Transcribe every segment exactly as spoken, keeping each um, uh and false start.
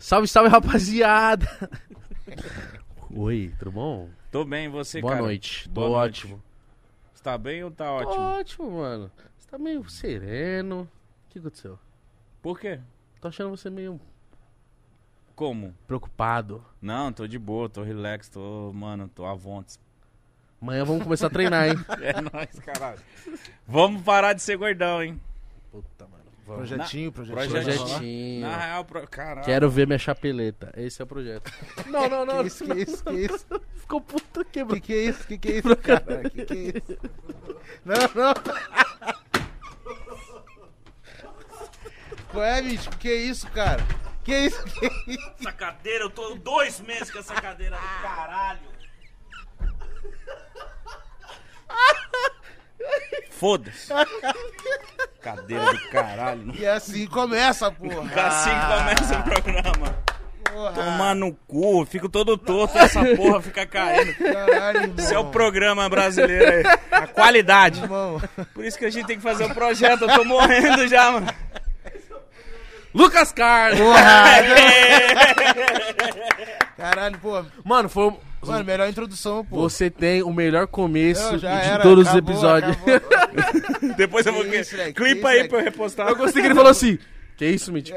Salve, salve, rapaziada! Oi, tudo bom? Tô bem, e você, Boa cara? noite, tô Boa noite. ótimo. Você tá bem ou tá Tô ótimo? ótimo, mano. Você tá meio sereno. O que aconteceu? Por quê? Tô achando você meio Como? preocupado. Não, tô de boa, tô relax, tô, mano, tô à vontade. Amanhã vamos começar a treinar, hein? É nóis, caralho. Vamos parar de ser gordão, hein? Puta, mano. Projetinho, projetinho. Projetinho. Na real, pro... caralho. Quero ver minha chapeleta. Esse é o projeto. Não, não, não. Que isso, que isso, que isso? Ficou puta quebrado. Que que é isso, que que é isso, cara? Que que é isso? Não, não. Qual é, bicho? Que que é isso, cara? Que é isso? Que é isso? Essa cadeira, eu tô dois meses com essa cadeira do caralho. Foda-se. Cadeira do caralho. E assim começa, porra. Assim que começa o programa. Porra. Tomar no cu, fico todo torto, essa porra fica caindo. Caralho, irmão. Esse é o programa brasileiro aí. A qualidade. Irmão. Por isso que a gente tem que fazer o projeto. Eu tô morrendo já, mano. Lucas Carlos! Caralho, pô. Mano, foi um... Mano, melhor introdução, pô. Você tem o melhor começo Não, já de era, todos os acabou, episódios. acabou. Depois eu vou... Que isso, moleque, Clipa que aí isso, pra eu repostar. Eu gostei que ele falou assim: que isso, Mítico?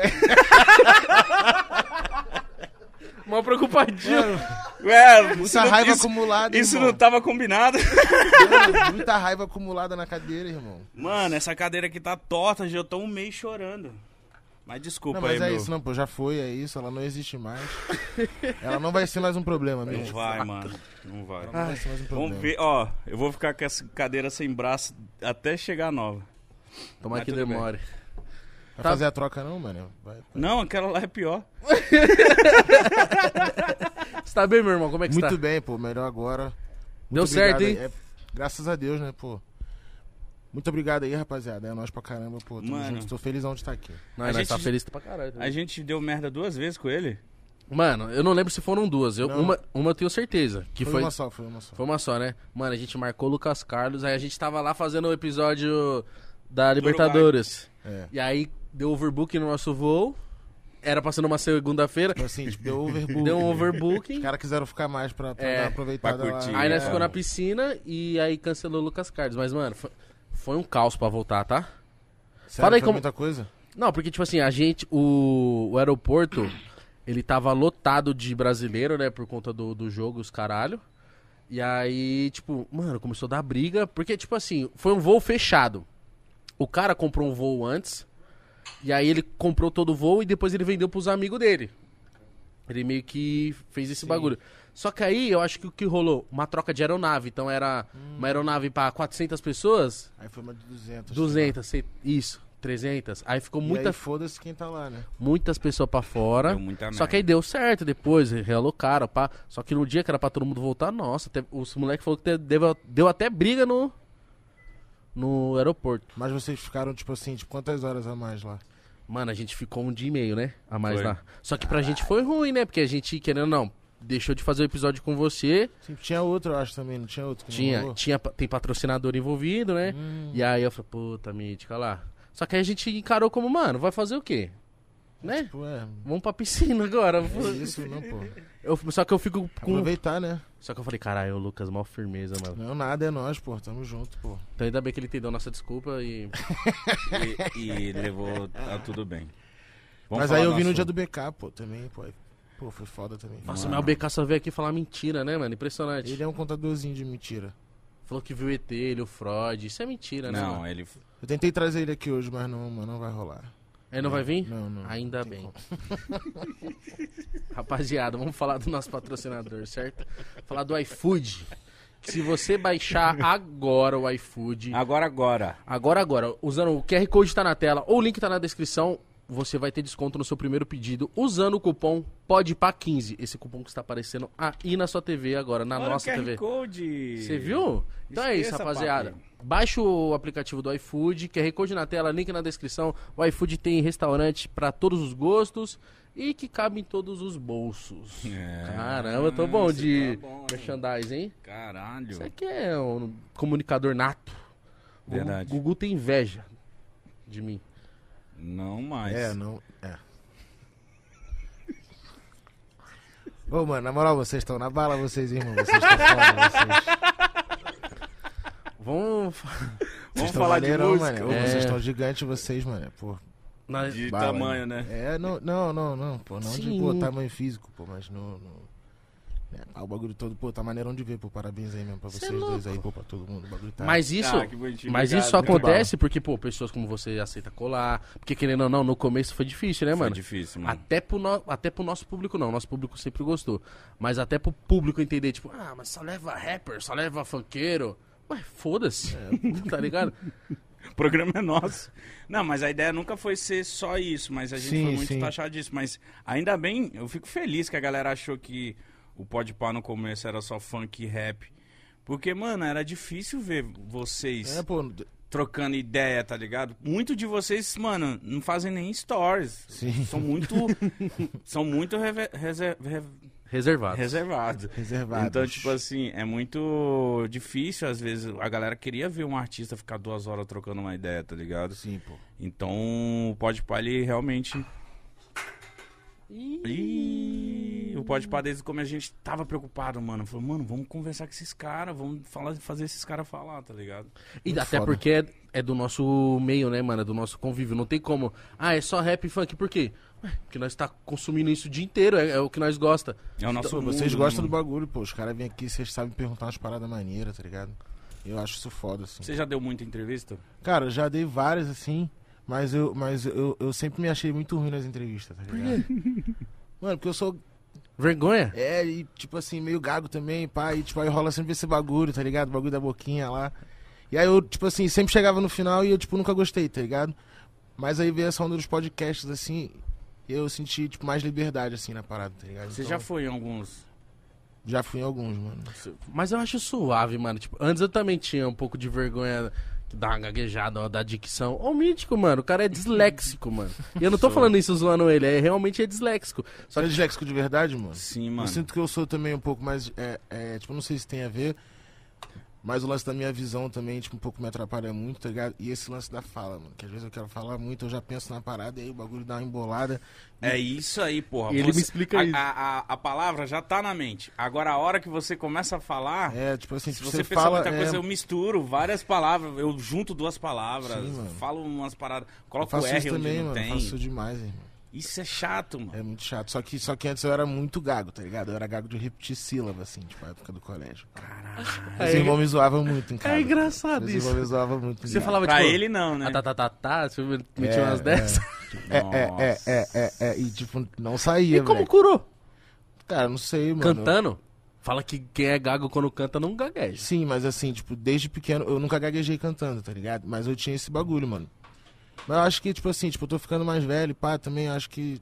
Mó preocupadinho. Mano, Ué, isso muita não- raiva isso- acumulada, Isso irmão. não tava combinado. Mano, muita raiva acumulada na cadeira, irmão. Mano, essa cadeira aqui tá torta, já eu tô um mês chorando. Mas desculpa Não, mas aí, é meu. isso, não, pô, já foi, é isso, ela não existe mais. Ela não vai ser mais um problema, Não mesmo. vai, mano. Não vai. Ela não vai ser mais um problema. Vamos ver, ó. Eu vou ficar com essa cadeira sem braço até chegar nova. Tomara Mas que tudo bem. demore. Vai Tá. fazer a troca não, mano? Vai, vai. Não, aquela lá é pior. Você tá bem, meu irmão? Como é que você Muito tá? bem, pô, melhor agora. Deu Muito certo, obrigado hein? aí. É, graças a Deus, né, pô. Muito obrigado aí, rapaziada. É nóis pra caramba, pô. Tamo Mano. junto. Tô felizão de estar aqui. Não, A nós gente- tá feliz pra caralho. também. A gente deu merda duas vezes com ele. Mano, eu não lembro se foram duas. Eu, Não. uma, uma eu tenho certeza. Que Foi, foi, uma só, foi uma só. foi uma só, né? Mano, a gente marcou o Lucas Carlos, aí a gente tava lá fazendo o episódio da Libertadores. É. E aí deu overbooking no nosso voo. Era passando uma segunda-feira. Tipo assim, tipo, deu overbooking. Deu um né? overbooking. Os caras quiseram ficar mais pra, pra É, dar uma aproveitada pra curtir. lá. Aí nós É. ficou na piscina e aí cancelou o Lucas Carlos. Mas, mano, foi, foi um caos pra voltar, tá? Sério, Fala aí foi como- muita coisa? Não, porque, tipo assim, a gente, o, o aeroporto, ele tava lotado de brasileiro, né, por conta do, do jogo, os caralho. E aí, tipo, mano, começou a dar briga, porque, tipo assim, foi um voo fechado. O cara comprou um voo antes, e aí ele comprou todo o voo e depois ele vendeu pros amigos dele. Ele meio que fez esse Sim. bagulho. Só que aí, eu acho que o que rolou? Uma troca de aeronave. Então era uma aeronave pra quatrocentas pessoas, Aí foi uma de duzentas. duzentas, sei- isso, trezentas. Aí ficou Muita... muita E aí foda-se quem tá lá, né? muitas pessoas pra fora. Deu muita Só merda. que aí deu certo depois, realocaram, pá. Só que no dia que era pra todo mundo voltar, nossa, teve- os moleques falaram que te- deu, deu até briga no no aeroporto. Mas vocês ficaram, tipo assim, tipo, quantas horas a mais lá? Mano, a gente ficou um dia e meio, né? A mais Foi. lá. Só que pra gente foi ruim, né? Porque a gente, querendo ou não, deixou de fazer o episódio com você. Sim, tinha outro, eu acho, também. Não tinha outro que não Tinha, rolou? tinha, tem patrocinador envolvido, né? Hum. E aí eu falei, puta, mítica lá. Só que aí a gente encarou como, mano, vai fazer o quê? Né? Tipo, é, Vamos pra piscina agora. é isso, não, pô. Eu, só que eu fico com. Aproveitar, né? Só que eu falei, caralho, o Lucas, mal firmeza, mano. Não, nada, é nós, pô. Tamo junto, pô. Então ainda bem que ele entendeu nossa desculpa e. E, e levou a tudo bem. Vamos Mas falar aí eu vi no assunto. dia do B K, pô, também, pô. aí- Pô, foi foda também. Nossa, Mano. mas o B K só veio aqui falar mentira, né, mano? Impressionante. Ele é um contadorzinho de mentira. Falou que viu o E T, ele, o Freud. Isso é mentira, né? Não, mano? ele... Eu tentei trazer ele aqui hoje, mas não, mas não vai rolar. Ele não vai vir? Não, não. Ainda não tem bem. como. Rapaziada, vamos falar do nosso patrocinador, certo? Falar do iFood. Se você baixar agora o iFood, Agora, agora. agora, agora, usando o Q R Code tá na tela ou o link tá na descrição, você vai ter desconto no seu primeiro pedido usando o cupom P O D P A quinze. Esse cupom que está aparecendo aí na sua T V agora, na Olha nossa o T Q R V. Code. Você viu? Então é isso, Esqueça, rapaziada. papi. Baixa o aplicativo do iFood, Q R Code na tela, link na descrição. O iFood tem restaurante pra todos os gostos e que cabe em todos os bolsos. É. Caramba, eu tô bom Você de tá bom, hein? merchandising, hein? Caralho. Isso aqui é um comunicador nato. O Gugu- Verdade. Gugu tem inveja de mim. Não mais. É, não. É. Ô, mano, na moral, vocês estão na bala, vocês, irmão. Vocês estão foda, vocês. Vamos... Vamos tão falar de maneirão, música? mano. Ô, É. Vocês estão gigantes, vocês, mano. Pô, Na- De bala, tamanho, né? É, não, não, não, não, pô. Não de, Sim. pô, tamanho físico, pô, mas no... no... É, ah, o bagulho todo, pô, tá maneirão de ver, pô. Parabéns aí mesmo pra Cê vocês é louco. dois aí, pô, pra todo mundo. O bagulho tá... Mas isso, Ah, que bonitinho, mas obrigado. isso só Muito acontece porque, pô, pessoas como você aceita colar. Porque, querendo ou não, no começo foi difícil, né, Foi mano? difícil, mano. Até pro, no... até pro nosso público, não. Nosso público sempre gostou. Mas até pro público entender, tipo, ah, mas só leva rapper, só leva funkeiro. Ué, foda-se. Tá ligado? O programa é nosso. Não, mas a ideia nunca foi ser só isso, mas a gente Sim, foi muito sim. taxado disso. Mas ainda bem, eu fico feliz que a galera achou que o Podpah no começo era só funk e rap. Porque, mano, era difícil ver vocês É, pô... trocando ideia, tá ligado? Muito de vocês, mano, não fazem nem stories. Sim. São muito. são muito reve- reser- re- Reservado. reservados. Reservados. Então, tipo assim, é muito difícil, às vezes, a galera queria ver um artista ficar duas horas trocando uma ideia, tá ligado? Sim, pô. Então, o Podpah, ele realmente... Ih, o Podpah, desde como a gente tava preocupado, mano. Falou, mano, vamos conversar com esses caras, vamos falar, fazer esses caras falar, tá ligado? E Muito até foda. porque é, é do nosso meio, né, mano? É do nosso convívio. Não tem como. Ah, é só rap e funk. Por quê? Ué, porque nós tá consumindo isso o dia inteiro. É, é o que nós gosta. É o nosso Pô, mundo, vocês né, gostam do mano? bagulho, pô. Os caras vêm aqui, vocês sabem perguntar umas paradas maneiras, tá ligado? Eu acho isso foda, assim. Você já deu muita entrevista? Cara, eu já dei várias, assim, mas eu, mas eu, eu sempre me achei muito ruim nas entrevistas, tá ligado? Mano, porque eu sou... Vergonha? É, e tipo assim, meio gago também, pá, e tipo, aí rola sempre esse bagulho, tá ligado? O bagulho da boquinha lá. E aí eu, tipo assim, sempre chegava no final e eu, tipo, nunca gostei, tá ligado? Mas aí veio essa onda dos podcasts, assim, e eu senti, tipo, mais liberdade, assim, na parada, tá ligado? Você Então, já foi em alguns... Já fui em alguns, mano. Mas eu acho suave, mano. Tipo, antes eu também tinha um pouco de vergonha que dá uma gaguejada, ó, da dicção. Ó, o Mítico, mano, o cara é disléxico, mano. E eu não tô Sou. falando isso zoando ele, é realmente é disléxico. Só que disléxico de verdade, mano? Sim, Eu mano. sinto que eu sou também um pouco mais, é, é, tipo, não sei se tem a ver, mas o lance da minha visão também, tipo, um pouco me atrapalha muito, tá ligado? E esse lance da fala, mano, que às vezes eu quero falar muito, eu já penso na parada e aí o bagulho dá uma embolada. É isso aí, porra. E ele me explica a, isso. A, a, a palavra já tá na mente. Agora, a hora que você começa a falar... É, tipo assim, Se tipo, você, você pensar fala... muita é, coisa, eu misturo várias palavras, eu junto duas palavras, Sim, mano. falo umas paradas, eu coloco o faço R isso onde também, não mano, tem. faço isso demais, irmão. Isso é chato, mano. É muito chato. Só que, só que antes eu era muito gago, tá ligado? Eu era gago de repetir sílaba, assim, tipo, na época do colégio. Caralho. Meus É, irmãos me zoavam muito em casa. É engraçado Meus isso. irmãos me zoavam muito. em Você casa. falava, Pra tipo... ele não, né? Ah, tá, tá, tá, tá. Você metia É, umas é. dessas. É, é, é, é, é, é, e tipo, não saía, E como velho. curou? Cara, não sei, mano. Cantando? Fala que quem é gago quando canta não gagueja. Sim, mas assim, tipo, desde pequeno, eu nunca gaguejei cantando, tá ligado? Mas eu tinha esse bagulho, mano. Mas eu acho que, tipo assim, tipo, eu tô ficando mais velho, pá, também acho que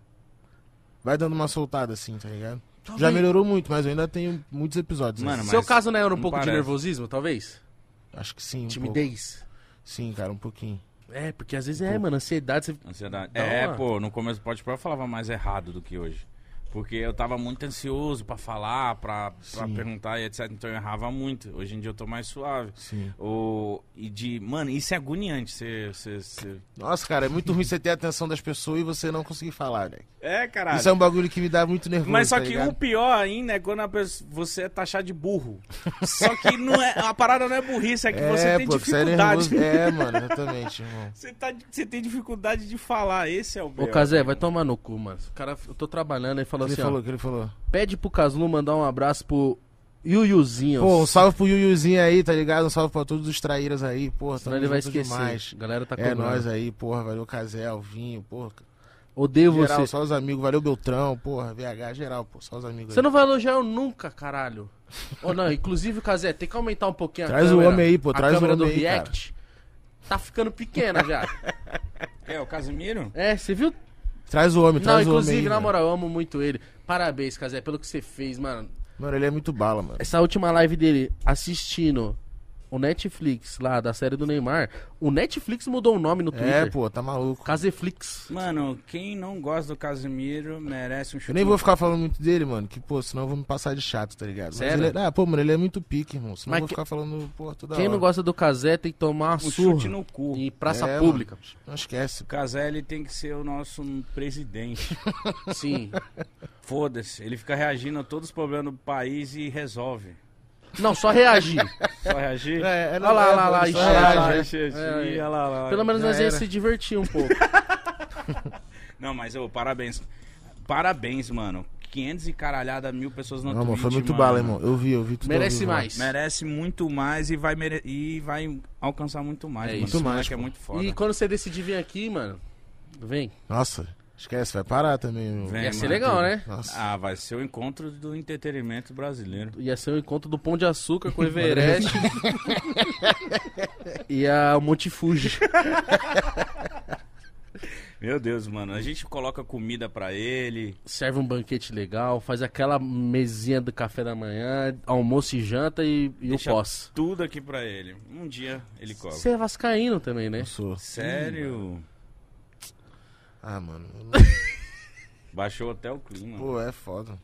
vai dando uma soltada, assim, tá ligado? Talvez. Já melhorou muito, mas eu ainda tenho muitos episódios. Mano, assim. Seu mas caso não era um não pouco de parece. nervosismo, talvez? Acho que sim, um Timidez? pouco. Sim, cara, um pouquinho. É, porque às vezes é, mano, ansiedade. Você... Ansiedade. Dá É, uma- pô, no começo do Podpah eu falava mais errado do que hoje. Porque eu tava muito ansioso pra falar, pra, pra Sim. perguntar e etcétera. Então eu errava muito. Hoje em dia eu tô mais suave. Sim. O, e de. Mano, isso é agoniante. Você. você, você... Nossa, cara, é muito ruim você ter a atenção das pessoas e você não conseguir falar, velho. É, caralho. Isso é um bagulho que me dá muito nervoso. Mas só tá que ligado? o pior ainda é quando a pessoa- você é taxado de burro. Só que não é, a parada não é burrice, é que você tem pô, que você é dificuldade. nervoso. É, mano, exatamente, irmão. Você, tá, você tem dificuldade de falar, esse é o Ô, pior. Kazé, vai tomar no cu, mano. O cara, eu tô trabalhando aí falou Ele assim, falou, ó. que ele falou. Pede pro Caslu mandar um abraço pro Yuyuzinho. Pô, um salve pro Yuyuzinho aí, tá ligado? Um salve pra todos os traíras aí, porra. Senão tamo ele vai junto esquecer. demais. A galera tá É cobrando. nóis aí, porra. Valeu Casel, Vinho, porra. Odeio Geral, você. só os amigos. Valeu Beltrão, porra. V H, geral, pô. Só os amigos Você aí. não vai elogiar eu nunca, caralho. Ou não, inclusive, Kazé, tem que aumentar um pouquinho a Traz o câmera. homem aí, pô, A traz o câmera do homem aí, React tá ficando pequena já. É, o Casimiro? É, você viu? Traz o homem, Não, traz o homem inclusive, aí. na mano. moral, eu amo muito ele. Parabéns, Kazé, pelo que você fez, mano. Mano, ele é muito bala, mano. Essa última live dele, assistindo o Netflix lá da série do Neymar, o Netflix mudou o nome no Twitter. É, pô, tá maluco. Caseflix. Mano, quem não gosta do Casemiro merece um chute. Eu nem no vou cu. ficar falando muito dele, mano, que, pô, senão eu vou me passar de chato, tá ligado? Mas Sério? ele é- ah, pô, mano, ele é muito pique, irmão. Senão Mas eu vou que- ficar falando, pô, toda Quem hora. não gosta do Casé tem que tomar uma Um surra chute no cu. em praça É, pública. Não esquece. O Caselli tem que ser o nosso presidente. Sim. Foda-se. Ele fica reagindo a todos os problemas do país e resolve. Não, só reagir. Só reagir? É, é, Olha lá, olha lá, só ixi, reage, olha lá, né? ixi, ixi, É, olha lá, lá. Pelo menos Já nós ia era. se divertir um pouco. Não, mas, ô, parabéns. Parabéns, mano. quinhentos e caralhada mil pessoas no Não, Twitch, mano, foi muito mano. bala, irmão. Eu vi, eu vi tudo. ao Merece vivo lá. mais. Merece muito mais e vai, mere... e vai alcançar muito mais, É mano. isso. Esse Muito moleque mais, é pô. muito foda. E quando você decidir vir aqui, mano, vem. Nossa, esquece, vai parar também. Meu. Vem, Ia ser mano. legal, né? Nossa. Ah, vai ser o encontro do entretenimento brasileiro. Ia ser o encontro do Pão de Açúcar com o Everest e a Monte Fuji. Meu Deus, mano. A gente coloca comida pra ele. Serve um banquete legal, faz aquela mesinha do café da manhã, almoço e janta e, e o Deixa pós. tudo aqui pra ele. Um dia ele cobra. Você é vascaíno também, né? Eu sou. Sério? Ah, mano. eu não- Baixou até o clima. Pô, é foda.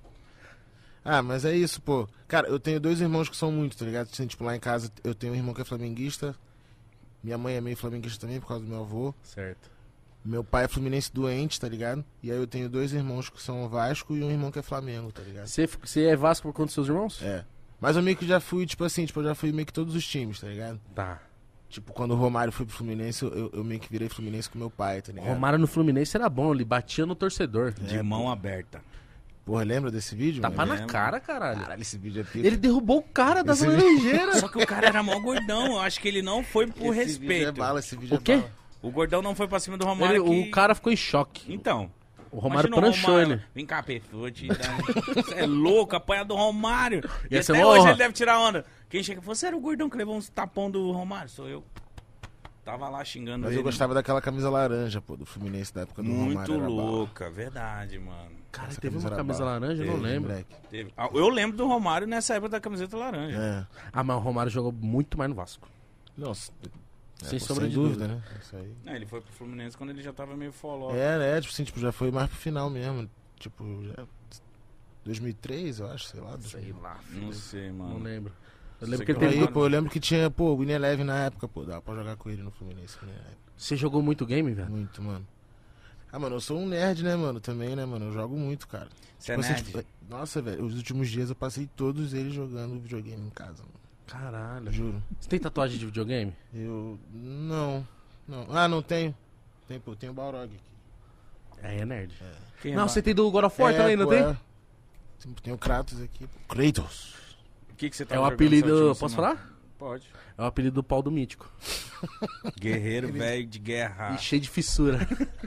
Ah, mas é isso, pô. Cara, eu tenho dois irmãos que são muito, tá ligado? Assim, tipo, lá em casa eu tenho um irmão que é flamenguista. Minha mãe é meio flamenguista também, por causa do meu avô. Certo. Meu pai é fluminense doente, tá ligado? E aí eu tenho dois irmãos que são Vasco e um irmão que é Flamengo, tá ligado? Você, você é Vasco por conta dos seus irmãos? É. Mas eu meio que já fui, tipo assim, tipo, eu já fui meio que todos os times, tá ligado? Tá. Tipo, quando o Romário foi pro Fluminense, eu, eu meio que virei Fluminense com meu pai, tá ligado? Romário no Fluminense era bom, ele batia no torcedor. De mão aberta. Porra, lembra desse vídeo? Tapa mano? na lembro. cara, caralho. Caralho, esse vídeo é pica. Ele derrubou o cara das Esse vídeo- laranjeiras. Só que o cara era mó gordão. Eu acho que ele não foi por Esse vídeo é respeito. bala, esse vídeo O é quê? bala. O gordão não foi pra cima do Romário. Ele- que... O cara ficou em choque. Então. O Romário imagina o pranchou Romário. ele. Vem cá, Perfute. Você é louco, apanha do Romário. E Ia ser até uma hoje honra. ele deve tirar onda. Quem chega, você era o gordão que levou uns tapão do Romário? Sou eu. Tava lá xingando Mas ele. eu gostava daquela camisa laranja, pô, do Fluminense da época do Muito Romário. era bala. louca, verdade, mano. Cara, Essa teve uma era camisa bala. laranja, eu não Teve, lembro. moleque. Teve. Ah, eu lembro do Romário nessa época da camiseta laranja. É. Ah, mas o Romário jogou muito mais no Vasco. Nossa, Sem pô, sombra sem de dúvida, dúvida. né? Isso aí. Não, ele foi pro Fluminense quando ele já tava meio foló. É, né? Tipo assim, tipo, já foi mais pro final mesmo. Tipo, já... dois mil e três, eu acho, sei lá. Sei lá, Não filho. sei, Não mano. lembro. Eu Sei lembro que que ele eu teve... Aí, lembro. pô, eu lembro que tinha, pô, o Winnie Eleven na época, pô, dava pra jogar com ele no Fluminense. Winnie Eleven. Você jogou muito game, velho? Muito, mano. Ah, mano, eu sou um nerd, né, mano, também, né, mano, eu jogo muito, cara. Você é Tipo assim, nerd? tipo, nossa, velho, os últimos dias eu passei todos eles jogando videogame em casa, mano. Caralho. Juro. Você tem tatuagem de videogame? Eu, não, não. Ah, não tenho. Tem, pô, tem o Balrog aqui. É, é nerd. Quem é Não, ba- você tem do God of War É, também, não pô, tem? é. Tem, tem o Kratos aqui, pô. Kratos. O que, que você tá É o jogando apelido... essa última Posso semana? falar? Pode. É o apelido do pau do mítico. Guerreiro velho de Ah. guerra. E cheio de fissura.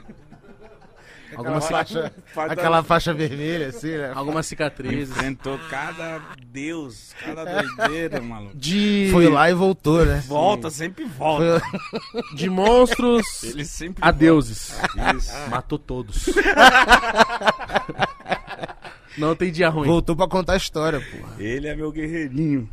Algumas, Aquela ci- faixa, Faz aquela faixa vermelha, assim, né? Algumas cicatrizes. Enfrentou cada Deus, cada doideira, maluco. De... Foi lá e voltou, né? Volta, sempre volta. De monstros Ele sempre a deuses. volta. Isso. Matou todos. Não tem dia ruim. Voltou pra contar a história, porra. Ele é meu guerreirinho.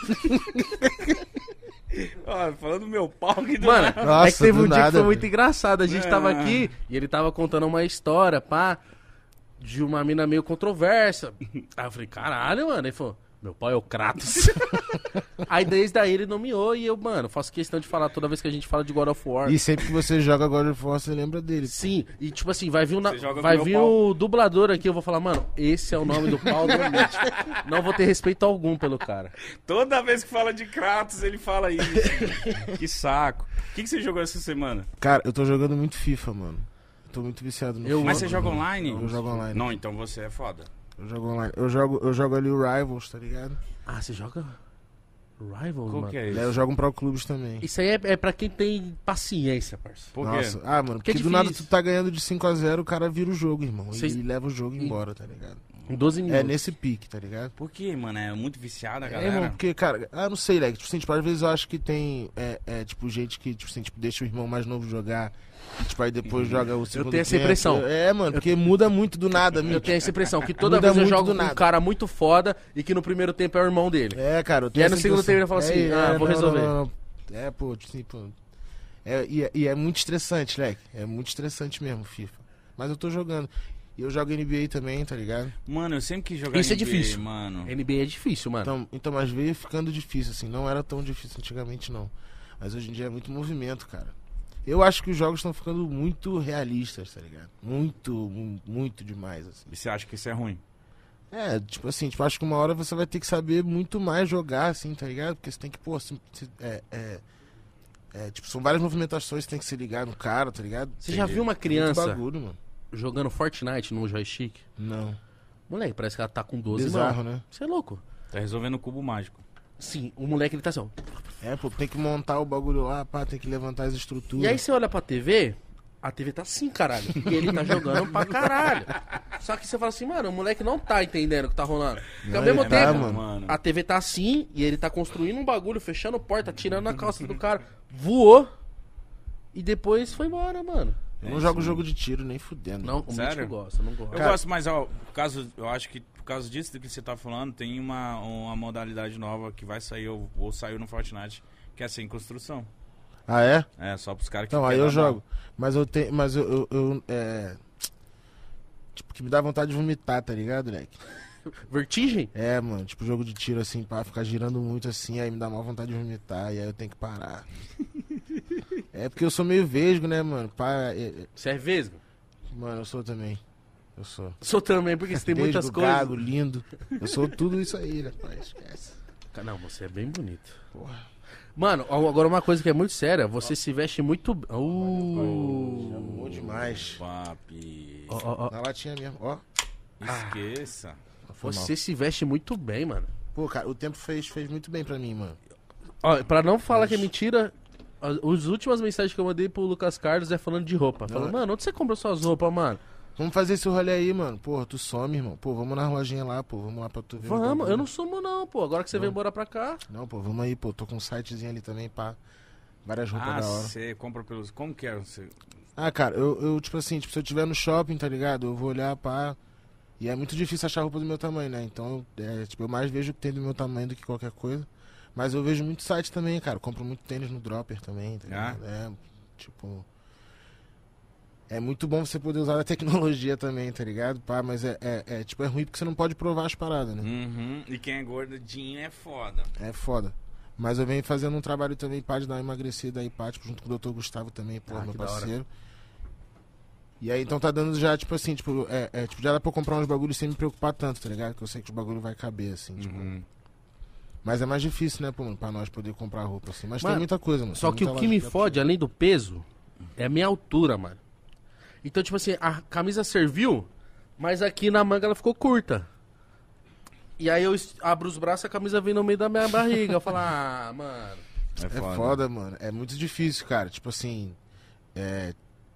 Ó, falando do meu pau que do Mano, nada. Nossa, é que teve do um dia que nada, foi muito velho. engraçado. A gente É. tava aqui e ele tava contando uma história, pá, de uma mina meio controversa. Aí eu falei, caralho, mano. Ele falou, meu pai é o Kratos. Aí desde aí ele nomeou e eu, mano, faço questão de falar toda vez que a gente fala de God of War. E sempre que você joga God of War, você lembra dele. Sim, e tipo assim, vai vir, um na- Você joga vai com vir meu pau. o dublador aqui, eu vou falar, mano, esse é o nome do pau do Mítico. Não vou ter respeito algum pelo cara. Toda vez que fala de Kratos, ele fala isso. Que saco. O que, que você jogou essa semana? Cara, eu tô jogando muito FIFA, mano. Eu tô muito viciado no Eu- FIFA. Mas você joga mano. online? Eu jogo online. Não, então você é foda. Eu jogo online. Eu jogo, eu jogo ali o Rivals, tá ligado? Ah, você joga Rival, Qual mano? que é E isso? aí eu jogo um Pro Clubes também. Isso aí é, é pra quem tem paciência, parça. Por quê? Nossa, ah, mano, Porque porque é do nada difícil. tu tá ganhando de cinco a zero, o cara vira o jogo, irmão. Vocês- E leva o jogo embora, tá ligado? doze minutos. É nesse pique, tá ligado? Por quê, mano? É muito viciada a É, galera? irmão, porque, cara, ah, não sei, né? Tipo assim, tipo, às vezes eu acho que tem, é, é, tipo, gente que, tipo assim, tipo, deixa o irmão mais novo jogar e, tipo, aí depois joga o segundo tenho essa tempo. impressão. É, mano, porque muda muito do nada, Eu amigo. tenho essa impressão, que toda Muda vez eu muito jogo do com um nada. cara muito foda e que no primeiro tempo é o irmão dele. É, cara, eu E tenho aí no essa segundo impressão. tempo ele fala assim, É, ah, é, vou não, resolver. não, não. É, pô, tipo assim, pô. É, e, é, e é muito estressante, leque. É muito estressante mesmo, FIFA. Mas eu tô jogando. E eu jogo N B A também, tá ligado? Mano, eu sempre quis jogar Isso é N B A, difícil. mano. N B A é difícil, mano. Então, então, mas veio ficando difícil, assim. Não era tão difícil antigamente, não. Mas hoje em dia é muito movimento, cara. Eu acho que os jogos estão ficando muito realistas, tá ligado? Muito, mu- muito demais, assim. E você acha que isso é ruim? É, tipo assim, tipo, acho que uma hora você vai ter que saber muito mais jogar, assim, tá ligado? Porque você tem que, pô, se, se- é, é, é, tipo, são várias movimentações que tem que se ligar no cara, tá ligado? Você já viu uma É muito criança bagulho, mano. jogando Fortnite no joystick? Não. Moleque, parece que ela tá com doze Bizarro, mãos. né? Você é louco. Tá resolvendo o cubo mágico. Sim, o moleque ele tá assim, ó. É, pô, tem que montar o bagulho lá, pá, tem que levantar as estruturas. E aí você olha pra T V, a T V tá assim, caralho. E ele tá jogando pra caralho. Só que você fala assim, mano, o moleque não tá entendendo o que tá rolando. Porque ao Não, mesmo ele tá, tempo, mano. a T V tá assim e ele tá construindo um bagulho, fechando porta, tirando na calça do cara. Voou. E depois foi embora, mano. Eu não jogo jogo de tiro nem fudendo. Não, o Sério? Mítico gosta, não gosta. Eu Cara- gosto, mas ó, por causa, eu acho que por causa disso do que você tá falando, tem uma, uma modalidade nova que vai sair, ou, ou saiu no Fortnite, que é sem construção. Ah, é? É, só pros caras que Então, aí querem eu dar jogo. Mas eu tenho. Mas eu. eu, eu, é... Tipo, que me dá vontade de vomitar, tá ligado, moleque? Vertigem? É, mano, tipo, jogo de tiro assim, pá, ficar girando muito assim, aí me dá mal vontade de vomitar, e aí eu tenho que parar. É porque eu sou meio vesgo, né, mano? Pá, é- é- Você é vesgo? mano, eu sou também. Eu sou. Sou também, porque você tem Vesgo, muitas coisas. gago, lindo. Eu sou tudo isso aí, né, pai? Esquece. Não, você é bem bonito. Porra. Mano, agora uma coisa que é muito séria, você se veste muito. Bom Uh. demais. Papi. Ó, ó, ó. Na latinha mesmo, ó. Esqueça. Foi mal. Você se veste muito bem, mano. Pô, cara, o tempo fez, fez muito bem pra mim, mano. Ó, pra não falar que é mentira, as, as últimas mensagens que eu mandei pro Lucas Carlos é falando de roupa. Falando, Não, mano, onde você compra suas roupas, mano? Vamos fazer esse rolê aí, mano. Porra, tu some, irmão. Pô, vamos na lojinha lá, pô. Vamos lá pra tu ver. o Vamos, bagulho. eu não sumo não, pô. Agora que você veio embora pra cá. Não, pô, vamos aí, pô. Tô com um sitezinho ali também, pá. Várias roupas Ah, da hora. você compra pelos... Como que é? Você... Ah, cara, eu, eu, tipo assim, tipo, se eu tiver no shopping, tá ligado? Eu vou olhar, pá. E é muito difícil achar roupa do meu tamanho, né? Então, é, tipo, eu mais vejo o que tem do meu tamanho do que qualquer coisa. Mas eu vejo muito site também, cara. Eu compro muito tênis no Dropper também, tá ligado? É, tipo... É muito bom você poder usar a tecnologia também, tá ligado? Pá, mas é, é, é, tipo, é ruim porque você não pode provar as paradas, né? Uhum. E quem é gordinho é foda. É foda. Mas eu venho fazendo um trabalho também, pá, de dar uma emagrecida aí, pá, tipo, junto com o doutor Gustavo também, pô, Ah, meu que da hora. parceiro. E aí, então tá dando já, tipo assim, tipo, é, é, tipo, já dá pra eu comprar uns bagulhos sem me preocupar tanto, tá ligado? Que eu sei que os bagulho vai caber, assim, tipo. Uhum. Mas é mais difícil, né, pô, mano, pra nós poder comprar roupa, assim. Mas Mano, tem muita coisa, mano. Só tem que o muita que loja me dá pra fode, você- além do peso, é a minha altura, mano. Então, tipo assim, a camisa serviu, mas aqui na manga ela ficou curta. E aí eu es- abro os braços e a camisa vem no meio da minha barriga. Eu falo, ah, mano. É É foda. foda, mano. É muito difícil, cara. Tipo assim. É...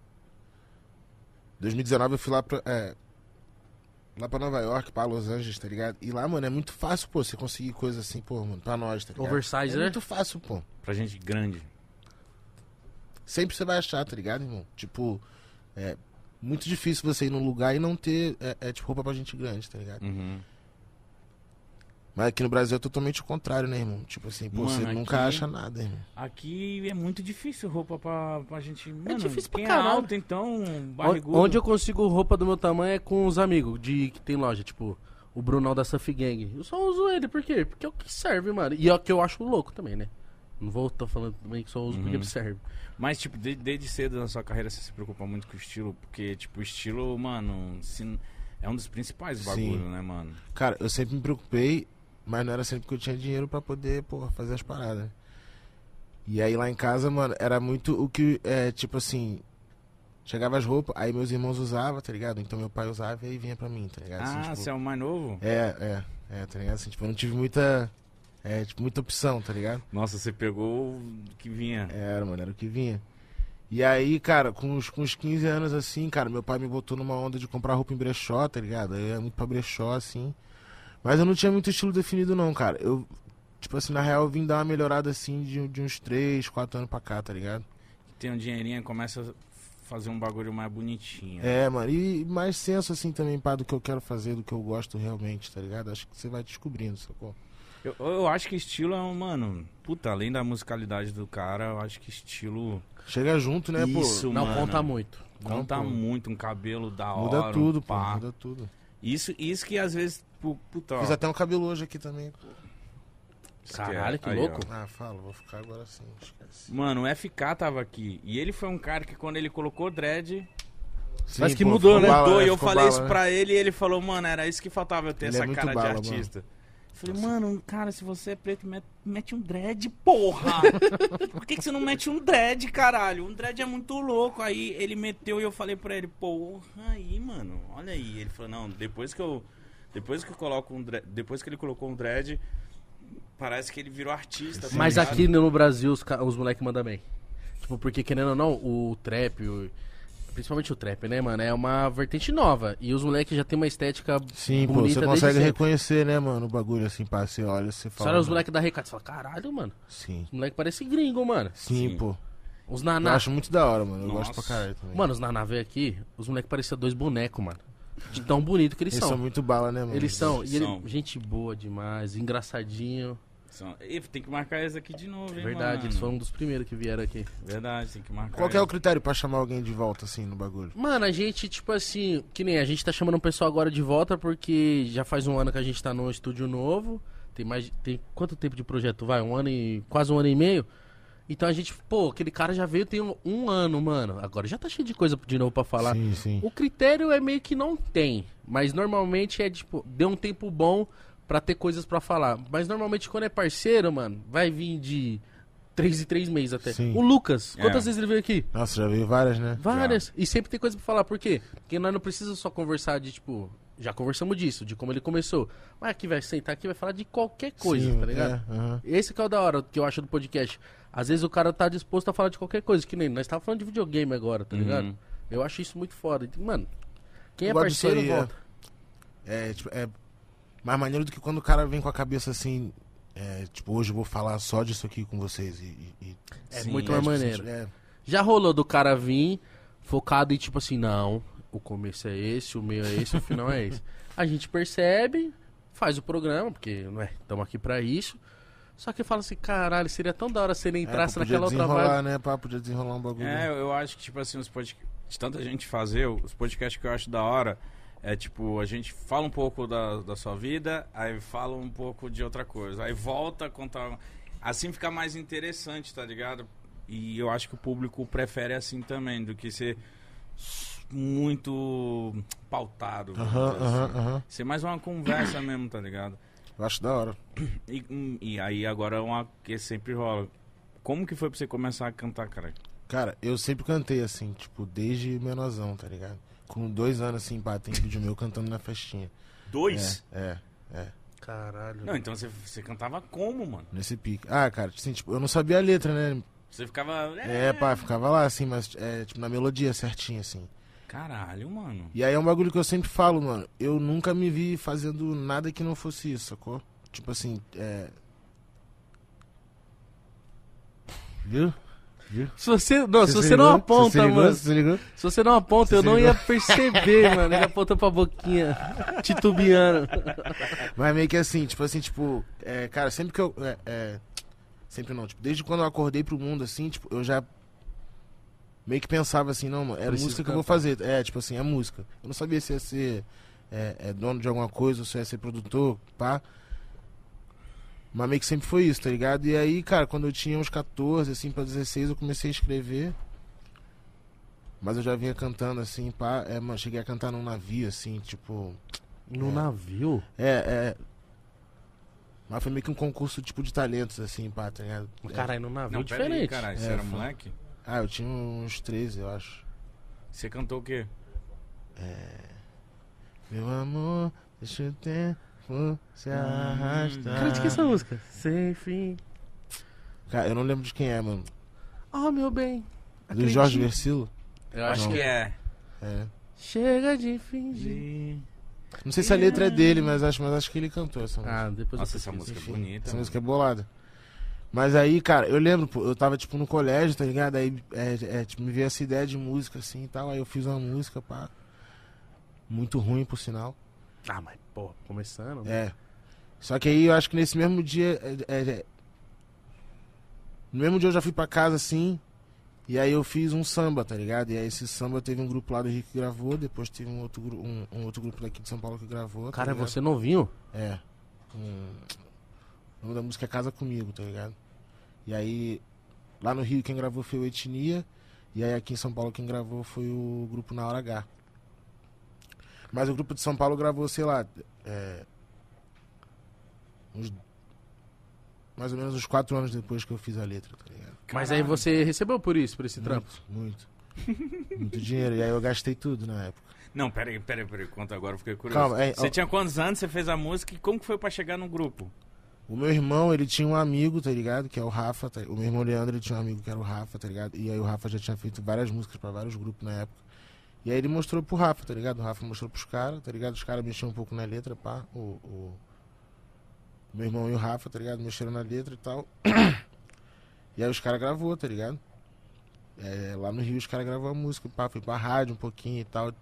dois mil e dezenove eu fui lá pra. É... Lá pra Nova York, pra Los Angeles, tá ligado? E lá, mano, é muito fácil, pô, você conseguir coisa assim, pô, mano, pra nós, tá ligado? Oversize, é né? muito fácil, pô. Pra gente grande. Sempre você vai achar, tá ligado, irmão? Tipo, é muito difícil você ir num lugar e não ter, é, é, tipo, roupa pra gente grande, tá ligado? Uhum. Mas aqui no Brasil é totalmente o contrário, né, irmão? Tipo assim, pô, Mano, você aqui- nunca acha nada, irmão. Aqui é muito difícil roupa pra, pra gente... Mano, difícil pra quem caralho. é alto, então, barrigudo. Onde eu consigo roupa do meu tamanho é com os amigos de que tem loja, tipo, o Brunão da Surf Gang. Eu só uso ele, por quê? Porque é o que serve, mano. E é o que eu acho louco também, né? Não vou estar falando também que só uso porque Uhum. serve. Mas, tipo, de- desde cedo na sua carreira você se preocupa muito com o estilo, porque, tipo, o estilo, mano, se- é um dos principais Sim. bagulho, né, mano? Cara, eu sempre me preocupei, mas não era sempre que eu tinha dinheiro pra poder, pô, fazer as paradas. E aí lá em casa, mano, era muito o que, é, tipo assim, chegava as roupas, aí meus irmãos usavam, tá ligado? Então meu pai usava e aí vinha pra mim, tá ligado? Assim, Ah, tipo, você é o mais novo? é, é, é, tá ligado? Assim, tipo, eu não tive muita, é, tipo, muita opção, tá ligado? Nossa, você pegou o que vinha. Era, mano, era o que vinha. E aí, cara, com uns, com uns quinze anos assim, cara, meu pai me botou numa onda de comprar roupa em brechó, tá ligado? Aí eu ia muito pra brechó, assim. Mas eu não tinha muito estilo definido, não, cara. Eu, tipo assim, na real, eu vim dar uma melhorada assim de, de uns três, quatro anos pra cá, tá ligado? Tem um dinheirinho e começa a fazer um bagulho mais bonitinho. É, mano, e mais senso assim também, pá, do que eu quero fazer, do que eu gosto realmente, tá ligado? Acho que você vai descobrindo, sacou? Eu, eu acho que estilo é um, mano, puta, além da musicalidade do cara, eu acho que estilo Chega junto, né, Isso, pô? Não mano, conta muito. conta Não, pô. muito, um cabelo da hora. Muda tudo, um pô, pá. muda tudo. Isso, isso que às vezes, pu- puta, ó, Fiz até um cabelo hoje aqui também, pô. isso Caralho, que aí, louco. ó. Ah, fala, vou ficar agora sim, esquece. Mano, o F K tava aqui e ele foi um cara que quando ele colocou dread, Sim, Mas que pô, mudou, ficou né? bala, mudou, e eu Ficou falei bala, isso né? pra ele e ele falou, mano, era isso que faltava eu ter Ele é essa muito cara bala, de mano. artista. Eu falei, mano, cara, se você é preto, met- mete um dread, porra! Por que, que você não mete um dread, caralho? Um dread é muito louco. Aí ele meteu e eu falei pra ele, porra, aí, mano, olha aí. Ele falou, não, depois que eu. Depois que eu coloco um dread, depois que ele colocou um dread, parece que ele virou artista. tá Mas ligado? aqui no Brasil os, ca- os moleques mandam bem. Tipo, porque querendo ou não, o trap, o- principalmente o trap, né, mano, é uma vertente nova. E os moleques já tem uma estética Sim, pô, bonita você desde consegue sempre. reconhecer, né, mano, o bagulho assim, pá, você olha, você Você fala. olha os né? moleques da Recado, você fala, caralho, mano, Sim, os moleques parecem gringo, mano. sim, Sim. pô. Os Eu naná. acho muito da hora, mano, eu Nossa. gosto pra caralho também. Mano, os naná veio aqui, os moleques pareciam dois bonecos, mano. De tão bonito que eles, eles são. são muito bala, né, mano? Eles são. E ele- São. gente boa demais, engraçadinho. São- Ih, tem que marcar eles aqui de novo, hein, Verdade, mano? eles foram um dos primeiros que vieram aqui. Verdade, tem que marcar. Qual que é o eles. critério pra chamar alguém de volta, assim, no bagulho? Mano, a gente, tipo assim, que nem a gente tá chamando o pessoal agora de volta porque já faz um ano que a gente tá num estúdio novo. Tem mais. Tem quanto tempo de projeto? Vai? Um ano e. Quase um ano e meio. Então a gente, pô, aquele cara já veio tem um, um ano, mano. Agora já tá cheio de coisa de novo pra falar. Sim, sim. O critério é meio que não tem. Mas normalmente é tipo, deu um tempo bom pra ter coisas pra falar. Mas normalmente quando é parceiro, mano, vai vir de três em três meses até. Sim. O Lucas, quantas É. vezes ele veio aqui? Nossa, já veio várias, né? Várias. E sempre tem coisa pra falar. Por quê? Porque nós não precisamos só conversar de, tipo... Já conversamos disso, de como ele começou. Mas aqui vai sentar aqui e vai falar de qualquer coisa, Sim, tá ligado? é, aham. Esse que é o da hora que eu acho do podcast. Às vezes o cara tá disposto a falar de qualquer coisa. Que nem nós tava falando de videogame agora, tá Uhum. ligado? Eu acho isso muito foda. Então, mano, quem é Eu gosto disso parceiro, aí, é. volta. É, tipo, é mais maneiro do que quando o cara vem com a cabeça assim, é, tipo, hoje eu vou falar só disso aqui com vocês e... e- e- É Sim, muito é, mais tipo, maneiro. assim, é, Já rolou do cara vir focado em tipo assim, não, o começo é esse, o meio é esse, o final é esse. A gente percebe, faz o programa, porque, não é, estamos aqui pra isso. Só que fala assim, caralho, seria tão da hora se ele é, entrasse pô, podia naquela outra desenrolar, vibe. né, pá, podia desenrolar um bagulho. É, eu- eu acho que, tipo assim, os podcasts. De tanta gente fazer, os podcasts que eu acho da hora é tipo, a gente fala um pouco da, da sua vida, aí fala um pouco de outra coisa, aí volta a contar. Assim fica mais interessante, tá ligado? E eu acho que o público prefere assim também, do que ser muito pautado. vamos Aham, dizer aham, assim. aham. Ser mais uma conversa mesmo, tá ligado? Eu acho da hora. E, hum, e aí agora é uma que sempre rola. Como que foi pra você começar a cantar, cara? Cara, eu sempre cantei assim, tipo, desde menorzão, tá ligado? Com dois anos, assim, pá, tem vídeo meu cantando na festinha. Dois? É, é, é. Caralho. Não, então você, você cantava como, mano? Nesse pique. Ah, cara, assim, tipo, eu não sabia a letra, né? Você ficava. É, pá, ficava lá, assim, mas, é, tipo, na melodia certinha, assim. Caralho, mano. E aí é um bagulho que eu sempre falo, mano. Eu nunca me vi fazendo nada que não fosse isso, sacou? Tipo assim, é. Viu? Viu? Se você não, se se você não ligou? aponta, Você se ligou? mano. Você se ligou? Se você não aponta, Você eu se não ligou? ia perceber, mano. Ele apontou pra boquinha, titubeando. Mas meio que assim, tipo assim, tipo, é, cara, sempre que eu. É, é, sempre não, tipo, desde quando eu acordei pro mundo, assim, tipo, eu já meio que pensava assim, não, mano, é Preciso música que eu vou cantar. fazer. É, tipo assim, é música. Eu não sabia se ia ser é, é, dono de alguma coisa, ou se ia ser produtor, pá. Mas meio que sempre foi isso, tá ligado? E aí, cara, quando eu tinha uns catorze, assim, pra dezesseis, eu comecei a escrever. Mas eu já vinha cantando, assim, pá. É, mano, cheguei a cantar num navio, assim, tipo. No É. navio? É, é. Mas foi meio que um concurso, tipo, de talentos, assim, pá, tá ligado? É. Caralho, no navio Não, pera aí, diferente. caralho. Você É, era foi. moleque? Ah, eu tinha uns treze, eu acho. Você cantou o quê? Meu amor, deixa o tempo se arrastar. Cara, de que é essa música? Sem fim. Cara, eu não lembro de quem é, mano. Oh, meu bem. Do Jorge Versilo? Eu Acho acho que é. É. Chega de fingir. De... Não sei se a letra é dele, mas acho, mas acho que ele cantou essa música. Ah, depois Nossa, eu essa pesquiso. música é Enfim, bonita. Essa mano. música é bolada. Mas aí, cara, eu lembro, pô, eu tava, tipo, no colégio, tá ligado? Aí, é, é, tipo, me veio essa ideia de música, assim, e tal. Aí eu fiz uma música, pá. Muito ruim, por sinal. Ah, mas, pô, começando. né? É. Só que aí, eu acho que nesse mesmo dia... É, é, é, no mesmo dia eu já fui pra casa, assim... E aí eu fiz um samba, tá ligado? E aí esse samba teve um grupo lá do Rio que gravou, depois teve um outro, gru- um, um outro grupo daqui de São Paulo que gravou, tá Cara, ligado? você novinho? É. Um... O nome da música é Casa Comigo, tá ligado? E aí, lá no Rio quem gravou foi o Etnia, e aí aqui em São Paulo quem gravou foi o grupo Na Hora H. Mas o grupo de São Paulo gravou, sei lá, é... uns... mais ou menos uns quatro anos depois que eu fiz a letra, tá ligado? Mas aí você recebeu por isso, por esse trampo? Muito, muito. Muito dinheiro. E aí eu gastei tudo na época. Não, peraí, peraí, peraí. Conta agora, eu fiquei curioso. Calma, é, Você ó. tinha quantos anos, você fez a música e como que foi pra chegar no grupo? O meu irmão, ele tinha um amigo, tá ligado? Que é o Rafa. Tá... O meu irmão Leandro, ele tinha um amigo que era o Rafa, tá ligado? E aí o Rafa já tinha feito várias músicas pra vários grupos na época. E aí ele mostrou pro Rafa, tá ligado? O Rafa mostrou pros caras, tá ligado? Os caras mexiam um pouco na letra, pá. O, o... o meu irmão e o Rafa, tá ligado? Mexeram na letra e tal. E aí os caras gravou, tá ligado? É, lá no Rio os caras gravaram a música, pá. Foi pra rádio um pouquinho e tal.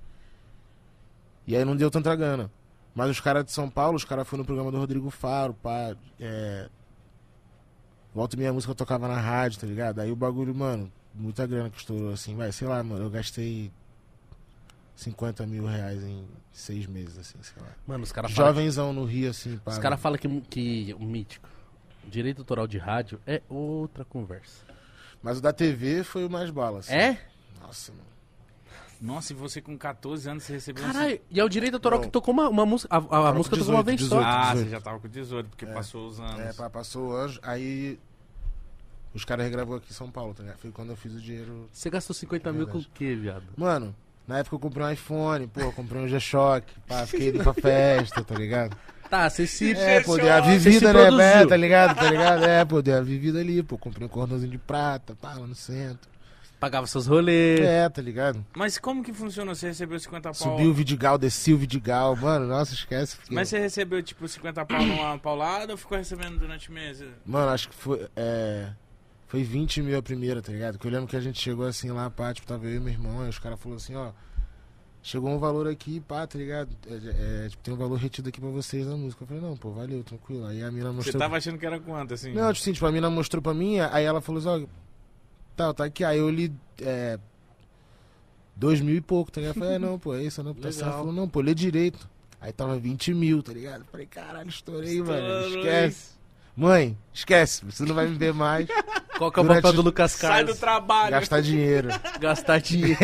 E aí não deu tanta grana. Mas os caras de São Paulo, os caras foram no programa do Rodrigo Faro, pá. É... Volta e meia música eu tocava na rádio, tá ligado? Aí o bagulho, mano, muita grana que estourou, assim, vai, sei lá, mano, eu gastei cinquenta mil reais em seis meses, assim, sei lá. Mano, os caras falam. Jovenzão no Rio, assim, pá. Os caras falam que, que o mítico. Direito autoral de rádio é outra conversa. Mas o da T V foi o mais bala, assim. É? Nossa, mano. Nossa, e você com catorze anos, você recebeu... um- Caralho, e é o direito autoral Não. que tocou uma, uma música. A, a- a com música tocou uma dezoito, vez dezoito. só. Ah, dezoito. você já tava com dezoito, porque É. passou os anos. É, pá, passou o anjo, aí os caras regravou aqui em São Paulo, tá ligado? Foi quando eu fiz o dinheiro. Você gastou cinquenta mil com o quê, viado? Mano, na época eu comprei um iPhone, pô, eu comprei um G-Shock, pá, fiquei indo pra festa, tá ligado? Tá, você se. É, pô, dei a Você se vivida, né, produziu. é, tá ligado, tá ligado? É, pô, dei a vivida ali, pô, comprei um cordãozinho de prata, pá, lá no centro. Pagava seus rolês. É, tá ligado? Mas como que funciona? Você recebeu cinquenta pau... Subiu o Vidigal, desci o Vidigal, mano, nossa, esquece. Fiquei... Mas você recebeu, tipo, cinquenta pau numa paulada ou ficou recebendo durante meses? Mano, acho que foi, é... Foi vinte mil a primeira, tá ligado? Que eu lembro que a gente chegou assim lá, pá, tipo, tava eu e meu irmão, aí os caras falaram assim, ó... Chegou um valor aqui, pá, tá ligado? É, é, tipo, tem um valor retido aqui pra vocês na música. Eu falei, não, pô, valeu, tranquilo. Aí a mina Você mostrou... tava achando que era quanto, assim? Não, tipo assim, tipo, a mina mostrou pra mim, aí ela falou assim, ó... Tá, tá aqui. Aí eu li, é... Dois mil e pouco, tá ligado? Eu falei, é, não, pô, é isso, não. Tá certo. Ela falou, não, pô, lê direito. Aí tava vinte mil, tá ligado? Eu falei, caralho, estourei, mano. Estourou Esquece. Mãe, esquece, você não vai me ver mais. Qual que é o Durante- papel do Lucas Sai Carlos? do trabalho. Gastar dinheiro. Gastar dinheiro.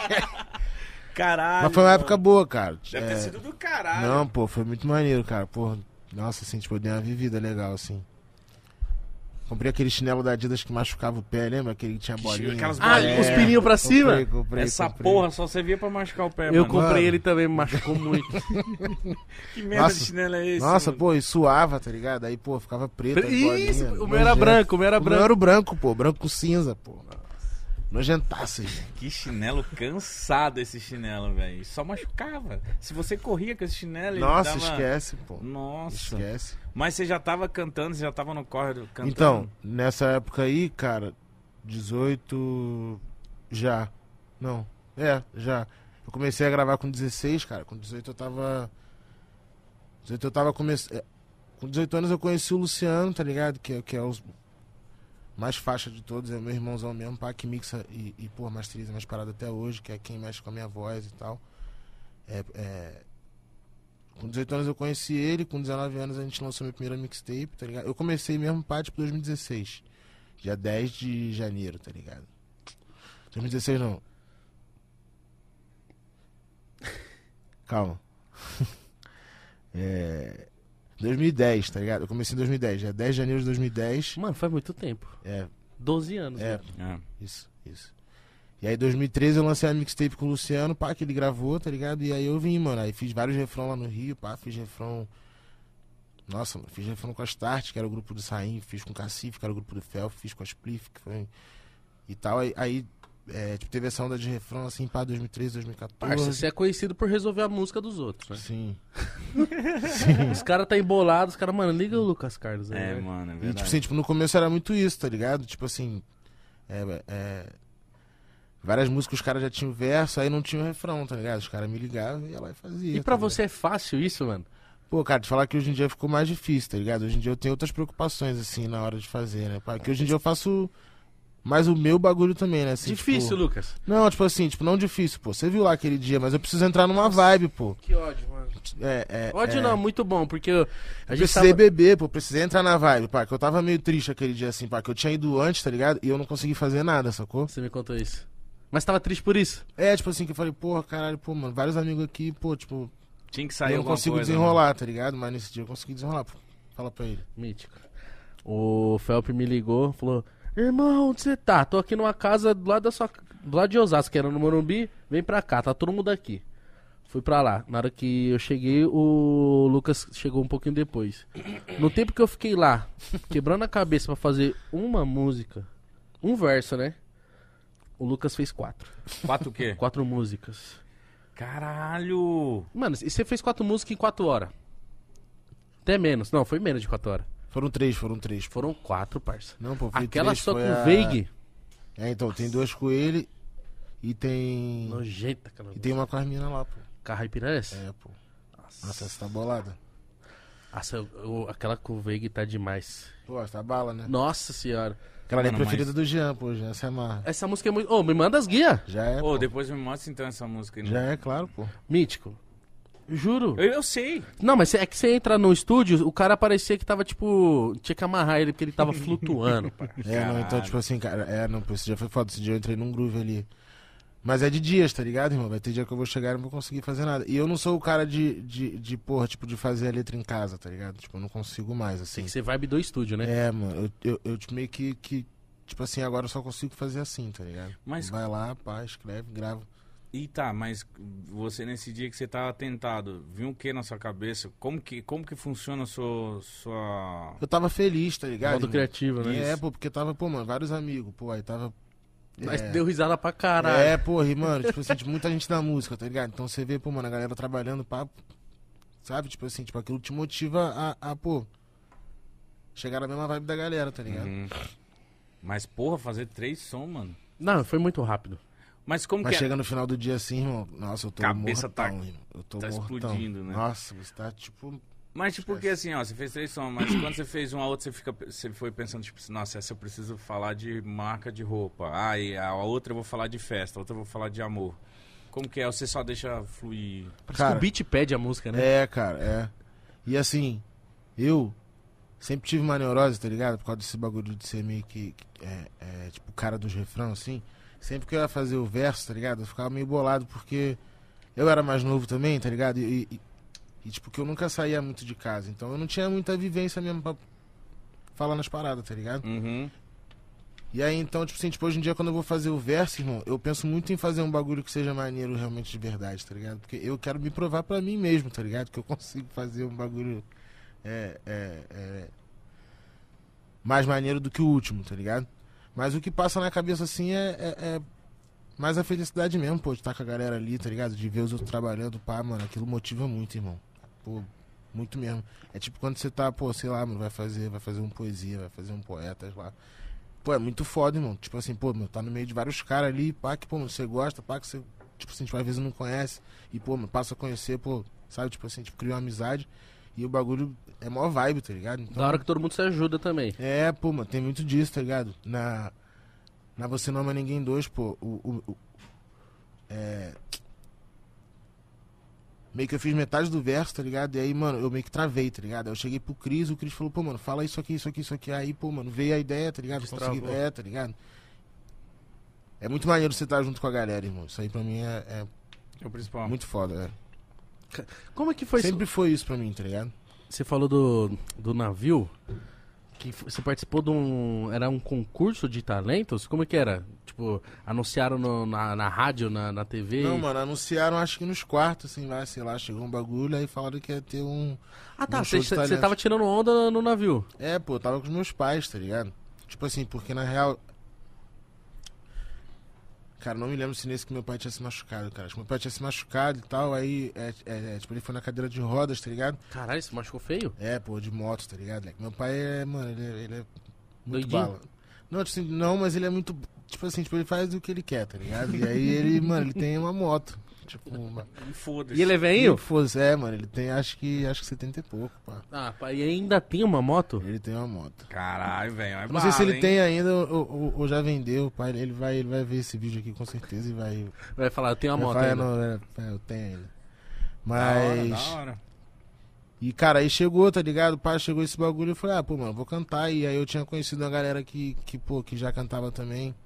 Caralho. Mas foi uma mano. época boa, cara. Deve É, ter sido do caralho. Não, pô, foi muito maneiro, cara. Porra, nossa, assim, tipo, eu dei uma vivida legal, assim. Comprei aquele chinelo da Adidas que machucava o pé, lembra? Aquele que tinha Que bolinha. aquelas Ah, bolinhas. os pininhos pra cima? Comprei, comprei, Essa comprei. porra só servia pra machucar o pé, Eu mano. comprei Mano. ele também, me machucou muito. Que merda Nossa. de chinelo é esse? Nossa, mano? pô, e suava, tá ligado? Aí, pô, ficava preto. as Isso, bolinhas, o meu nojento. era branco, o meu era O meu branco. era o branco, pô, branco com cinza, pô. Nojentaço, gente. Que chinelo cansado esse chinelo, velho. Só machucava. Se você corria com esse chinelo, ele Nossa, dava... esquece, pô. Nossa. Esquece. Mas você já tava cantando, você já tava no corre do- cantando? Então, nessa época aí, cara, dezoito já. Não, é, já. Eu comecei a gravar com dezesseis, cara. Com dezoito eu tava. dezoito eu tava começando. Com dezoito anos eu conheci o Luciano, tá ligado? Que, é- que é o mais faixa de todos, é o meu irmãozão mesmo, pá, que mixa e, e pô, masteriza minhas paradas até hoje, que é quem mexe com a minha voz e tal. É, é... Com dezoito anos eu conheci ele, com dezenove anos a gente lançou meu primeiro mixtape, tá ligado? Eu comecei mesmo, pá, tipo dois mil e dezesseis. Dia dez de janeiro, tá ligado? dois mil e dezesseis não. Calma. É... dois mil e dez, tá ligado? Eu comecei em dois mil e dez, dia dez de janeiro de dois mil e dez. Mano, faz muito tempo. É, doze anos. é, né? É. isso, isso. E aí, em dois mil e treze, eu lancei a mixtape com o Luciano, pá, que ele gravou, tá ligado? E aí eu vim, mano. Aí fiz vários refrão lá no Rio, pá, fiz refrão. Nossa, mano, fiz refrão com a Start, que era o grupo do Saim, fiz com o Cacife, que era o grupo do Fel, fiz com a Spliff, que foi. E tal. Aí, aí É, tipo, teve essa onda de refrão assim, pá, dois mil e treze, dois mil e Parça, quatorze. você é conhecido por resolver a música dos outros, né? Sim. Os caras tá embolado, os caras, mano, liga o Lucas Carlos aí. É, né? mano, é E, verdade. tipo assim, tipo, no começo era muito isso, tá ligado? Tipo assim, é, é, várias músicas os caras já tinham verso, aí não tinha o refrão, tá ligado? Os caras me ligavam e ia lá e fazia. E pra tá ligado? você é fácil isso, mano? Pô, cara, te falar que hoje em dia ficou mais difícil, tá ligado? Hoje em dia eu tenho outras preocupações, assim, na hora de fazer, né? Porque hoje em dia eu faço mais o meu bagulho também, né? Assim, Difícil, tipo... Lucas. Não, tipo assim, tipo, não difícil, pô. Você viu lá aquele dia, mas eu preciso entrar numa vibe, pô. Que ódio, mano. É, é, Ódio é... não, muito bom, porque eu, a gente Precisei tava... beber, pô, precisei entrar na vibe, pá, que eu tava meio triste aquele dia, assim, pá, que eu tinha ido antes, tá ligado? E eu não consegui fazer nada, sacou? Você me contou isso. Mas tava triste por isso? É, tipo assim, que eu falei, porra, caralho, pô, mano, vários amigos aqui, pô, tipo, Tinha que sair eu não alguma consigo coisa, desenrolar, tá ligado? Mas nesse dia eu consegui desenrolar, pô. Fala pra ele. Mítico. O Felp me ligou, falou: irmão, onde você tá? Tô aqui numa casa do lado da sua... do lado de Osasco, que era no Morumbi. Vem pra cá, tá todo mundo aqui. Fui pra lá. Na hora que eu cheguei, o Lucas chegou um pouquinho depois. No tempo que eu fiquei lá, quebrando a cabeça pra fazer uma música, um verso, né? O Lucas fez quatro. Né? Quatro o quê? Quatro músicas. Caralho! Mano, e você fez quatro músicas em quatro horas? Até menos. Não, foi menos de quatro horas. Foram três, foram três. Foram quatro, parça. Não, pô, foi Aquela três, só com foi o a- Veig. É, então, tem duas com ele e tem... Nojenta, aquela E tem uma com as minas lá, pô. Carra e Pirares? É, pô. Nossa, essa tá bolada. Nossa, eu- eu- aquela com o Veig tá demais. Pô, essa tá bala, né? Nossa senhora. Aquela ali é a Mano, preferida mas- do Jean, pô, Jean se amarra. Essa música é muito... Ô, me manda as guias. Já é, Pô, pô. depois me mostra então essa música aí. né? Já é, claro, pô. Mítico. Juro. Eu, eu sei. Não, mas é que você entra no estúdio, o cara parecia que tava, tipo... Tinha que amarrar ele, porque ele tava flutuando, pai. É, não, então, Caralho. tipo assim, cara, é, não, pô, esse dia foi foda, esse dia eu entrei num groove ali. Mas é de dias, tá ligado, irmão? Vai ter dia que eu vou chegar e não vou conseguir fazer nada. E eu não sou o cara de, de, de porra, tipo, de fazer a letra em casa, tá ligado? Tipo, eu não consigo mais, assim. Tem que ser vibe do estúdio, né? É, mano, eu, eu, eu tipo, meio que, que, tipo assim, agora eu só consigo fazer assim, tá ligado? Mas- Vai lá, pá, escreve, grava. E tá, mas você nesse dia que você tava tentado, viu o que na sua cabeça? Como que, como que funciona a sua, sua... Eu tava feliz, tá ligado? Modo irmão? criativo, né? É, pô, porque tava, pô, mano, vários amigos, pô, aí tava... Mas é, deu risada pra caralho. É, porra, e, mano, tipo assim, tipo, muita gente na música, tá ligado? Então você vê, pô, mano, a galera trabalhando, pá, sabe? Tipo assim, tipo, aquilo te motiva a, a pô, chegar na mesma vibe da galera, tá ligado? Uhum. Mas, porra, fazer três sons, mano. Não, foi muito rápido. Mas como Mas que é? chega no final do dia assim, irmão, nossa, eu tô Cabeça mortão, tá- irmão. Eu tô tá mortão. explodindo, né? Nossa, você tá, tipo... Mas tipo, porque assim, ó, você fez três sons, mas quando você fez um a outra, você, fica, você foi pensando, tipo, nossa, essa eu preciso falar de marca de roupa. Ah, e a outra eu vou falar de festa, a outra eu vou falar de amor. Como que é? Ou você só deixa fluir? Parece Cara, que o beat pede a música, né? É, cara, é. E assim, eu sempre tive uma neurose, tá ligado? Por causa desse bagulho de ser meio que, que é, é, tipo, o cara dos refrãos, assim. Sempre que eu ia fazer o verso, tá ligado? Eu ficava meio bolado porque eu era mais novo também, tá ligado? E, e, e tipo, que eu nunca saía muito de casa. Então eu não tinha muita vivência mesmo pra falar nas paradas, tá ligado? Uhum. E aí, então, tipo assim, tipo, hoje em dia, quando eu vou fazer o verso, irmão, eu penso muito em fazer um bagulho que seja maneiro realmente de verdade, tá ligado? Porque eu quero me provar pra mim mesmo, tá ligado? Que eu consigo fazer um bagulho é, é, é, mais maneiro do que o último, tá ligado? Mas o que passa na cabeça, assim, é, é, é mais a felicidade mesmo, pô, de estar com a galera ali, tá ligado? De ver os outros trabalhando, pá, mano, aquilo motiva muito, irmão. Pô, muito mesmo. É tipo quando você tá, pô, sei lá, mano, vai fazer, vai fazer um poesia, vai fazer um poetas lá. Pô, é muito foda, irmão. Tipo assim, pô, mano, tá no meio de vários caras ali, pá, que, pô, mano, você gosta, pá, que você, tipo assim, tipo, às vezes não conhece. E, pô, mano, passa a conhecer, pô, sabe, tipo assim, tipo, cria uma amizade. E o bagulho é mó vibe, tá ligado? Então, Da hora que todo mundo se ajuda também. é, pô, mano, tem muito disso, tá ligado? Na, na Você Não Ama Ninguém dois, pô, o, o, o- é... Meio que eu fiz metade do verso, tá ligado? E aí, mano, eu meio que travei, tá ligado? Aí eu cheguei pro Cris, o Cris falou, pô, mano, fala isso aqui, isso aqui, isso aqui. Aí, pô, mano, veio a ideia, tá ligado? Destravou. Consegui, é, tá ligado? É muito maneiro você estar junto com a galera, irmão. Isso aí pra mim é, é É o principal. muito foda, é. Como é que foi Sempre foi isso pra mim, tá ligado? Você falou do, do navio, que f- você participou de um... Era um concurso de talentos? Como é que era? Tipo, anunciaram no- na, na rádio, na, na T V? Não, mano, anunciaram acho que nos quartos, assim, lá, sei lá, chegou um bagulho, aí falaram que ia ter um... Ah, tá. um Você show de você talentos. tava tirando onda no navio. É, pô, eu tava com os meus pais, tá ligado? Tipo assim, porque na real... Cara, não me lembro se nesse que meu pai tinha se machucado, cara. Acho que meu pai tinha se machucado e tal, aí, é, é, é, tipo, ele foi na cadeira de rodas, tá ligado? Caralho, você machucou feio? É, pô, de moto, tá ligado? Meu pai é, mano, ele é, ele é muito Doidinho? bala. Não, tipo assim, não, mas ele é muito, tipo assim, tipo, ele faz o que ele quer, tá ligado? E aí ele, mano, ele tem uma moto. Tipo, uma... Foda-se. E ele é velhinho? Fosse, é, mano, ele tem acho que acho que setenta e pouco, pá. Ah, pai, e ainda tem uma moto? Ele tem uma moto. Caralho, velho. É Eu não sei se bala, ele hein? tem ainda ou, ou- ou já vendeu, pai. Ele vai, ele vai ver esse vídeo aqui com certeza e vai. Vai falar, eu tenho uma vai moto falar, ainda. não, é, é, eu tenho ainda. Da hora, Mas. da hora. E, cara, aí chegou, tá ligado? Pá, chegou esse bagulho e eu falei, ah, pô, mano, vou cantar. E aí eu tinha conhecido uma galera que, que, pô, que já cantava também.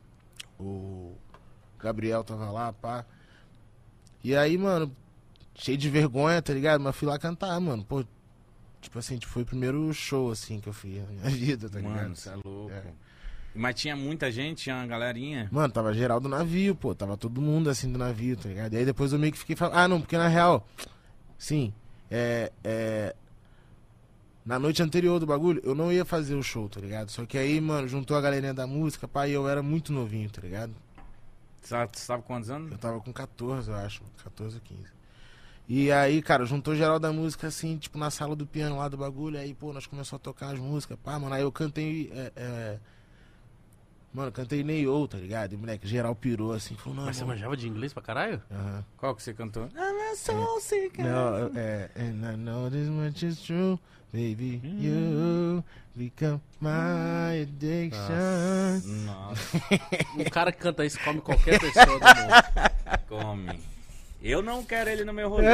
O Gabriel tava lá, pá. E aí, mano, cheio de vergonha, tá ligado? Mas fui lá cantar, mano. Pô, tipo assim, tipo, foi o primeiro show, assim, que eu fiz na minha vida, tá ligado? Mano, você é louco. É. Mas tinha muita gente, tinha uma galerinha. Mano, tava geral do navio, pô. Tava todo mundo assim do navio, tá ligado? E aí depois eu meio que fiquei falando. Ah, não, porque na real, sim, é. é... Na noite anterior do bagulho, eu não ia fazer o show, tá ligado? Só que aí, mano, juntou a galerinha da música, pá, e eu era muito novinho, tá ligado? Você sabe, você sabe quantos anos? Eu tava com catorze, eu acho. catorze ou quinze. E aí, cara, juntou geral da música, assim, tipo, na sala do piano lá do bagulho. Aí, pô, nós começamos a tocar as músicas, pá, mano. Aí eu cantei. É, é... Mano, cantei Ney-Oh, tá ligado? E, moleque, geral pirou assim. Falou, não, Mas você irmão. manjava de inglês pra caralho? Aham. Qual que você cantou? I'm so sick. Não, é. And I know this much is true. Baby, you become my addiction. Nossa, Um cara que canta isso come qualquer pessoa do mundo. come. Eu não quero ele no meu rolê.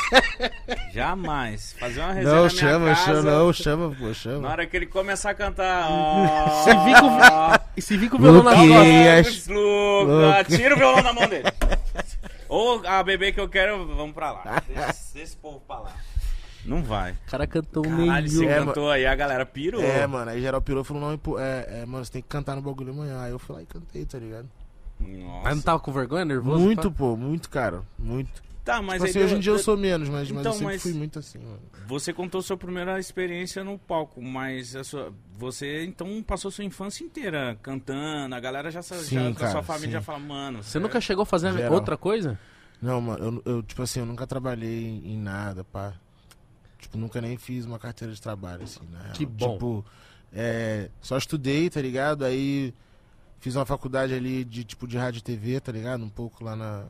Jamais. Fazer uma resenha Não, na minha chama, casa. chama, não, chama, pô, Na chama. hora que ele começar a cantar... ó, Se vir com, e se vir com o violão nas Luquinhas. costas. Luca, Luca. tira o violão da mão dele. Ou a bebê que eu quero, vamos pra lá. Deixa, deixa esse povo pra lá. Não vai. O cara cantou Caralho, você meio. É, cantou aí, a galera pirou. É, mano, aí geral pirou e falou, não, pô, é, é, mano, você tem que cantar no bagulho amanhã. Aí eu fui lá e cantei, tá ligado? Nossa. Mas não tava com vergonha, nervoso? Muito, pô, muito, cara, muito. Tá, mas Tipo aí assim, deu- hoje em dia eu deu- sou menos, mas, mas Então, eu sempre mas- fui muito assim, mano. Você contou sua primeira experiência no palco, mas a sua- você então passou sua infância inteira cantando, a galera já, sa- Sim, já da cara, sua família sim. já fala, mano... Você nunca chegou a fazer Geral. outra coisa? Não, mano, eu, eu, tipo assim, eu nunca trabalhei em, em nada, pá. Tipo, nunca nem fiz uma carteira de trabalho, assim, na real. Que bom. Tipo, é, só estudei, tá ligado? Aí fiz uma faculdade ali de, tipo, de rádio e T V, tá ligado? Um pouco lá na...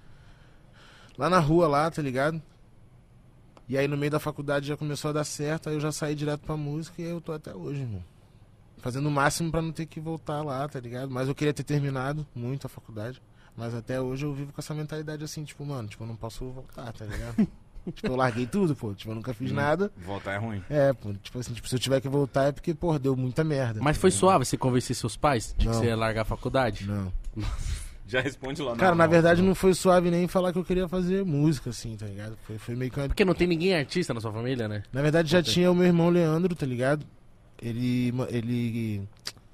Lá na rua, lá, tá ligado? E aí no meio da faculdade já começou a dar certo, aí eu já saí direto pra música e aí eu tô até hoje, irmão. Fazendo o máximo pra não ter que voltar lá, tá ligado? Mas eu queria ter terminado muito a faculdade. Mas até hoje eu vivo com essa mentalidade assim, tipo, mano, tipo, eu não posso voltar, tá ligado? Tipo, eu larguei tudo, pô. Tipo, eu nunca fiz Hum. nada. Voltar é ruim. É, pô, tipo assim, tipo, se eu tiver que voltar é porque, pô, deu muita merda. Mas tá foi ligado? suave você convencer seus pais de que Não. você ia largar a faculdade? Não. Já responde lá. Cara, não, na não. verdade não foi suave nem falar que eu queria fazer música, assim, tá ligado? Foi, foi meio que uma... Porque não tem ninguém artista na sua família, né? Na verdade já Não tem. tinha o meu irmão Leandro, tá ligado? Ele. Ele.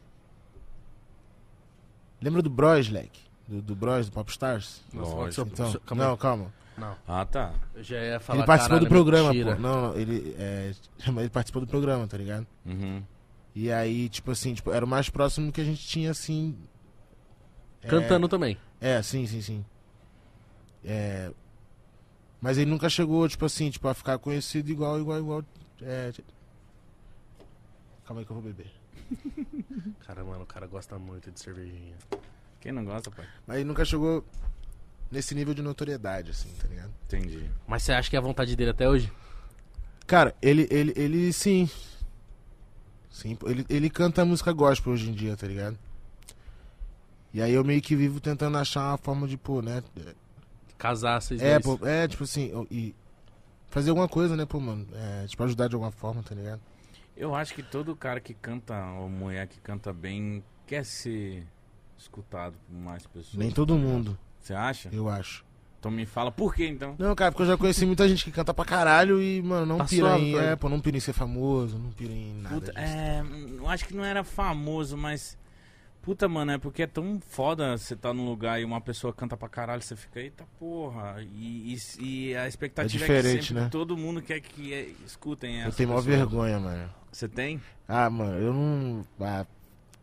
Lembra do Bros, leque? Do, do Bros, do Popstars? Nossa, Lógico. seu- Então, seu- calma aí. não, calma. Não. Ah, tá. Eu já ia falar. Ele participou caralho, do programa, mentira. pô. Não, não, ele. É, ele participou do programa, tá ligado? Uhum. E aí, tipo assim, tipo, era o mais próximo que a gente tinha, assim. é, Cantando também. É, sim, sim, sim. É, mas ele nunca chegou, tipo assim, tipo, a ficar conhecido igual, igual, igual. É, tipo- Calma aí que eu vou beber. Cara, mano, o cara gosta muito de cervejinha. Quem não gosta, pai? Mas ele nunca chegou nesse nível de notoriedade, assim, tá ligado? Entendi. Mas você acha que é a vontade dele até hoje? Cara, ele, ele, ele sim. Sim, pô, ele, ele canta música gospel hoje em dia, tá ligado? E aí eu meio que vivo tentando achar uma forma de, pô, né? Casar vocês É, dois. pô, é, tipo assim, eu- e fazer alguma coisa, né, pô, mano? É, tipo, ajudar de alguma forma, tá ligado? Eu acho que todo cara que canta, ou mulher que canta bem, quer ser escutado por mais pessoas. Nem todo mundo, Você acha? eu acho. Então me fala por que então? Não, cara, porque eu já conheci muita gente que canta pra caralho e, mano, não Tá pira suave, em. pai. É, pô, não pira em ser famoso, não pira em nada. Puta, disso. é, eu acho que não era famoso, mas. Puta, mano, é porque é tão foda você tá num lugar e uma pessoa canta pra caralho, você fica, eita porra. E, e, e a expectativa é, que diferente, sempre né? todo mundo quer que é, escutem essa Eu tenho maior pessoa. vergonha, mano. Você tem? Ah, mano, eu não. Ah,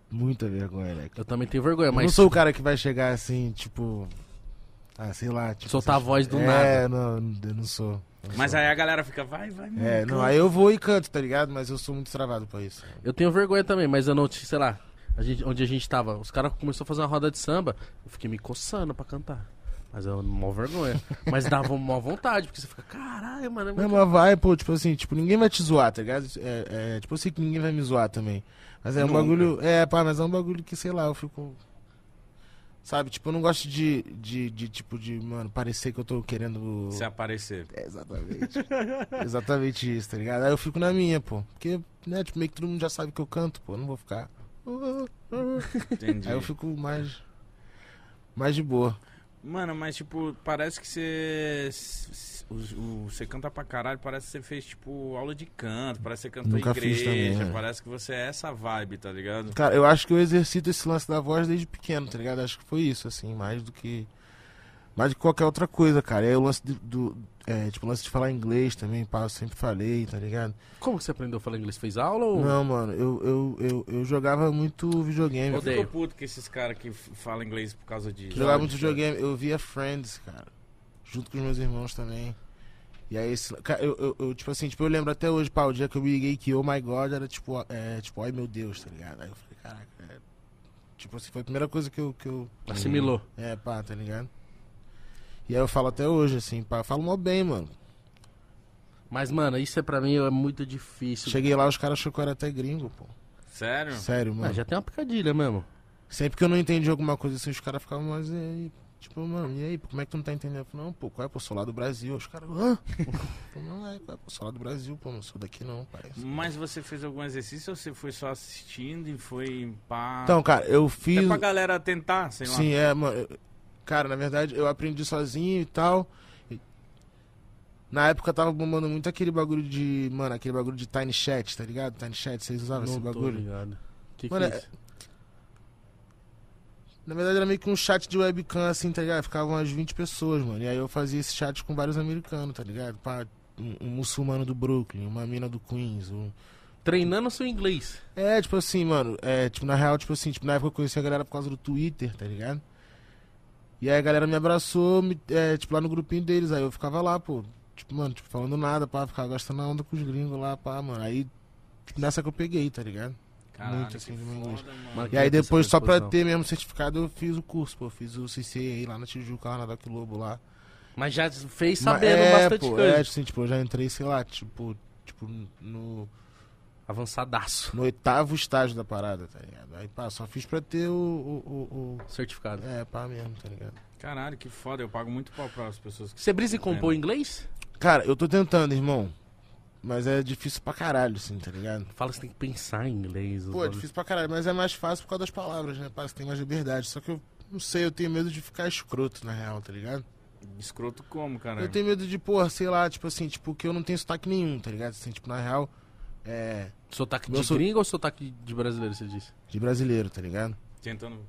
muita vergonha, né? Eu também tenho vergonha, Eu mas não sou o cara que vai chegar assim, tipo... Ah, sei lá, tipo... soltar a assim, voz do é, nada. É, não, eu não sou. eu não Mas sou. aí a galera fica, vai, vai, mano. É, não, canta. aí eu vou e canto, tá ligado? Mas eu sou muito travado pra isso. Eu tenho vergonha também, mas eu não, sei lá, a gente, onde a gente tava, os caras começaram a fazer uma roda de samba, eu fiquei me coçando pra cantar. Mas eu mó vergonha. Mas dava mó vontade, porque você fica, caralho, mano. É muito... Não, mas vai, pô, tipo assim, tipo, ninguém vai te zoar, tá ligado? É, é, tipo, eu sei que ninguém vai me zoar também. Mas é um Nunca. bagulho. É, pá, mas é um bagulho que, sei lá, eu fico. Sabe, tipo, eu não gosto de, de, de tipo, de, mano, parecer que eu tô querendo. Se aparecer. É, exatamente. Exatamente isso, tá ligado? Aí eu fico na minha, pô. Porque, né, tipo, meio que todo mundo já sabe que eu canto, pô. Eu não vou ficar. Entendi. Aí eu fico mais. Mais de boa. Mano, mas tipo, parece que você. o- o- Você canta pra caralho, parece que você fez, tipo, aula de canto, parece que você cantou Nunca fiz igreja, também, é. parece que você é essa vibe, tá ligado? Cara, eu acho que eu exercito esse lance da voz desde pequeno, tá ligado? Acho que foi isso, assim, mais do que. Mais do que qualquer outra coisa, cara. E aí o lance de, do. É, tipo, o lance de falar inglês também, pá, eu sempre falei, tá ligado? Como que você aprendeu a falar inglês? Fez aula ou... Não, mano, eu, eu, eu, eu jogava muito videogame. Eu Odeio. fico puto com esses caras que f- falam inglês por causa de. Jogava muito videogame, eu via Friends, cara. Junto com os meus irmãos também. E aí, esse, cara, eu, eu, eu, tipo assim, tipo, eu lembro até hoje, pá, o dia que eu me liguei que Oh My God era tipo, é, tipo, ai meu Deus, tá ligado? Aí eu falei, caraca, é, tipo assim, foi a primeira coisa que eu, que eu Assimilou. é, pá, tá ligado? E aí eu falo até hoje, assim, pá, eu falo mó bem, mano. Mas, mano, isso é pra mim é muito difícil. Cheguei lá, os caras achou que eu era até gringo, pô. Sério? Sério, mano. Ah, já tem uma picadilha mesmo. Sempre que eu não entendi alguma coisa assim, os caras ficavam, mas e aí? Tipo, mano, e aí, pô, como é que tu não tá entendendo? Eu falei, não, pô, qual é, pô, sou lá do Brasil. Os caras, hã? Eu falei, não, é, qual é, pô, sou lá do Brasil, pô, não sou daqui não, pai. Mas você fez algum exercício ou você foi só assistindo e foi pá. Então, cara, eu fiz... Até pra galera tentar, sei lá. Sim, é, mano. eu- Cara, na verdade, eu aprendi sozinho e tal. E na época tava bombando muito aquele bagulho de. Mano, aquele bagulho de Tiny Chat, tá ligado? Tiny Chat, vocês usavam esse Não tô bagulho? ligado. Que que Mano, é é- isso? Na verdade era meio que um chat de webcam, assim, tá ligado? Ficavam umas vinte pessoas, mano. E aí eu fazia esse chat com vários americanos, tá ligado? Pá, um, um muçulmano do Brooklyn, uma mina do Queens. Um... Treinando seu inglês. É, tipo assim, mano. É, tipo, na real, tipo assim, tipo, na época eu conheci a galera por causa do Twitter, tá ligado? E aí a galera me abraçou, me- é, tipo, lá no grupinho deles. Aí eu ficava lá, pô, tipo, mano, tipo, falando nada, pá, ficava gastando a onda com os gringos lá, pá, mano. Aí, tipo, nessa que eu peguei, tá ligado? Caralho, muito assim que do meu inglês. foda, mano. Mas- E aí Essa depois, só pra disposição. ter mesmo certificado, eu fiz o curso, pô. Fiz o C C aí lá na Tijuca, lá na Doc Lobo lá. Mas já fez Mas- sabendo é, bastante pô, coisa. É, assim, tipo, eu já entrei, sei lá, tipo, tipo, no, Avançadaço. no oitavo estágio da parada, tá ligado? Aí, pá, só fiz pra ter o, o, o, Certificado. o- É, pá mesmo, tá ligado? Caralho, que foda. Eu pago muito pau para as pessoas que. Você brisa em compor inglês? Cara, eu tô tentando, irmão. Mas é difícil pra caralho, assim, tá ligado? Fala que você tem que pensar em inglês. os Pô, é bagulho. difícil pra caralho, mas é mais fácil por causa das palavras, né? Pá, você tem mais liberdade. Só que eu não sei, eu tenho medo de ficar escroto, na real, tá ligado? Escroto como, cara? Eu tenho medo de, porra, sei lá, tipo assim, tipo, que eu não tenho sotaque nenhum, tá ligado? Assim, tipo, na real, é. Sotaque Meu de so- gringo ou sotaque de brasileiro, você disse? De brasileiro, tá ligado? Tentando.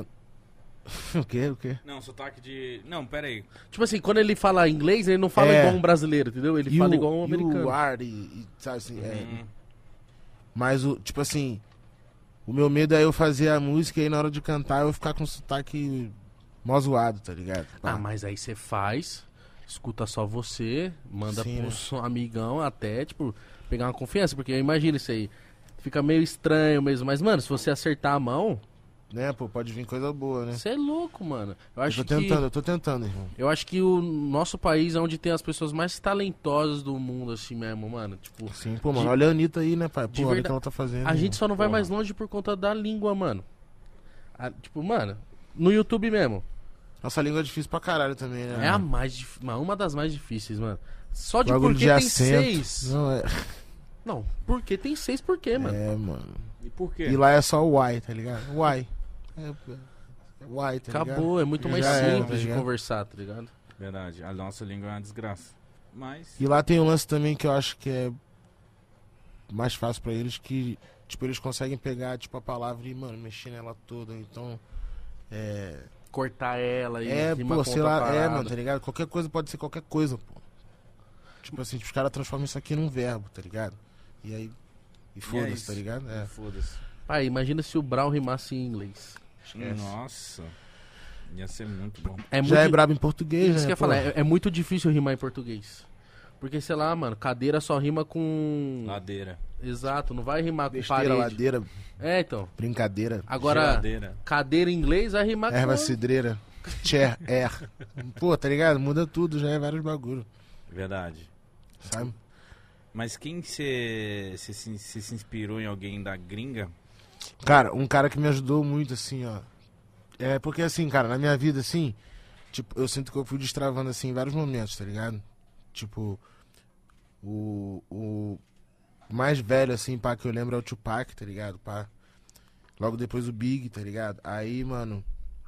O quê? O quê? Não, sotaque de. Não, pera aí. Tipo assim, quando ele fala inglês, ele não fala É. igual um brasileiro, entendeu? Ele fala You- igual um americano. You are, e, e, sabe assim, é. Hum. Mas, o, tipo assim, o meu medo é eu fazer a música e aí na hora de cantar eu ficar com sotaque mó zoado, tá ligado? Pá. Ah, mas aí você faz, escuta só você, manda Sim, pro né? seu amigão até, tipo, pegar uma confiança, porque imagina isso aí. Fica meio estranho mesmo, mas, mano, se você acertar a mão, Né, pô, pode vir coisa boa, né? você é louco, mano. Eu Eu acho tô que. tentando, eu tô tentando, irmão. Eu acho que o nosso país é onde tem as pessoas mais talentosas do mundo, assim mesmo, mano. Tipo, Sim, pô, mano, De- olha a Anitta aí, né, pai? de Pô, olha o verdade- que ela tá fazendo. a gente irmão. só não vai Porra. mais longe por conta da língua, mano. A- tipo, mano, no YouTube mesmo. Nossa língua é difícil pra caralho também, né? É a mais dif... uma- uma das mais difíceis, mano. Só de Bagulho porque de tem acento. seis. Não, é. Não, porque tem seis, por quê, mano? É, mano. E por quê? E lá é só o Y, tá ligado? Y. É, é Y, tá ligado? Acabou, é muito mais Já era, simples tá de ligado? conversar, tá ligado? Verdade. A nossa língua é uma desgraça. Mas. E lá tem um lance também que eu acho que é mais fácil pra eles, que, tipo, eles conseguem pegar, tipo, a palavra e, mano, mexer nela toda. Então, é... Cortar ela e É, rima pô, com sei outra lá, é, parada. mano, tá ligado? Qualquer coisa pode ser qualquer coisa, pô. Tipo assim, os caras transformam isso aqui num verbo, tá ligado? E aí... E foda-se, isso. tá ligado? É. Foda-se. Pai, imagina se o Brown rimasse em inglês. Esquece. Nossa. Ia ser muito bom. É Já muito... é brabo em português, Isso né? que eu ia pô? falar, é, é muito difícil rimar em português. Porque, sei lá, mano, cadeira só rima com... Ladeira. Exato, não vai rimar com Besteira, parede. ladeira, É, então. brincadeira, Agora, Geladeira. cadeira em inglês vai rimar erva com... cidreira, chair, air. Pô, tá ligado? Muda tudo, já é vários bagulho, Verdade. sabe? Mas quem você se, se, se, se inspirou em alguém da gringa? Cara, um cara que me ajudou muito, assim, ó. É porque, assim, cara, na minha vida, assim, tipo, eu sinto que eu fui destravando, assim, em vários momentos, tá ligado? Tipo, o, o mais velho, assim, pá, que eu lembro é o Tupac, tá ligado, pá? Logo depois o Big, tá ligado? Aí, mano,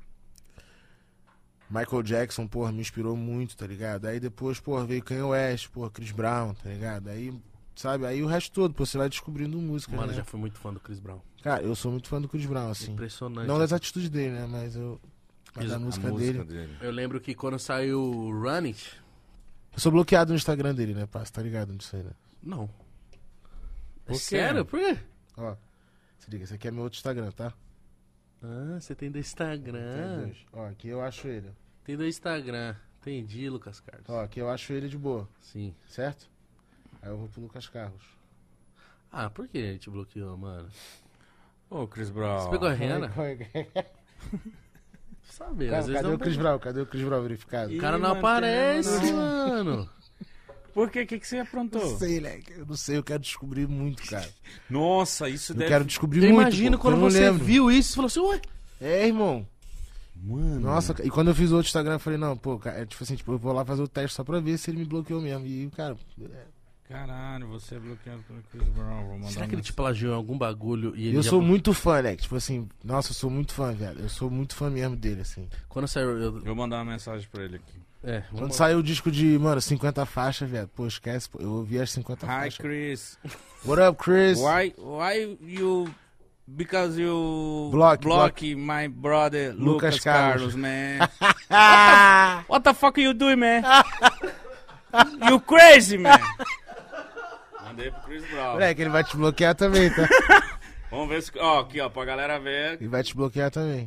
Michael Jackson, porra, me inspirou muito, tá ligado? Aí depois, porra, veio Kanye West, porra, Chris Brown, tá ligado? Aí, sabe, aí o resto todo, pô, você vai descobrindo música, Mano, né? já fui muito fã do Chris Brown. Cara, eu sou muito fã do Chris Brown, assim. Impressionante. Não das atitudes dele, né? Mas eu. Mas da A música, A dele. música dele. Eu lembro que quando saiu o Run It... Eu sou bloqueado no Instagram dele, né, pá? Você tá ligado nisso aí, né? Não. Por É quê? sério? Por quê? Ó, se liga, esse aqui é meu outro Instagram, tá? Ah, você tem do Tem Instagram. dois. Ó, aqui eu acho ele. Tem do Instagram. Entendi, Lucas Carlos. Ó, aqui eu acho ele de boa, Sim. certo? Aí eu vou pro Lucas Carlos. Ah, por que ele te bloqueou, mano? Ô, Chris Brown. Você pegou a Rihanna? Como é que é? Sabe, Cara, às vezes cadê não... o Chris Brown? Cadê o Chris Brown verificado? O cara não Ih, mano, aparece, tem- mano. Por quê? O que, que você aprontou? Não sei, né? Eu não sei, eu quero descobrir muito, cara. Nossa, isso Eu deve... quero descobrir Eu muito. imagino pô, quando eu não você lembro. viu isso, você falou assim, ué... É, irmão. Mano. Nossa, e quando eu fiz o outro Instagram, eu falei, não, pô, cara, é tipo assim, tipo, eu vou lá fazer o teste só pra ver se ele me bloqueou mesmo. E, cara, é, Caralho, você é bloqueado pelo Chris Brown. Vou mandar Será que ele uma- te plagiou em algum bagulho e ele eu já- sou muito fã, né? Tipo assim, nossa, eu sou muito fã, velho. Eu sou muito fã mesmo dele, assim. Quando saiu... Eu... Vou mandar uma mensagem pra ele aqui. É, Quando vamos... saiu o disco de, mano, cinquenta faixas, velho, pô, esquece, pô, eu ouvi as cinquenta Hi, faixas. Chris. What up, Chris? Why, why you... Because you Block, block, my brother Lucas Lucas, Carlos. Carlos, man. What the fuck you doing, man? You crazy, man. Mandei pro Chris Brown. Moleque, ele vai te bloquear também, tá? Vamos ver se... Ó, aqui, ó, pra galera ver. Ele vai te bloquear também.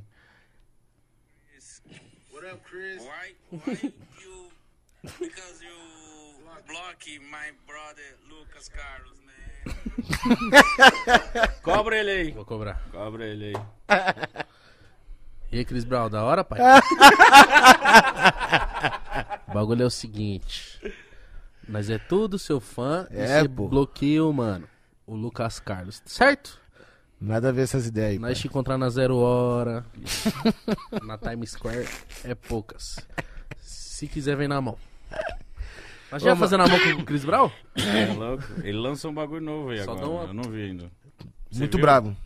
What up, Chris? Why, why you... Because you block my brother Lucas Carlos, man. Cobra ele aí. Vou cobrar. Cobra ele aí. E aí, Chris Brown, da hora, pai? O bagulho é o seguinte. Nós é tudo seu fã e É, você pô. bloqueou, mano, o Lucas Carlos. Certo? Nada a ver essas ideias aí, Nós pai. te encontrar na Zero Hora, na Times Square, é poucas. Se quiser, vem na mão. Mas já Ô, fazendo a mão com o Chris Brown? É louco. Ele lançou um bagulho novo aí Só agora. dá uma- Eu não vi ainda. Você Muito viu? brabo.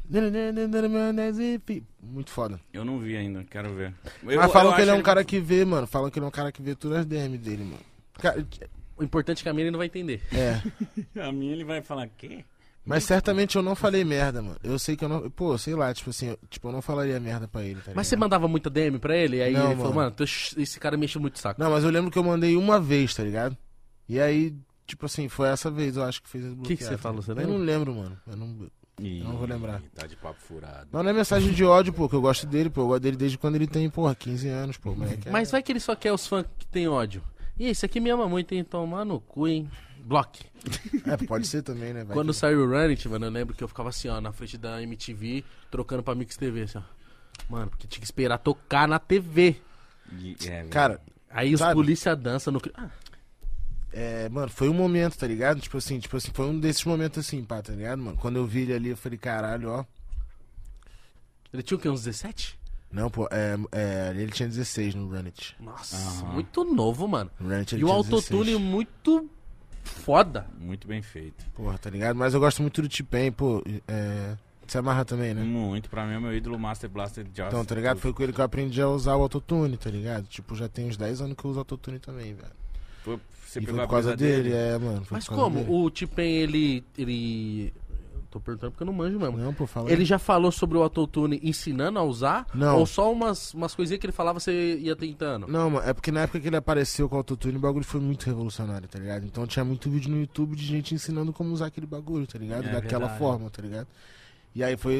Muito foda. Eu não vi ainda, quero ver. Mas falam que ele é um cara que vê, mano. Falam que ele é um cara que vê todas as D M dele, mano. Cara, O importante é que a mina não vai entender. é. A minha ele vai falar, quê? Mas certamente eu não falei merda, mano. Eu sei que eu não. Pô, sei lá, tipo assim, eu, tipo, eu não falaria merda pra ele, tá Mas você ligado? mandava muita D M pra ele? E aí Não, ele falou, mano. mano, tô- esse cara me enche muito o saco. Não, mas eu lembro que eu mandei uma vez, tá ligado? E aí, tipo assim, foi essa vez, eu acho que fez ele que bloquear. você falou, você Eu lembra? não lembro, mano. Eu não. Ih, Não vou lembrar. Tá de papo furado. Mas não é mensagem de ódio, pô, que eu gosto dele, pô. Eu gosto dele desde quando ele tem, porra, quinze anos, pô. Moleque, é- Mas vai que ele só quer os fãs que tem ódio. E esse aqui me ama muito, hein? Tomar no cu, hein? Bloque. É, pode ser também, né? Vai Quando que- saiu o Run It, mano, eu lembro que eu ficava assim, ó, na frente da M T V, trocando pra Mix T V, assim, ó. Mano, porque tinha que esperar tocar na T V. E- é, Cara, Aí os Sabe? polícia dançam no... Ah, é, mano, foi um momento, tá ligado? Tipo assim, tipo assim, foi um desses momentos assim, pá, tá ligado, mano? Quando eu vi ele ali, eu falei, caralho, ó. ele tinha o quê, uns dezessete? Não, pô, é, é, ele tinha dezesseis no Runit. Nossa, Aham. muito novo, mano. No Runit ele E o tinha autotune dezesseis. muito foda. muito bem feito. Porra, tá ligado? Mas eu gosto muito do T-Pain, pô. É, se amarra também, né? Muito, pra mim é meu ídolo Master Blaster Joss. Então, tá ligado? Foi com ele que eu aprendi a usar o autotune, tá ligado? Tipo, já tem uns dez anos que eu uso autotune também, velho. Foi, você E pegou foi a por causa brisa dele, é, mano. Foi Mas por causa como? dele. O T-Pain, ele... ele... Tô perguntando porque eu não manjo mesmo. Não, pô, fala Ele aí. já falou sobre o autotune ensinando a usar? Não. Ou só umas, umas coisinhas que ele falava você ia tentando? Não, mano, é porque na época que ele apareceu com o autotune, o bagulho foi muito revolucionário, tá ligado? Então tinha muito vídeo no YouTube de gente ensinando como usar aquele bagulho, tá ligado? É Daquela verdade. forma, tá ligado? E aí foi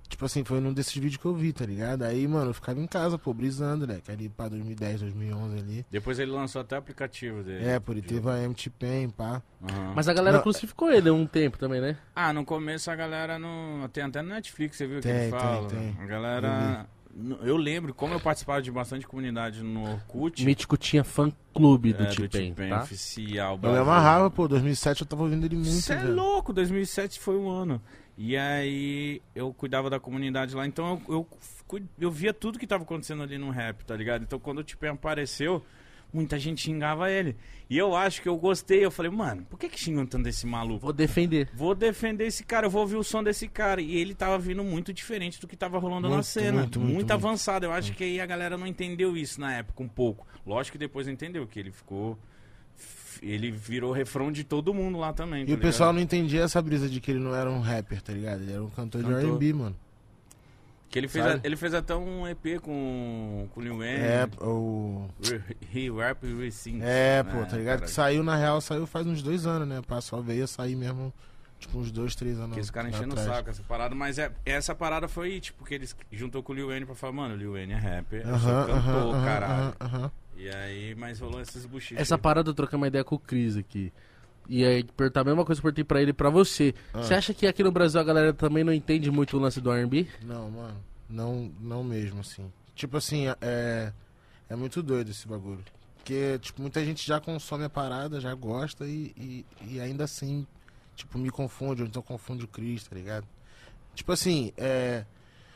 tipo assim, foi num desses vídeos que eu vi, tá ligado? Aí, mano, eu ficava em casa, pô, brisando, né? Que ali pra dois mil e dez, dois mil e onze ali. Depois ele lançou até o aplicativo dele. É, pô, ele teve a M T Pen, pá. Uhum. Mas a galera Não. crucificou ele um tempo também, né? Ah, no começo a galera não... Tem até no Netflix, você viu o que Tem, ele fala? tem, tem. A galera... Eu lembro, como eu participava de bastante comunidade no Orkut... Mítico tinha fã-clube do é, T-Pain, tá? oficial. Eu me Brasil. amarrava, pô, dois mil e sete eu tava ouvindo ele muito, Você é velho. louco, dois mil e sete foi um ano. E aí eu cuidava da comunidade lá, então eu, eu, cu- eu via tudo que tava acontecendo ali no rap, tá ligado? Então quando o T-Pain apareceu, muita gente xingava ele. E eu acho que eu gostei, eu falei, mano, por que que xingam tanto desse maluco? Vou defender. Vou defender esse cara, eu vou ouvir o som desse cara. E ele tava vindo muito diferente do que tava rolando na Muito, cena. muito, Muito, muito, avançado. Eu acho que aí a galera não entendeu isso na época um pouco. Lógico que depois entendeu, que ele ficou... Ele virou refrão de todo mundo lá também. E tá o pessoal ligado? não entendia essa brisa de que ele não era um rapper, tá ligado? Ele era um cantor, Cantor. de R and B, mano. Que ele fez, Sabe? a- ele fez até um E P com, com o Lil Wayne. É, o... He Rap e He Sings. É, pô, né, tá ligado? cara? Que saiu, na real, saiu faz uns dois anos, né? Pá, só veio a sair mesmo, tipo, uns dois, três anos Que esse cara enchendo o atrás. saco, essa parada. Mas é, essa parada foi, tipo, que eles juntou com o Lil Wayne pra falar, mano, o Lil Wayne é rapper, eu sou Aham, cantor, aham, aham, caralho. aham, aham. E aí, mas rolou esses buchichos. Essa parada eu troquei uma ideia com o Cris aqui. E aí, perguntar a mesma coisa que eu perguntei pra ele e pra você. Ah. Você acha que aqui no Brasil a galera também não entende muito o lance do R and B? Não, mano. Não, não mesmo, assim. Tipo assim, é... É muito doido esse bagulho. Porque, tipo, muita gente já consome a parada, já gosta e, e, e ainda assim, tipo, me confunde, ou então confunde o Chris, tá ligado? Tipo assim, é...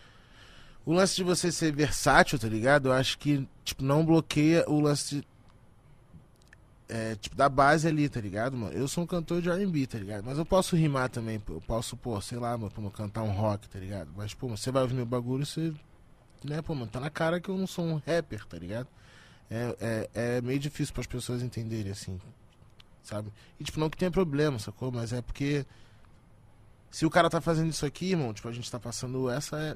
O lance de você ser versátil, tá ligado? Eu acho que, tipo, não bloqueia o lance de... É, tipo, da base ali, tá ligado, mano? Eu sou um cantor de R and B, tá ligado? Mas eu posso rimar também, pô. Eu posso, pô, sei lá, mano, pô, mano, cantar um rock, tá ligado? Mas, pô, você vai ouvir meu bagulho, você... Né, pô, mano, tá na cara que eu não sou um rapper, tá ligado? É, é, é meio difícil pras pessoas entenderem, assim, sabe? E, tipo, não que tenha problema, sacou? Mas é porque... Se o cara tá fazendo isso aqui, irmão, tipo, a gente tá passando essa...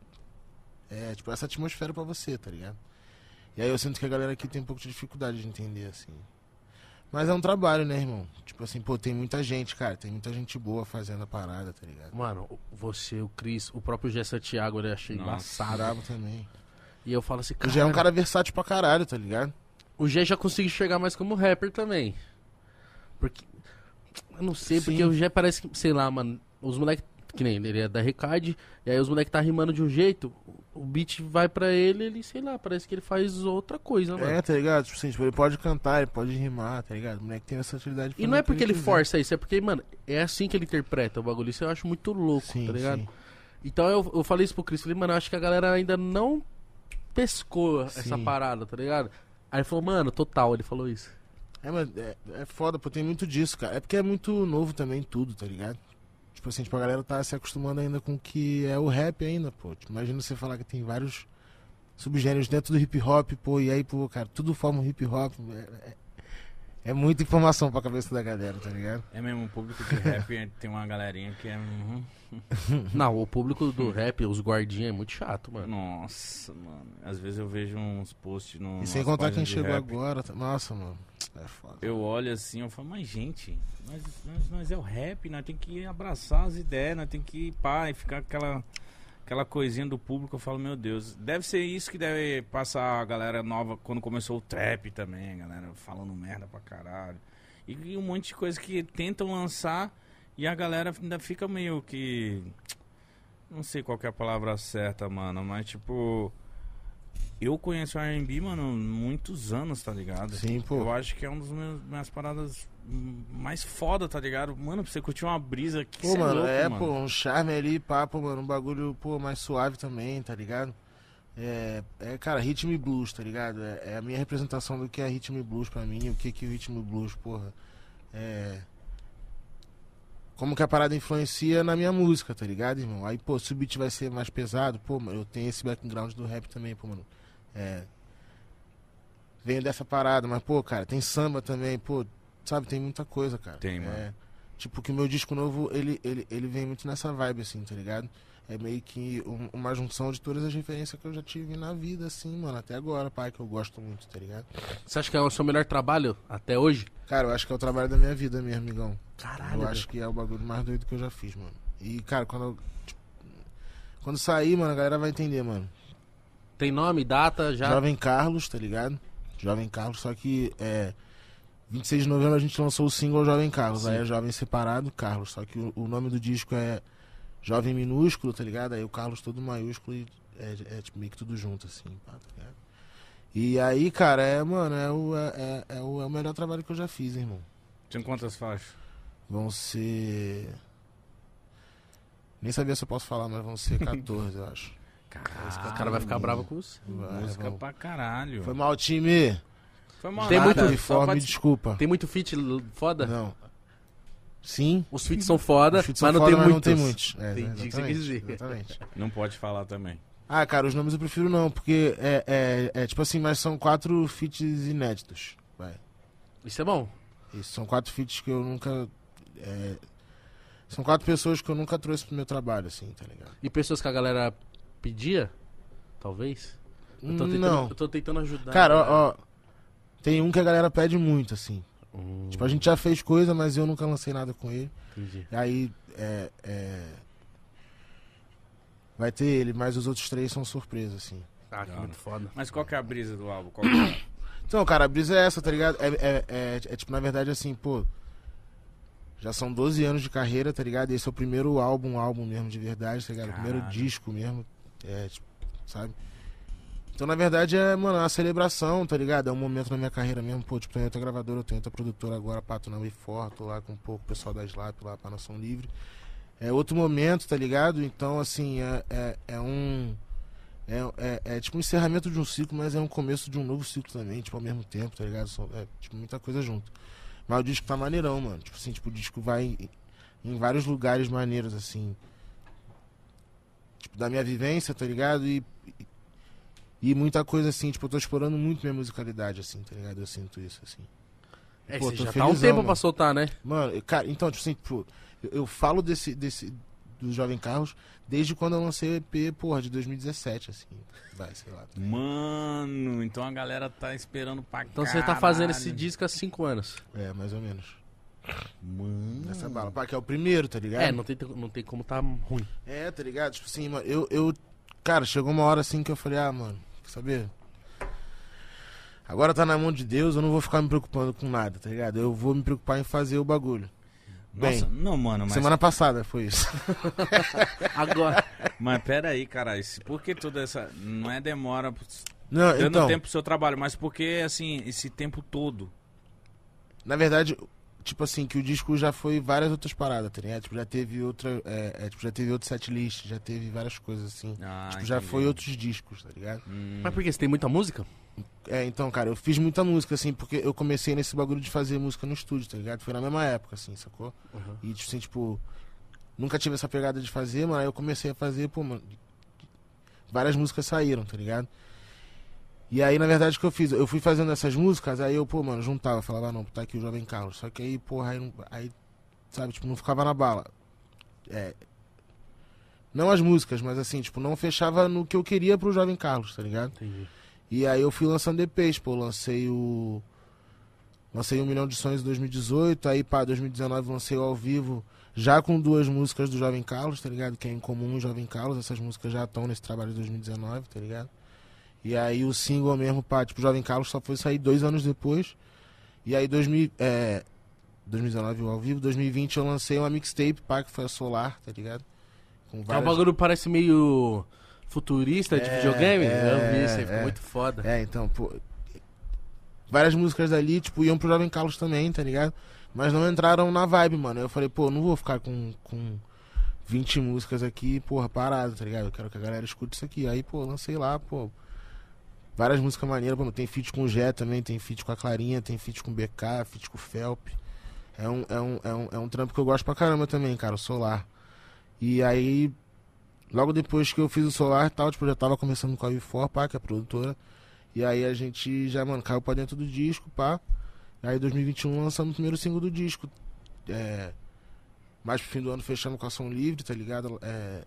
É, é tipo, essa atmosfera pra você, tá ligado? E aí eu sinto que a galera aqui tem um pouco de dificuldade de entender, assim... Mas é um trabalho, né, irmão? Tipo assim, pô, tem muita gente, cara. Tem muita gente boa fazendo a parada, tá ligado? Mano, você, o Cris, o próprio G Santiago, eu achei Nossa. embaçado. Brabo também. E eu falo assim, O cara, G é um cara versátil pra caralho, tá ligado? o G já consegui enxergar mais como rapper também. Porque, eu não sei, Sim. porque o G parece que, sei lá, mano, os moleques, que nem ele é da Recard, e aí os moleques tá rimando de um jeito, o beat vai pra ele, ele, sei lá, parece que ele faz outra coisa, mano. É, tá ligado? Tipo assim, tipo, ele pode cantar, ele pode rimar, tá ligado? O moleque tem versatilidade. E não é porque ele quiser. força isso, é porque, mano, é assim que ele interpreta o bagulho. Isso eu acho muito louco, Sim, tá ligado? sim. Então eu, eu falei isso pro Cris, falei, mano, eu acho que a galera ainda não pescou essa Sim. parada, tá ligado? Aí ele falou, mano, total, ele falou isso. É, mas é, é foda, pô, tem muito disso, cara. É porque é muito novo também tudo, tá ligado? Tipo assim, tipo, a galera tá se acostumando ainda com o que é o rap ainda, pô. Tipo, imagina você falar que tem vários subgêneros dentro do hip hop, pô, e aí, pô, cara, tudo forma um hip hop. É, é, é muita informação pra cabeça da galera, tá ligado? É mesmo, o público de rap tem uma galerinha que é... uhum. Não, o público do rap, os guardinhas, é muito chato, mano. Nossa, mano. Às vezes eu vejo uns posts no... E sem nas contar quem páginas de chegou rap. agora. Tá... Nossa, mano. É foda. Eu olho assim, eu falo, mas gente, nós, nós, nós é o rap, nós tem que abraçar as ideias, nós tem que ir pá, e ficar aquela, aquela coisinha do público. Eu falo, meu Deus, deve ser isso que deve passar a galera nova quando começou o trap também, a galera falando merda pra caralho. E, e um monte de coisa que tentam lançar e a galera ainda fica meio que... Não sei qual que é a palavra certa, mano, mas tipo... Eu conheço o R and B, mano, muitos anos, tá ligado? Sim, pô. Eu acho que é uma das minhas, minhas paradas hum, mais foda, tá ligado? Mano, pra você curtir uma brisa aqui, Pô, cê mano, louco, é, mano. pô, um charme ali, papo, mano, um bagulho, pô, mais suave também, tá ligado? É, é cara, ritmo e blues, tá ligado? É, é a minha representação do que é ritmo e blues pra mim, o que que o ritmo e blues, porra, é... Como que a parada influencia na minha música, tá ligado, irmão? Aí, pô, se o beat vai ser mais pesado, pô, mano, eu tenho esse background do rap também, pô, mano. É... Venho dessa parada, mas, pô, cara, tem samba também, pô, sabe, tem muita coisa, cara. Tem, mano. É, tipo, que o meu disco novo, ele, ele, ele vem muito nessa vibe, assim, tá ligado? É meio que um- uma junção de todas as referências que eu já tive na vida, assim, mano, até agora, pai, que eu gosto muito, tá ligado? Você acha que é o seu melhor trabalho até hoje? Cara, eu acho que é o trabalho da minha vida mesmo, amigão. Caralho, Eu acho que é o bagulho mais doido que eu já fiz, mano. E, cara, quando eu, tipo, Quando sair, mano, a galera vai entender, mano. Tem nome, data, já? Jovem Carlos, tá ligado? Jovem Carlos, só que é... vinte e seis de novembro a gente lançou o single Jovem Carlos. Sim. Aí é Jovem separado, Carlos. Só que o, o nome do disco é Jovem minúsculo, tá ligado? Aí o Carlos todo maiúsculo e é, é tipo, meio que tudo junto, assim, pá, tá ligado? E aí, cara, é, mano, é o, é, é, é o, é o melhor trabalho que eu já fiz, hein, irmão. Tem quantas faixas? Vão ser... Nem sabia se eu posso falar, mas vão ser quatorze, eu acho. Esse cara vai ficar bravo com você. Vai, Música vamos. pra caralho. Foi mal, time. Foi mal Tem nada, muito só uniforme, pra me te- desculpa. Tem muito feat l- foda? Não. Sim. Os feats são foda, Os feats são mas, não, foda, tem mas muitos. não tem muitos. É, Entendi o que você exatamente, quis dizer. exatamente. Não pode falar também. Ah, cara, os nomes eu prefiro não, porque é, é, é tipo assim, mas são quatro feats inéditos. Vai. Isso é bom. Isso, são quatro feats que eu nunca. é, são quatro pessoas que eu nunca trouxe pro meu trabalho, assim, tá ligado? E pessoas que a galera pedia? Talvez? Eu tô tentando, Não. eu tô tentando ajudar. Cara, ó, ó, tem um que a galera pede muito, assim. Hum, Tipo, a gente já fez coisa, mas eu nunca lancei nada com ele. entendi. E aí, é, é, vai ter ele, mas os outros três são surpresa, assim. Ah, que Cara. muito foda. Mas qual que é a brisa do álbum? Qual que é? Então, cara, a brisa é essa, tá ligado? É, é, é, é, tipo, na verdade, assim, pô. Já são doze anos de carreira, tá ligado? Esse é o primeiro álbum, álbum mesmo de verdade, tá ligado? O primeiro Caralho. disco mesmo. É, tipo, sabe? Então, na verdade, é, mano, é uma celebração, tá ligado? É um momento na minha carreira mesmo. Pô, tipo, tenho outra gravadora, eu tenho outra produtora agora, Pato na Way For, tô lá com um pouco o pessoal da Slap lá pra Nação Livre. É outro momento, tá ligado? Então, assim, é, é, é um. É, é, é tipo um encerramento de um ciclo, mas é um começo de um novo ciclo também, tipo, ao mesmo tempo, tá ligado? São, é, tipo, muita coisa junto. Mas o disco tá maneirão, mano. Tipo assim, tipo, o disco vai em, em vários lugares maneiros, assim. Tipo, da minha vivência, tá ligado? E, e, e muita coisa assim, tipo, eu tô explorando muito minha musicalidade, assim, tá ligado? Eu sinto isso, assim. É, Pô, você tô já tá um felizão, tempo mano. pra soltar, né? Mano, eu- cara, então, tipo assim, tipo, eu, eu falo desse, desse, do Jovem Carlos desde quando eu lancei o E P, porra, de dois mil e dezessete, assim. Vai, sei lá. tá ligado? Mano, então a galera tá esperando pra Então você tá fazendo esse disco há cinco anos. É, mais ou menos. Mano. Nessa bala. Pá, que é o primeiro, tá ligado? É, não tem, não tem como tá ruim. É, tá ligado? Tipo assim, mano, eu, eu. Cara, chegou uma hora assim que eu falei, ah, mano, quer saber? Agora tá na mão de Deus, eu não vou ficar me preocupando com nada, tá ligado? Eu vou me preocupar em fazer o bagulho. Bem, Nossa, não, mano, mas... semana passada foi isso. Agora. Mas pera aí, caralho. Por que toda essa... Não é demora Não, dando então, tempo pro seu trabalho, mas por que, assim, esse tempo todo? na verdade, tipo assim, que o disco já foi várias outras paradas, tá ligado? Tipo, já teve outra. É, é, tipo, já teve outro setlist, já teve várias coisas assim. Ah, tipo, já entendi. foi outros discos, tá ligado? Hum, Mas por que? Você tem muita música? É, então, cara, eu fiz muita música, assim, porque eu comecei nesse bagulho de fazer música no estúdio, tá ligado? Foi na mesma época, assim, sacou? Uhum. E, tipo, assim, tipo, nunca tive essa pegada de fazer, mas aí eu comecei a fazer, pô, mano, várias músicas saíram, tá ligado? E aí, na verdade, o que eu fiz? Eu fui fazendo essas músicas, aí eu, pô, mano, juntava, falava, ah, não, tá aqui o Jovem Carlos. Só que aí, porra, aí, não- aí sabe, tipo, não ficava na bala. É, não as músicas, mas assim, tipo, não fechava no que eu queria pro Jovem Carlos, tá ligado? Entendi. E aí eu fui lançando E Pês, pô, lancei o... Lancei Um Milhão de Sonhos em dois mil e dezoito, aí pá, dois mil e dezenove lancei o Ao Vivo, já com duas músicas do Jovem Carlos, tá ligado? Que é Em Comum e Jovem Carlos, essas músicas já estão nesse trabalho de dois mil e dezenove, tá ligado? E aí o single mesmo, pá, tipo, Jovem Carlos só foi sair dois anos depois. E aí dois mil, é, dois mil e dezenove o Ao Vivo, dois mil e vinte eu lancei uma mixtape, pá, que foi a Solar, tá ligado? Com É um várias... bagulho que parece meio futurista de É, videogame. é, eu vi isso aí, ficou é. muito foda. É, então, pô. Várias músicas dali, tipo, iam pro Jovem Carlos também, tá ligado? Mas não entraram na vibe, mano. Eu falei, pô, não vou ficar com, com vinte músicas aqui, porra, parado, tá ligado? Eu quero que a galera escute isso aqui. Aí, pô, lancei lá, pô. Várias músicas maneiras, pô. Tem feat com o Jé também, tem feat com a Clarinha, tem feat com o B K, feat com o Felp. É um, é, um, é, um, é um trampo que eu gosto pra caramba também, cara, o Solar. E aí, logo depois que eu fiz o Solar e tal, tipo, eu já tava conversando com a Vifor, pá, que é a produtora. E aí a gente já, mano, caiu pra dentro do disco, pá. Aí em dois mil e vinte e um lançamos o primeiro single do disco. É, mais pro fim do ano fechamos com a Ação Livre, tá ligado? É,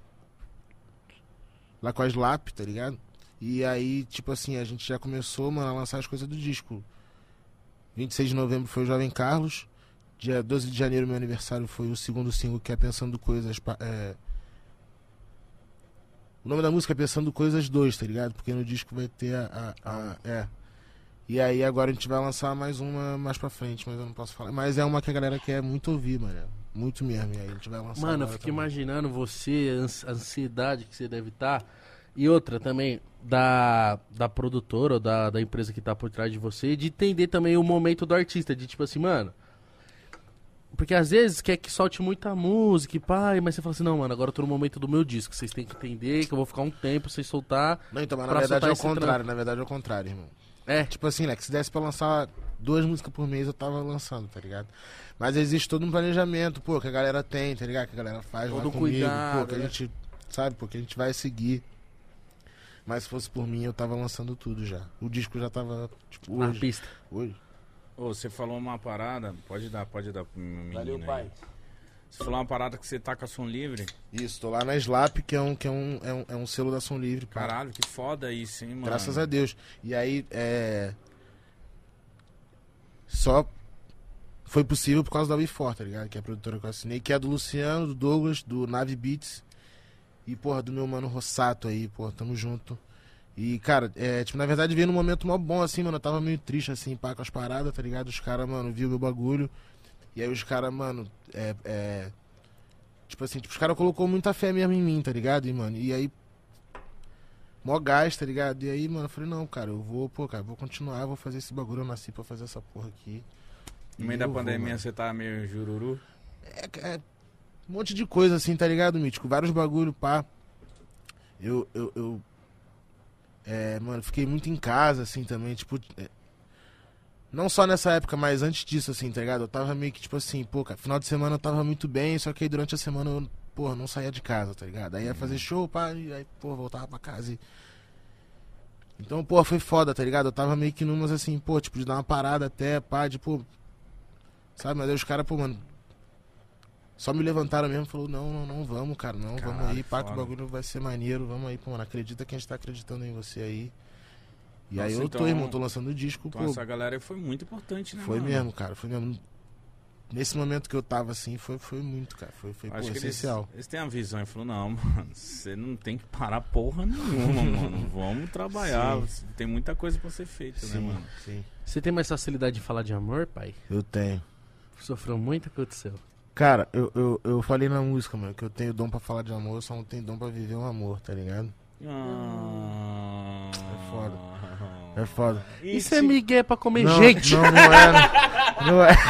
lá com a Slap, tá ligado? E aí, tipo assim, a gente já começou, mano, a lançar as coisas do disco. vinte e seis de novembro foi o Jovem Carlos. Dia doze de janeiro, meu aniversário, foi o segundo single, que é Pensando Coisas, pa- é, O nome da música é Pensando Coisas dois, tá ligado? Porque no disco vai ter a, a, a... É. E aí agora a gente vai lançar mais uma mais pra frente, mas eu não posso falar. Mas é uma que a galera quer muito ouvir, mano. Muito mesmo. E aí a gente vai lançar. Mano, eu fico também. imaginando você, a ansiedade que você deve estar. E outra também, da, da produtora ou da, da empresa que tá por trás de você, de entender também o momento do artista, de tipo assim, mano. Porque às vezes quer que solte muita música e pai, mas você fala assim, não, mano, agora eu tô no momento do meu disco. Vocês têm que entender que eu vou ficar um tempo sem soltar. Não, então, mas na verdade é o contrário, na verdade é o contrário, irmão. É. Tipo assim, né, que se desse pra lançar duas músicas por mês, eu tava lançando, tá ligado? Mas existe todo um planejamento, pô, que a galera tem, tá ligado? Que a galera faz todo lá comigo, cuidado, pô, que né? a gente, sabe, pô, que a gente vai seguir. Mas se fosse por mim, eu tava lançando tudo já. O disco já tava, tipo, Na hoje. pista. Hoje. Ô, você falou uma parada, pode dar, pode dar pro meu menino. Valeu, aí. pai. Você falou uma parada que você tá com a Som Livre. Isso, tô lá na Slap, que é um, que é um, é um, é um selo da Som Livre. Pá. Caralho, que foda isso, hein, mano. Graças a Deus. E aí, é... Só foi possível por causa da WeFor, tá ligado? Que é a produtora que eu assinei, que é do Luciano, do Douglas, do Nave Beats e, porra, do meu mano Rossato aí, porra, tamo junto. E, cara, é, tipo, na verdade veio num momento mó bom, assim, mano, eu tava meio triste, assim, pá, com as paradas, tá ligado? Os caras, mano, viu meu bagulho, e aí os caras, mano, é, é... Tipo assim, tipo, os caras colocou muita fé mesmo em mim, tá ligado? E, mano, e aí... Mó gás, tá ligado? E aí, mano, eu falei, não, cara, eu vou, pô, cara, vou continuar, vou fazer esse bagulho, eu nasci pra fazer essa porra aqui. No meio E da eu vou, pandemia mano. você tá meio jururu? É, é um monte de coisa assim, tá ligado, Mítico? Vários bagulho, pá. Eu, eu, eu é, mano, fiquei muito em casa, assim, também, tipo... é, não só nessa época, mas antes disso, assim, tá ligado? Eu tava meio que, tipo assim, pô, cara, final de semana eu tava muito bem, só que aí durante a semana eu, porra, não saía de casa, tá ligado? Aí ia fazer show, pá, e aí, pô, voltava pra casa e... Então, pô, foi foda, tá ligado? Eu tava meio que numas, assim, pô, tipo, de dar uma parada até, pá, de, pô... Sabe, mas aí os caras, pô, mano... Só me levantaram mesmo e falou, não, não, não, vamos, cara, não, Caralho, vamos aí, pá, que o foda. bagulho vai ser maneiro, vamos aí, pô, mano, acredita que a gente tá acreditando em você aí. E Nossa, aí eu então- tô, irmão, tô lançando o disco, Então pô, essa galera aí foi muito importante, né, foi mano? mesmo, cara, foi mesmo. Nesse momento que eu tava assim, foi, foi muito, cara, foi, foi pô, Acho que eles, essencial. eles têm a visão e falou, não, mano, você não tem que parar porra nenhuma, mano. Vamos trabalhar. Tem muita coisa pra ser feita, né, Sim, mano? sim, Você tem mais facilidade de falar de amor, pai? eu tenho. Sofreu muito, o que aconteceu? Cara, eu, eu, eu falei na música, mano, que eu tenho dom pra falar de amor, eu só não tenho dom pra viver um amor, tá ligado? Ah, É foda. É foda. Isso é migué pra comer Não, gente. não, não é. Não é.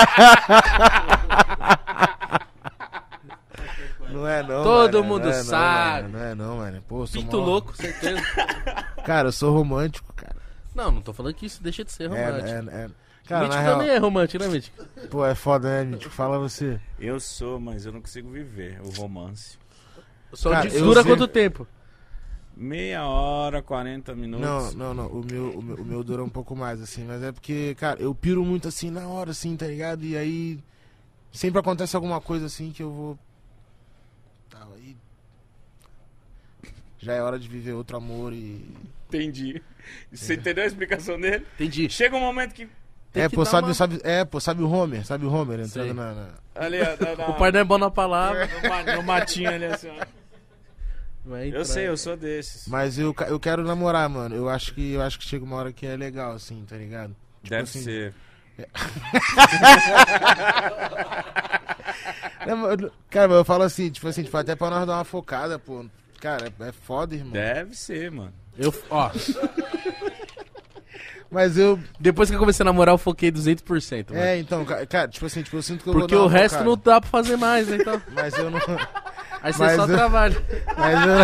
Não é não, Todo mano, mundo não é, não, sabe. mano, Não é não, mano. Pô, eu sou Pinto mó- louco, certeza. Cara, eu sou romântico, cara. Não, não tô falando que isso deixa de ser romântico. É, é, é. Cara, Mítico na real, também é romântico, né, Mítico? pô, é foda, né, Mítico? Fala você. Eu sou, mas eu não consigo viver o romance. Só Cara, de- eu dura sei- quanto tempo? Meia hora, quarenta minutos. Não, não, não. O meu, o, meu, o meu dura um pouco mais, assim. Mas é porque, cara, eu piro muito assim na hora, assim, tá ligado? E aí sempre acontece alguma coisa assim que eu vou. Tá, aí. Já é hora de viver outro amor e. Entendi. Você entendeu a explicação dele? Entendi. Chega um momento que... Tem é, que pô, dar sabe, uma- sabe, é, pô, sabe o Homer? Sabe o Homer entrando Sei. na, na- Ali, ó, na- na- O pai não é bom na palavra. no, ma- no matinho ali, assim, ó. Vai Eu entrar. sei, eu sou desses. Mas eu, ca- eu quero namorar, mano. Eu acho que eu acho que chega uma hora que é legal, assim, tá ligado? Tipo Deve assim, ser. Não, mas- cara, mas eu falo assim, tipo assim, tipo, até pra nós dar uma focada, pô. Cara, é, é foda, irmão. Deve ser, mano. Eu, ó, Mas eu. depois que eu comecei a namorar, eu foquei duzentos por cento. mano. É, então, ca- cara, tipo assim, tipo, eu sinto que eu Porque vou dar o uma resto focada. não dá pra fazer mais, né, então. Mas eu não. Aí você Mas só eu- trabalha. Mas eu.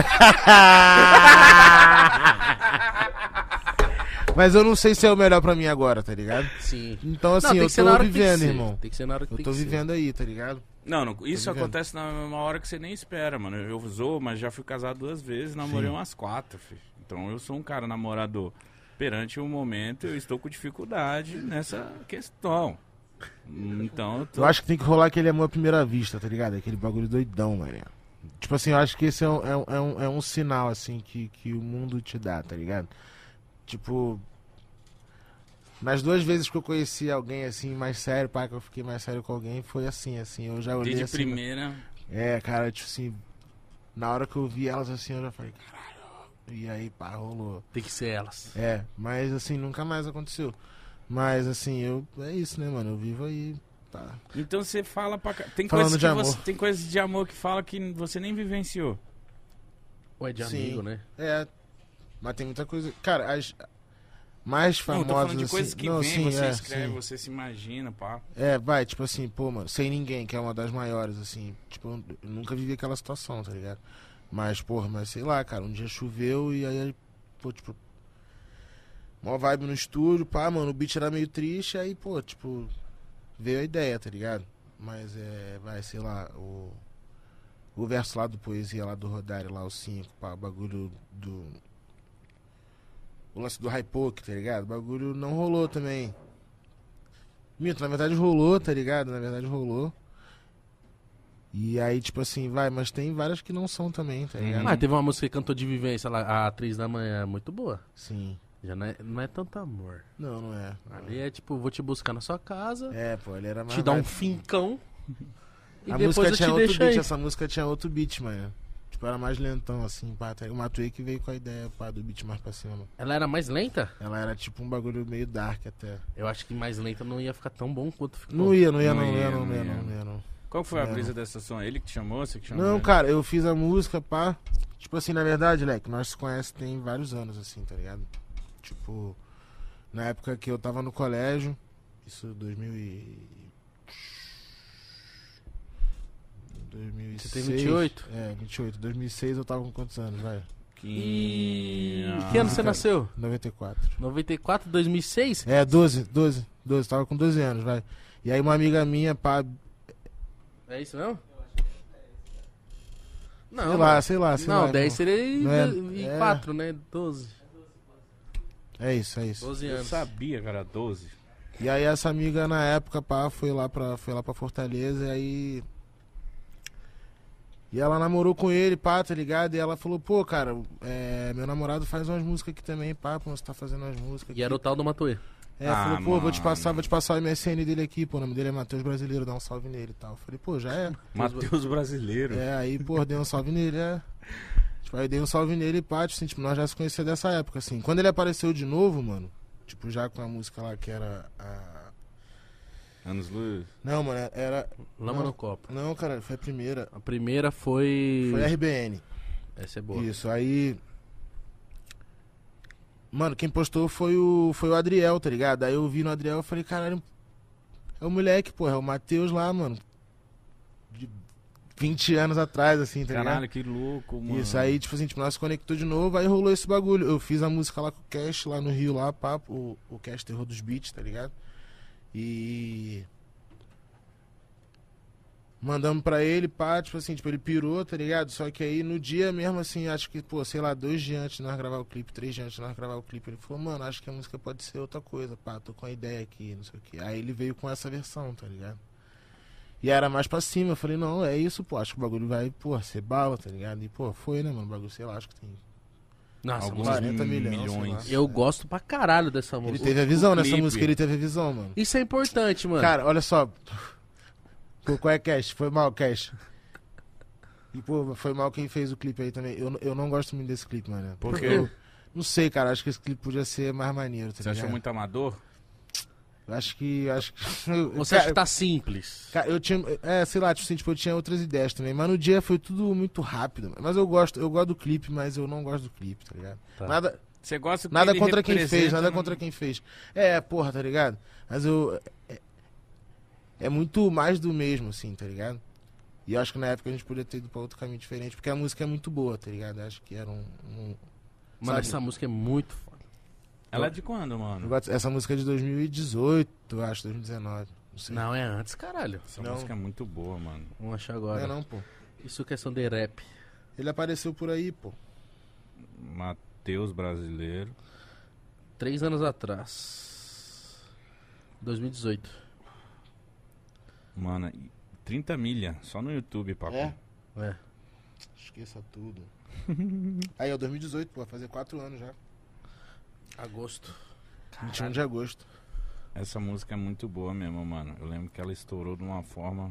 Mas eu não sei se é o melhor pra mim agora, tá ligado? Sim. Então, assim, Não, tem eu que ser na tô hora que tem que vivendo, ser. irmão. Tem que ser na hora que Eu tem tô que ser. vivendo aí, tá ligado? Não, não, isso vivendo. acontece numa hora que você nem espera, mano. Eu usou, mas já fui casado duas vezes, namorei Sim. umas quatro, filho. Então eu sou um cara namorador. Perante o momento, eu estou com dificuldade nessa questão. Então eu tô... Eu acho que tem que rolar aquele amor à primeira vista, tá ligado? Aquele bagulho doidão, mano. Tipo assim, eu acho que esse é um, é um, é um, é um sinal, assim, que, que o mundo te dá, tá ligado? Tipo, nas duas vezes que eu conheci alguém, assim, mais sério, pá, que eu fiquei mais sério com alguém, foi assim, assim, eu já olhei Desde assim... primeira. É, cara, tipo assim... na hora que eu vi elas assim, eu já falei, caralho. E aí, pá, rolou. Tem que ser elas. É, mas assim, nunca mais aconteceu. Mas assim, eu. É isso, né, mano? Eu vivo aí. Tá. Então você fala pra... ca- Tem Falando coisas de que amor. você... Tem coisas de amor que fala que você nem vivenciou. Ou é de Sim. amigo, né? É. Mas tem muita coisa. Cara, as mais Não, eu famosas. tô falando de assim... coisas que Não, vem, sim, você é, escreve, sim. você se imagina, pá. É, vai, tipo assim, pô, mano, Sem Ninguém, que é uma das maiores, assim. Tipo, eu nunca vivi aquela situação, tá ligado? Mas, porra, mas sei lá, cara, um dia choveu e aí, pô, tipo. Mó vibe no estúdio, pá, mano, o beat era meio triste, aí, pô, tipo. Veio a ideia, tá ligado? Mas é, vai, sei lá, o. O verso lá do Poesia, lá do Rodário, lá, o cinco, pá, o bagulho do. O lance do Hypoke, tá ligado? O bagulho não rolou também. Mito, na verdade rolou, tá ligado? Na verdade rolou. E aí, tipo assim, vai, mas tem várias que não são também, tá ligado? Ah, teve uma música que cantou de vivência lá, a atriz da manhã, muito boa. Sim. Já não é, não é tanto amor. Não, não é. Ali é tipo, vou te buscar na sua casa, É, pô, ele era mais. te dar um mais- fincão e A depois música eu tinha te outro deixo beat, aí. essa música tinha outro beat, mano. Tipo, era mais lentão, assim, pá. O Matuei que veio com a ideia, pá, do beat mais pra cima, mano. Ela era mais lenta? Ela era tipo um bagulho meio dark até. Eu acho que mais lenta não ia ficar tão bom quanto ficou. Não ia, não ia, Não não, não ia, ia, não, não ia, ia. não, não ia, não. Qual foi a Não. brisa dessa som? Ele que te chamou? Você que chamou? Não, ele? cara, eu fiz a música, pá. Tipo assim, na verdade, Leque, nós se conhecemos tem vários anos, assim, tá ligado? Tipo, na época que eu tava no colégio, isso dois mil e... dois mil e seis. Você tem vinte e oito? É, vinte e oito. dois mil e seis eu tava com quantos anos, vai? E... Ah, Que ano você cara. nasceu? noventa e quatro. noventa e quatro, dois mil e seis? É, doze, doze, doze, tava com doze anos, vai. E aí uma amiga minha, pá, É isso mesmo? Não, sei mano. lá, sei lá, sei lá. Não, dez irmão. seria Não é- e é. quatro, né? doze. É isso, é isso. doze Eu anos. sabia, cara, doze. E aí essa amiga na época, pá, foi lá pra, foi lá pra Fortaleza e aí... E ela namorou com ele, pá, tá ligado? E ela falou, pô, cara, é, meu namorado faz umas músicas aqui também, pá, pô, você tá fazendo umas músicas aqui. E era o tal do Matuê. É, Ah, falou, pô, vou te mano. passar, vou te passar o M S N dele aqui, pô, o nome dele é Matheus Brasileiro, dá um salve nele e tal. Eu falei, pô, já é. Matheus Brasileiro. É, aí, pô, dei um salve nele, é. Tipo, aí dei um salve nele e pá, tipo, assim, tipo, nós já se conhecia dessa época, assim. Quando ele apareceu de novo, mano, tipo, já com a música lá que era a... Anos Luz. Não, mano, era... Lama Não. no copo. Não, cara, foi a primeira. A primeira foi... Foi R B N. Essa é boa. Isso, aí... Mano, quem postou foi o, foi o Adriel, tá ligado? Aí eu vi no Adriel e falei, caralho, é o moleque, porra, é o Matheus lá, mano. De vinte anos atrás, assim, tá Caralho, ligado? que louco, mano. Isso, aí, tipo assim, tipo, nós se conectou de novo, aí rolou esse bagulho. Eu fiz a música lá com o Cash, lá no Rio, lá, papo, o, o Cash Terror dos Beats, tá ligado? E... Mandamos pra ele, pá, tipo assim, tipo, ele pirou, tá ligado? Só que aí no dia mesmo, assim, acho que, pô, sei lá, dois dias antes de nós gravar o clipe, três dias antes de nós gravar o clipe, ele falou, mano, acho que a música pode ser outra coisa, pá, tô com a ideia aqui, não sei o quê. Aí ele veio com essa versão, tá ligado? E era mais pra cima, eu falei, não, é isso, pô, acho que o bagulho vai, pô, ser bala, tá ligado? E, pô, foi, né, mano, o bagulho, sei lá, acho que tem... Nossa, Alguns música- quarenta milhões, milhões. sei lá. eu gosto pra caralho dessa Ele música. teve a visão o nessa clipe. música, ele teve a visão, mano. Isso é importante, mano. Cara, olha só. Pô, qual é Cash? Foi mal, Cash. E, pô, foi mal quem fez o clipe aí também. Eu, eu não gosto muito desse clipe, mano. Por Porque quê? eu não sei, cara. Acho que esse clipe podia ser mais maneiro, tá Você achou ligado? muito amador? Eu Acho que. Acho que... Você cara, acha que tá simples? Cara, eu tinha. É, sei lá, tipo, assim, tipo, eu tinha outras ideias também. Mas no dia foi tudo muito rápido. Mano. Mas eu gosto, eu gosto do clipe, mas eu não gosto do clipe, tá ligado? Tá. Nada, Você gosta que nada ele contra quem representa, fez, nada né? contra quem fez. É, porra, tá ligado? Mas eu. É, é muito mais do mesmo, assim, tá ligado? E eu acho que na época a gente podia ter ido pra outro caminho diferente, porque a música é muito boa, tá ligado? Eu acho que era um. um Mano, sabe? essa música é muito foda. Ela é de quando, Eu mano? gosto- Essa música é de dois mil e dezoito, eu acho, dois mil e dezenove. Não sei. Não, é antes, caralho. Essa Não. música é muito boa, mano. Vamos achar Não agora. é não, pô. Isso é questão de rap. Ele apareceu por aí, pô. Matheus Brasileiro. Três anos atrás. dois mil e dezoito. Mano, e trinta milha, só no YouTube, papo. É? É. Esqueça tudo. Aí, ó, dois mil e dezoito, pô, vai fazer quatro anos já. Agosto. vinte e um de agosto. Essa música é muito boa mesmo, mano. Eu lembro que ela estourou de uma forma...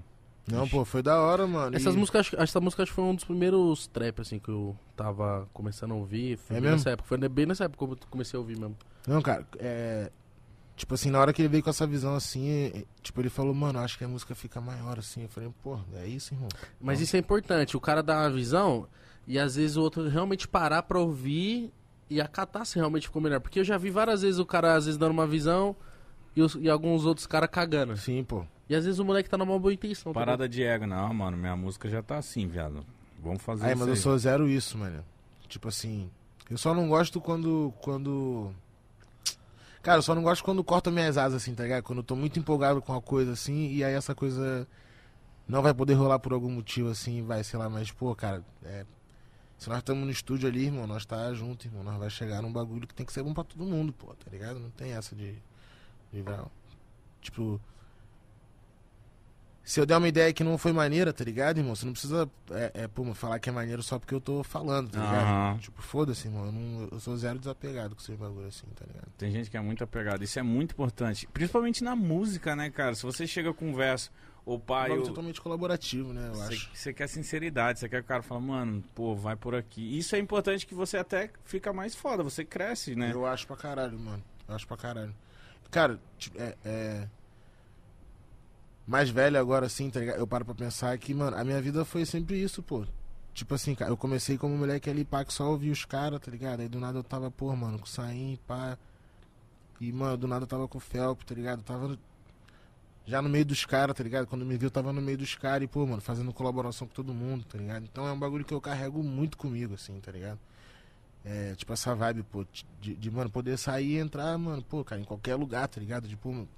Não, pô, foi da hora, mano. Essas e... músicas, acho- essa música acho que foi um dos primeiros trap, assim, que eu tava começando a ouvir. Foi É bem mesmo? nessa época. Foi bem nessa época que eu comecei a ouvir mesmo. Não, cara, é... Tipo assim, na hora que ele veio com essa visão assim, é- tipo, ele falou, mano, acho que a música fica maior assim. Eu falei, pô, é isso, irmão. Mas Então, isso é importante. O cara dá uma visão e às vezes o outro realmente parar pra ouvir e acatar se realmente ficou melhor. Porque eu já vi várias vezes o cara, às vezes, dando uma visão e, os- e alguns outros caras cagando. Sim, pô. E às vezes o moleque tá numa boa intenção. tá Parada de ego, não, mano. Minha música já tá assim, viado. Vamos fazer Aí, isso mas eu aí. sou zero isso, mano. Tipo assim, eu só não gosto quando. quando. Cara, eu só não gosto quando cortam minhas asas, assim, tá ligado? Quando eu tô muito empolgado com uma coisa assim, e aí essa coisa não vai poder rolar por algum motivo, assim, vai, sei lá, mas, pô, cara, é. Se nós estamos no estúdio ali, irmão, nós tá junto, irmão, nós vai chegar num bagulho que tem que ser bom pra todo mundo, pô, tá ligado? Não tem essa de. de virar. Tipo. Se eu der uma ideia que não foi maneira, tá ligado, irmão? Você não precisa, é, é, pô, falar que é maneiro só porque eu tô falando, tá ligado? Aham. Tipo, foda-se, irmão. Eu, não- eu sou zero desapegado com esse bagulho assim, tá ligado? Tem gente que é muito apegada. Isso é muito importante. Principalmente na música, né, cara? Se você chega com um verso, ou É pai, um bagulho ou... totalmente colaborativo, né? Eu Você, acho. você quer sinceridade, você quer que o cara fale, mano, pô, vai por aqui. Isso é importante que você até fica mais foda, você cresce, né? Eu acho pra caralho, mano. Eu acho pra caralho. Cara, tipo, é, é... mais velho agora, assim, tá ligado? Eu paro pra pensar que, mano, a minha vida foi sempre isso, pô. Tipo assim, cara, eu comecei como moleque ali, pá, que só ouvia os caras, tá ligado? Aí do nada eu tava, pô, mano, com o Saim, pá. E, mano, do nada eu tava com o Felp, tá ligado? Eu tava já no meio dos caras, tá ligado? Quando me viu, eu tava no meio dos caras e, pô, mano, fazendo colaboração com todo mundo, tá ligado? Então é um bagulho que eu carrego muito comigo, assim, tá ligado? É, tipo, essa vibe, pô, de, de, mano, poder sair e entrar, mano, pô, cara, em qualquer lugar, tá ligado? Tipo, mano,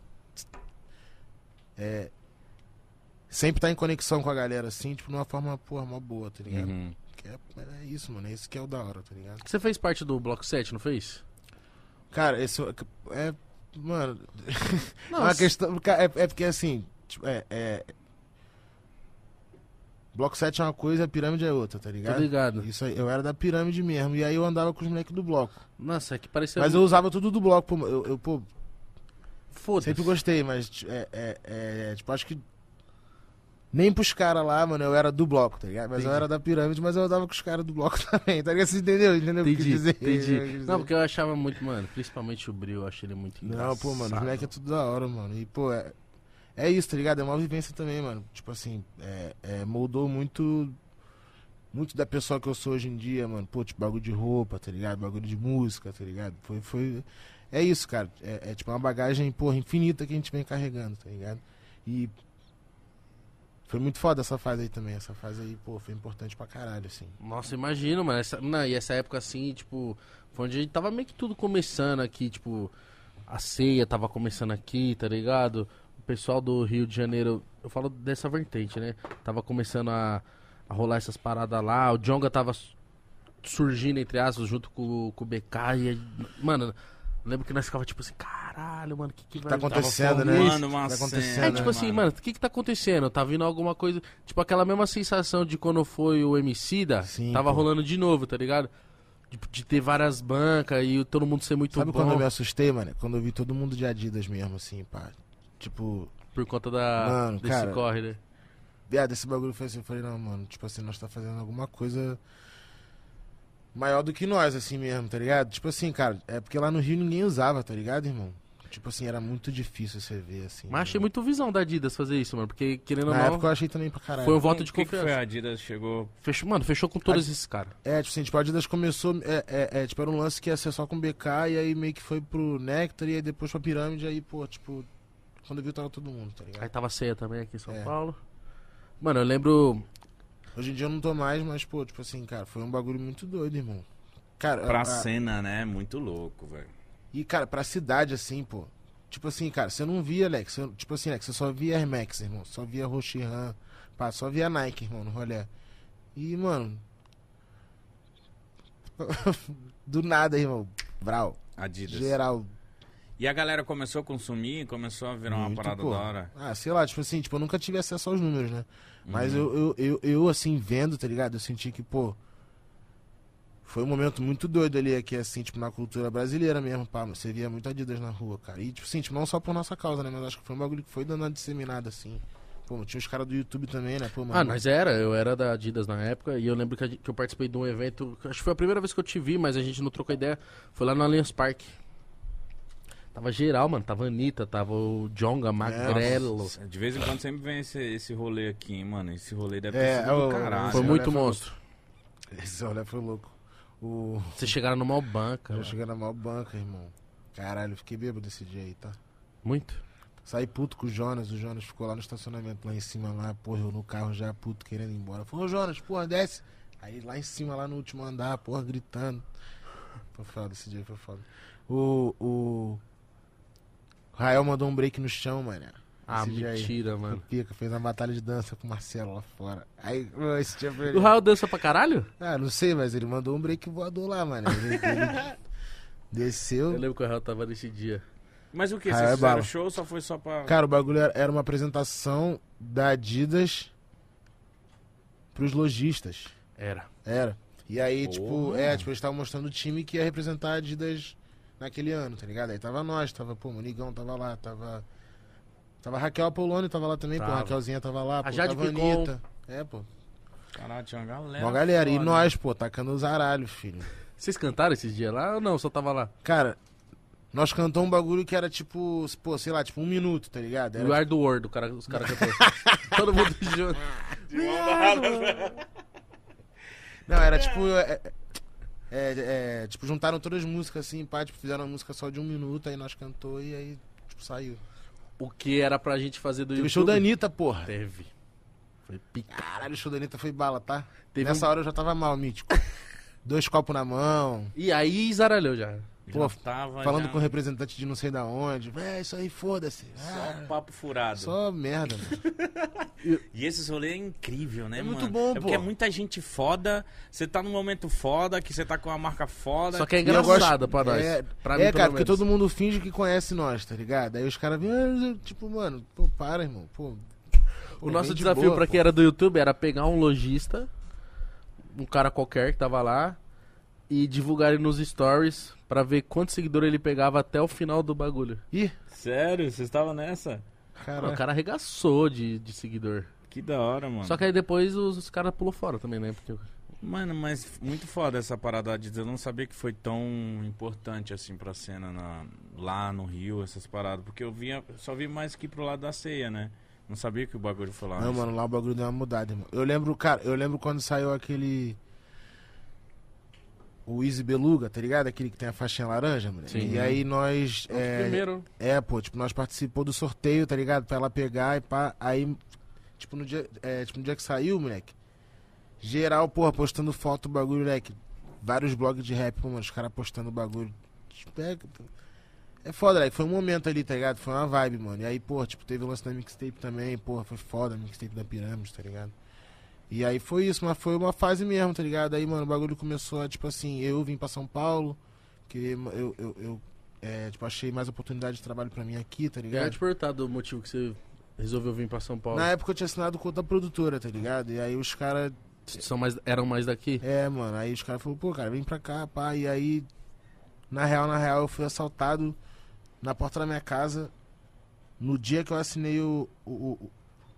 é, sempre tá em conexão com a galera, assim, tipo, de uma forma, porra, mó boa, tá ligado? Uhum. Que é, é isso, mano, é isso que é o da hora, tá ligado? Você fez parte do Bloco sete, não fez? Cara, esse é, mano, Não, é uma s- questão, é, é porque, assim, tipo, é, é, Bloco sete é uma coisa, a pirâmide é outra, tá ligado? Tô ligado. Isso aí, eu era da pirâmide mesmo, e aí eu andava com os moleques do bloco. Nossa, é que parecia... Mas eu usava tudo do bloco, pô, eu, eu pô, Foda-se. sempre gostei, mas é, é, é, tipo, acho que nem pros caras lá, mano, eu era do bloco, tá ligado? Mas eu Entendi. era da pirâmide, mas eu andava com os caras do bloco também, tá ligado? Você entendeu? Entendeu o que eu quis Entendi, dizer? entendi. Eu quis dizer. Não, porque eu achava muito, mano, principalmente o Bril, eu achei ele muito engraçado. Não, pô, mano, os moleques é tudo da hora, mano. E, pô, é, é isso, tá ligado? É uma vivência também, mano. Tipo assim, é, é, moldou muito muito da pessoa que eu sou hoje em dia, mano. Pô, tipo, bagulho de roupa, tá ligado? Bagulho de música, tá ligado? Foi, foi... É isso, cara. É, é tipo uma bagagem, porra, infinita que a gente vem carregando, tá ligado? E foi muito foda essa fase aí também. Essa fase aí, pô, foi importante pra caralho, assim. Nossa, imagino, mano. Essa, não, e essa época assim, tipo, foi onde tava meio que tudo começando aqui, tipo, a ceia tava começando aqui, tá ligado? O pessoal do Rio de Janeiro, eu falo dessa vertente, né? Tava começando a, a rolar essas paradas lá, o Djonga tava su- surgindo, entre aspas, junto com, com o B K e, aí, mano, lembro que nós ficava tipo assim, caralho, mano, o que que vai... Tá acontecendo, né? formando uma Tá cena, acontecendo, É tipo assim, mano, o que que tá acontecendo? Tá vindo alguma coisa... Tipo, aquela mesma sensação de quando foi o Emicida, Sim, tava pô. rolando de novo, tá ligado? De, de ter várias bancas e todo mundo ser muito Sabe bom quando eu me assustei, mano? Quando eu vi todo mundo de Adidas mesmo, assim, pá. Tipo, por conta da, Mano, desse cara, corre, né? viado, esse bagulho foi assim, eu falei, não, mano, tipo assim, nós tá fazendo alguma coisa maior do que nós, assim mesmo, tá ligado? Tipo assim, cara, é porque lá no Rio ninguém usava, tá ligado, irmão? Tipo assim, era muito difícil você ver, assim. Mas achei mano. muito visão da Adidas fazer isso, mano. Porque, querendo ou Na época eu não, achei também pra caralho. foi um voto de O que que foi confiança. a Adidas chegou... Fechou, mano, fechou com todos esses caras. É, tipo assim, tipo, a Adidas começou, é, é, é, tipo, era um lance que ia ser só com B K, e aí meio que foi pro Nectar, e aí depois pra Pirâmide, aí, pô, tipo, quando viu tava todo mundo, tá ligado? Aí tava ceia também aqui em São É. Paulo. Mano, eu lembro... Hoje em dia eu não tô mais, mas, pô, tipo assim, cara, foi um bagulho muito doido, irmão. Cara, Pra a- cena, né? Muito louco, velho. E, cara, pra cidade, assim, pô. Tipo assim, cara, você não via, Alex. Você, tipo assim, Alex, você só via Air Max, irmão. Só via Rochihan. Pá, só via Nike, irmão, no rolê. E, mano. Do nada, irmão. Brau. Adidas. Geral. E a galera começou a consumir, começou a virar uma Muito, parada pô. da hora. Ah, sei lá, tipo assim, tipo, eu nunca tive acesso aos números, né? Mas Uhum. eu, eu, eu, eu, assim, vendo, tá ligado? Eu senti que, pô. Foi um momento muito doido ali aqui, assim, tipo, na cultura brasileira mesmo, pá. Você via muito Adidas na rua, cara. E, tipo assim, tipo, não só por nossa causa, né? Mas acho que foi um bagulho que foi dando uma disseminada, assim, Pô, tinha os caras do YouTube também, né? Pô, mano. Ah, nós era, eu era da Adidas na época e eu lembro que, a gente- que eu participei de um evento, acho que foi a primeira vez que eu te vi, mas a gente não trocou ideia, foi lá no Allianz Parque. Tava geral, mano, tava a Anitta, tava o Jonga, Magrelo. Nossa, de vez em quando sempre vem esse, esse rolê aqui, hein, mano. Esse rolê deve ter É, sido o- do caralho. Foi esse muito rolê foi monstro. Esse rolê foi louco. O... Vocês chegaram no Malban, Eu cara. cheguei na maior banca, irmão. Caralho, eu fiquei bêbado esse dia aí, tá? Muito. Saí puto com o Jonas, o Jonas ficou lá no estacionamento, lá em cima, lá, porra, eu no carro já puto, querendo ir embora. Falei, ô Jonas, porra, desce. Aí lá em cima, lá no último andar, porra, gritando. Foi foda, esse dia foi foda. O, o... Rael mandou um break no chão, mano. Ah, Esse dia aí. mentira, Foi mano. pica, fez uma batalha de dança com o Marcelo lá fora. Aí, ô, esse dia foi... O Raul dança pra caralho? Ah, não sei, mas ele mandou um break voador lá, mano. Ele, ele desceu. Eu lembro que o Raul tava nesse dia. Mas o que? Ah, Vocês é fizeram bala. show ou só foi só pra... Cara, o bagulho era, era uma apresentação da Adidas pros lojistas. Era. Era. E aí, Porra. tipo, é, tipo, eles estavam mostrando o time que ia representar a Adidas naquele ano, tá ligado? Aí tava nós, tava, pô, o Nigão tava lá, tava. Tava a Raquel Apolônio, tava lá também, pô, Tava. a Raquelzinha tava lá, A pô, Jade tava a Picon. Anitta. É, pô. Caralho, tinha uma galera. Uma galera. E foda. nós, pô, tacando os aralhos, filho. Vocês cantaram esses dias lá ou não? Só tava lá? Cara, nós cantamos um bagulho que era tipo, pô, sei lá, tipo um minuto, tá ligado? Era O ar do World, o cara, os caras cantou. Todo mundo junto. Não, era tipo. É, é, é, tipo, juntaram todas as músicas assim, pá, tipo, fizeram uma música só de um minuto, aí nós cantou e aí, tipo, saiu. O que era pra gente fazer do Teve YouTube? show da Anitta, porra. Teve. Foi pica. Caralho, o show da Anitta foi bala, tá? Teve Nessa um- hora eu já tava mal, mítico. Dois copos na mão, E aí zaralhou já. Já pô, tava falando já... com o representante de não sei da onde. É, isso aí, foda-se. Só Ah, papo furado. só merda, mano. E esses rolês é incrível, né, É mano? muito bom, é porque é pô. muita gente foda, você tá num momento foda, que você tá com uma marca foda. Só que é E eu gosto- engraçado pra nós. É, Pra mim, é pelo cara, porque menos. todo mundo finge que conhece nós, tá ligado? Aí os caras vêm, ah, tipo, mano, pô, para, irmão. Pô, O pô, nosso vem de desafio boa, pra pô. quem era do YouTube era pegar um lojista, um cara qualquer que tava lá, e divulgar ele nos stories pra ver quantos seguidores ele pegava até o final do bagulho. Ih, Sério? Vocês estavam nessa? cara. O cara arregaçou de, de seguidor. Que da hora, mano. Só que aí depois os, os caras pulou fora também, né? Porque Mano, mas muito foda essa parada de eu não sabia que foi tão importante assim pra cena na- lá no Rio, essas paradas. Porque eu via, só vi mais aqui pro lado da ceia, né? Não sabia que o bagulho foi lá. Não, mano, lá o bagulho deu uma mudada, irmão. Eu lembro, cara, eu lembro quando saiu aquele. O Easy Beluga, tá ligado? Aquele que tem a faixinha laranja, mano. Sim. E aí nós. o É, primeiro. é, pô, tipo, nós participou do sorteio, tá ligado? Pra ela pegar e pá. Aí, tipo, no dia, é, tipo, no dia que saiu, moleque. Geral, porra, postando foto do bagulho, moleque. Vários blogs de rap, pô, mano, os caras postando o bagulho. Tipo, é, é foda, moleque. Foi um momento ali, tá ligado? Foi uma vibe, mano. E aí, porra, tipo, teve o lance da mixtape também, porra, foi foda, a mixtape da Pirâmide, tá ligado? E aí foi isso, mas foi uma fase mesmo, tá ligado? Aí, mano, o bagulho começou a, tipo assim, eu vim pra São Paulo, que eu, eu, eu é, tipo, achei mais oportunidade de trabalho pra mim aqui, tá Eu ia ligado? te perguntar do motivo que você resolveu vir pra São Paulo. Na época eu tinha assinado com outra produtora, tá ligado? E aí os caras, São mais, eram mais daqui? é, mano, aí os caras falaram, pô, cara, vem pra cá, pá. E aí, na real, na real, eu fui assaltado na porta da minha casa no dia que eu assinei o, o, o- o-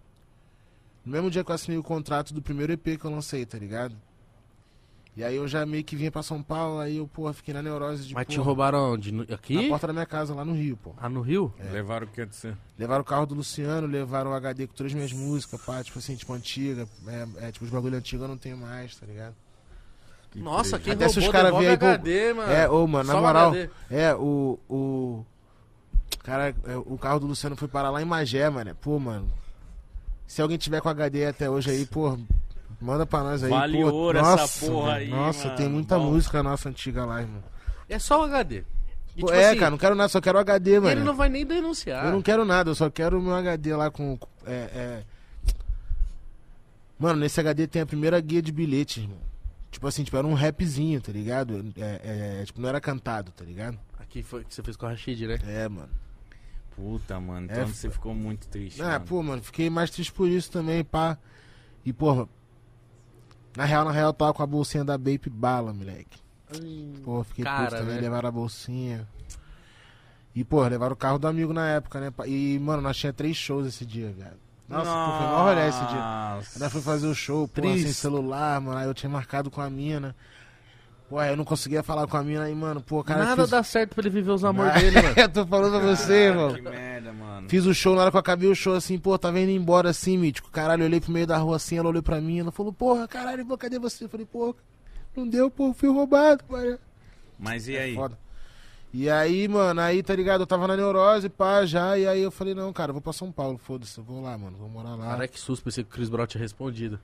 no mesmo dia que eu assinei o contrato do primeiro E P que eu lancei, tá ligado? E aí eu já meio que vinha pra São Paulo, aí eu, porra, fiquei na neurose de, Mas te porra, roubaram onde? No- Aqui? na porta da minha casa, lá no Rio, pô. Ah, no Rio? Levaram o que de você? Levaram o carro do Luciano, levaram o H D com todas as minhas músicas, pá, tipo assim, tipo antiga. É, é, tipo, os bagulho antigos eu não tenho mais, tá ligado? Nossa, quem Até se roubou os cara devolve vê aí, pô, H D, mano. É, ô, mano, na Só o moral, H D. é, o, o, cara, é, o carro do Luciano foi parar lá em Magé, mano, pô, mano, se alguém tiver com H D até hoje aí, pô, manda pra nós aí, Vale pô, ouro essa nossa, porra mano, aí, nossa, mano. tem muita Bom. música nossa antiga lá, irmão. É só o H D. E, Pô, tipo é, assim, cara, não quero nada, só quero o H D, e mano. ele não vai nem denunciar. Eu não quero nada, eu só quero o meu H D lá com, é, é... Mano, nesse H D tem a primeira guia de bilhetes, irmão. Tipo assim, tipo, era um rapzinho, tá ligado? É, é, tipo, não era cantado, tá ligado? Aqui foi que você fez com a Rashid, né? É, mano. Puta, mano. Então É, você ficou muito triste. Ah, mano. pô, mano, fiquei mais triste por isso também, pá. E, porra, na real, na real, eu tava com a bolsinha da Bape Bala, moleque. Pô, fiquei Cara, puto também, né? levaram a bolsinha. E, pô, levaram o carro do amigo na época, né? pá. E, mano, nós tinha três shows esse dia, velho. Nossa, pô, foi mó rolê esse dia. Nossa. Ainda fui fazer o show, pô, Triste. sem celular, mano. Aí eu tinha marcado com a mina. Pô, aí eu não conseguia falar com a mina aí, mano. Pô, cara. Nada fiz... dá certo pra ele viver os amores Ah, dele, mano. eu tô falando pra você, Cara, irmão. que merda, mano. Fiz o show, na hora que eu acabei o show, assim, pô, tava indo embora assim, mítico. Caralho, eu olhei pro meio da rua assim, ela olhou pra mim, ela falou, porra, caralho, pô, cadê você? Eu falei, pô, não deu, pô, fui roubado, pô. Mas e aí? Foda. E aí, mano, aí, tá ligado? Eu tava na neurose, pá, já, e aí eu falei, não, cara, eu vou pra São Paulo, foda-se, eu vou lá, mano, vou morar lá. Cara, que susto, pensei que o Chris Brown tinha respondido.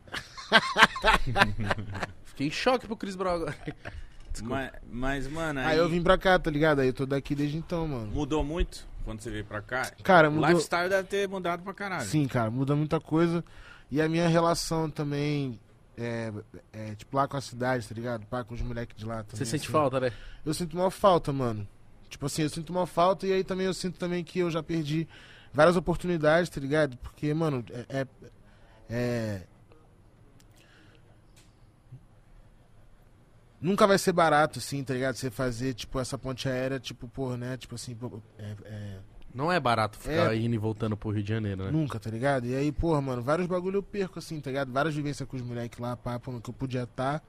Fiquei em choque pro Chris Brown agora. Mas, mas, mano, aí, Aí eu vim pra cá, tá ligado? Aí eu tô daqui desde então, mano. mudou muito quando você veio pra cá? Cara, O mudou... lifestyle deve ter mudado pra caralho. Sim, cara, muda muita coisa. E a minha relação também, é, é, tipo, lá com a cidade, tá ligado? Pá, com os moleques de lá também. Você sente assim. falta, né? Eu sinto uma falta, mano. Tipo assim, eu sinto uma falta e aí também eu sinto também que eu já perdi várias oportunidades, tá ligado? Porque, mano, é... é, é... Nunca vai ser barato, assim, tá ligado? Você fazer, tipo, essa ponte aérea, tipo, pô, né? Tipo assim, pô, é... é... Não é barato ficar É. indo e voltando pro Rio de Janeiro, né? Nunca, tá ligado? E aí, porra, mano, vários bagulho eu perco, assim, tá ligado? Várias vivências com os moleques lá, papo, que eu podia estar.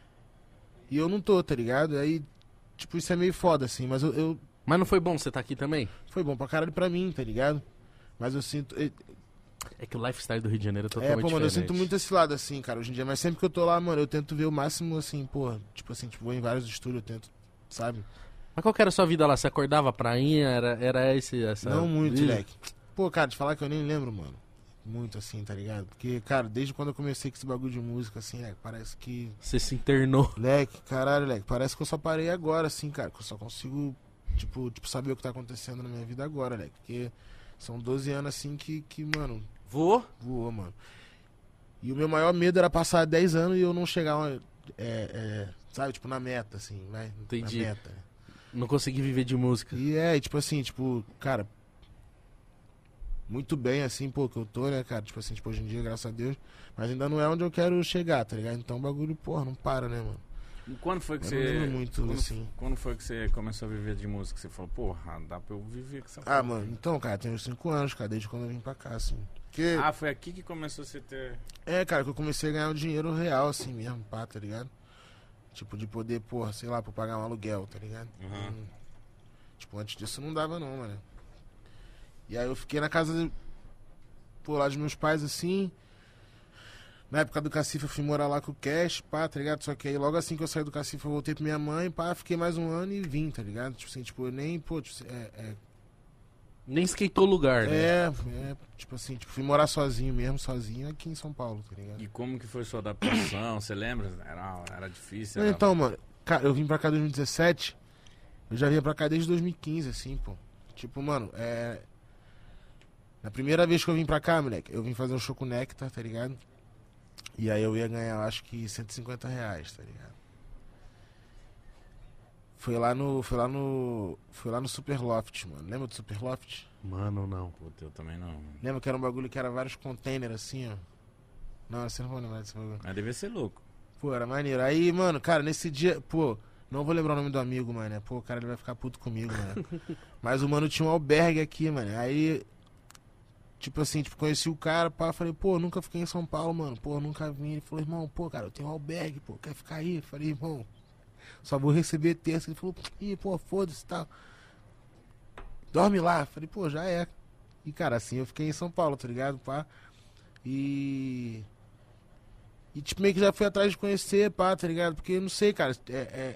E eu não tô, tá ligado? Aí, tipo, isso é meio foda, assim, mas eu, eu- Mas não foi bom você estar aqui também? foi bom pra caralho pra mim, tá ligado? Mas eu sinto. É, É que o lifestyle do Rio de Janeiro é é, totalmente pô, mano, eu diferente. sinto muito esse lado, assim, cara, hoje em dia. Mas sempre que eu tô lá, mano, eu tento ver o máximo, assim, porra, tipo assim, tipo, vou em vários estúdios, eu tento, sabe? Mas qual que era a sua vida lá? Você acordava prainha? Era, era esse, essa... Não muito, Ih, moleque. Pô, cara, de falar que eu nem lembro, mano. Muito assim, tá ligado? Porque, cara, desde quando eu comecei com esse bagulho de música, assim, né, parece que. Você se internou. Leque, caralho, leque. Parece que eu só parei agora, assim, cara. Que eu só consigo, tipo, tipo, saber o que tá acontecendo na minha vida agora, leque. Porque são doze anos, assim, que, que, mano, Vou? voou, mano. E o meu maior medo era passar dez anos e eu não chegar, é, é, sabe, tipo, na meta, assim, né? Entendi. Na meta. Não consegui viver de música. E é, e, tipo assim, tipo, cara, muito bem, assim, pô, que eu tô, né, cara? Tipo assim, tipo, hoje em dia, graças a Deus. Mas ainda não é onde eu quero chegar, tá ligado? Então o bagulho, porra, não para, né, mano? E quando foi que Eu não você. lembro muito, quando, assim. quando foi que você começou a viver de música? Você falou, porra, dá pra eu viver com essa Ah, porra. mano, então, cara, tem uns cinco anos, cara, desde quando eu vim pra cá, assim. Porque, Ah, foi aqui que começou a você ter. é, cara, que eu comecei a ganhar um dinheiro real, assim mesmo, pá, tá ligado? Tipo, de poder, porra, sei lá, pra pagar um aluguel, tá ligado? Uhum. Hum, Tipo, antes disso não dava não, mano. E aí eu fiquei na casa, de, pô, lá dos meus pais, assim. Na época do Cacife eu fui morar lá com o Cash, pá, tá ligado? Só que aí logo assim que eu saí do Cacife eu voltei pra minha mãe, pá, fiquei mais um ano e vim, tá ligado? Tipo assim, tipo, eu nem, pô, tipo, é, é, Nem esquentou o lugar, né? é, é, tipo assim, tipo, fui morar sozinho mesmo, sozinho aqui em São Paulo, tá ligado? E como que foi sua adaptação? Você lembra? Era, era difícil? Era... Então, mano, cara, eu vim pra cá em dois mil e dezessete, eu já vinha pra cá desde dois mil e quinze, assim, pô. Tipo, mano, é... Na primeira vez que eu vim pra cá, moleque, eu vim fazer um show com o Nectar, tá ligado? E aí eu ia ganhar, eu acho que cento e cinquenta reais, tá ligado? Foi lá no. Foi lá no. Foi lá no Super Loft, mano. Lembra do Super Loft? Mano, não. Puta, eu também não. Lembra que era um bagulho que era vários containers assim, ó? Não, você não vai lembrar desse bagulho. Mas devia ser louco. Pô, era maneiro. Aí, mano, cara, nesse dia, pô, não vou lembrar o nome do amigo, mano. Né? Pô, o cara ele vai ficar puto comigo, mano. Mas o mano tinha um albergue aqui, mano. Aí, tipo assim, tipo, conheci o cara, pá, falei, pô, nunca fiquei em São Paulo, mano. Pô, nunca vim. Ele falou, irmão, pô, cara, eu tenho um albergue, pô, quer ficar aí? Eu falei, irmão, só vou receber terça. Ele falou, ih, pô, foda-se e tal. Dorme lá. Eu falei, pô, já é. E, cara, assim, eu fiquei em São Paulo, tá ligado, pá? E... E, tipo, meio que já fui atrás de conhecer, pá, tá ligado? Porque, eu não sei, cara, é, é...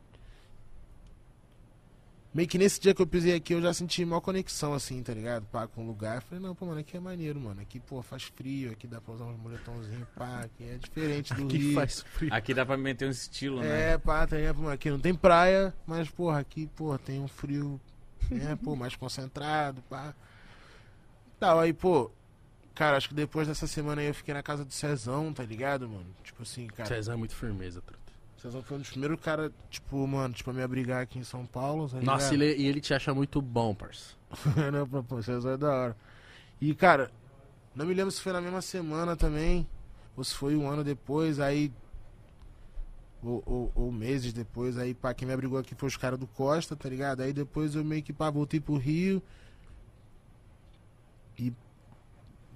Meio que nesse dia que eu pisei aqui, eu já senti maior conexão, assim, tá ligado? Pá, com o lugar. Eu falei, não, pô, mano, aqui é maneiro, mano. Aqui, pô, faz frio, aqui dá pra usar uns moletomzinhos, pá, aqui é diferente do Que Rio. faz frio. Aqui dá pra meter um estilo, né? É, pá, tá ligado? Aqui não tem praia, mas, porra, aqui, porra, tem um frio, né, pô, mais concentrado, pá. Tal, aí, pô, cara, acho que depois dessa semana aí eu fiquei na casa do Cezão, tá ligado, mano? Tipo assim, cara, Cezão é muito firmeza, truta. o Cezão foi um dos primeiros caras, tipo, mano, tipo, a me abrigar aqui em São Paulo, tá ligado? Nossa, ele, e ele te acha muito bom, parça. Não, pô, pô, o Cezão é da hora. E, cara, não me lembro se foi na mesma semana também, ou se foi um ano depois, aí... Ou, ou, ou meses depois, aí, pá, quem me abrigou aqui foi os caras do Costa, tá ligado? Aí depois eu meio que, pá, voltei pro Rio. E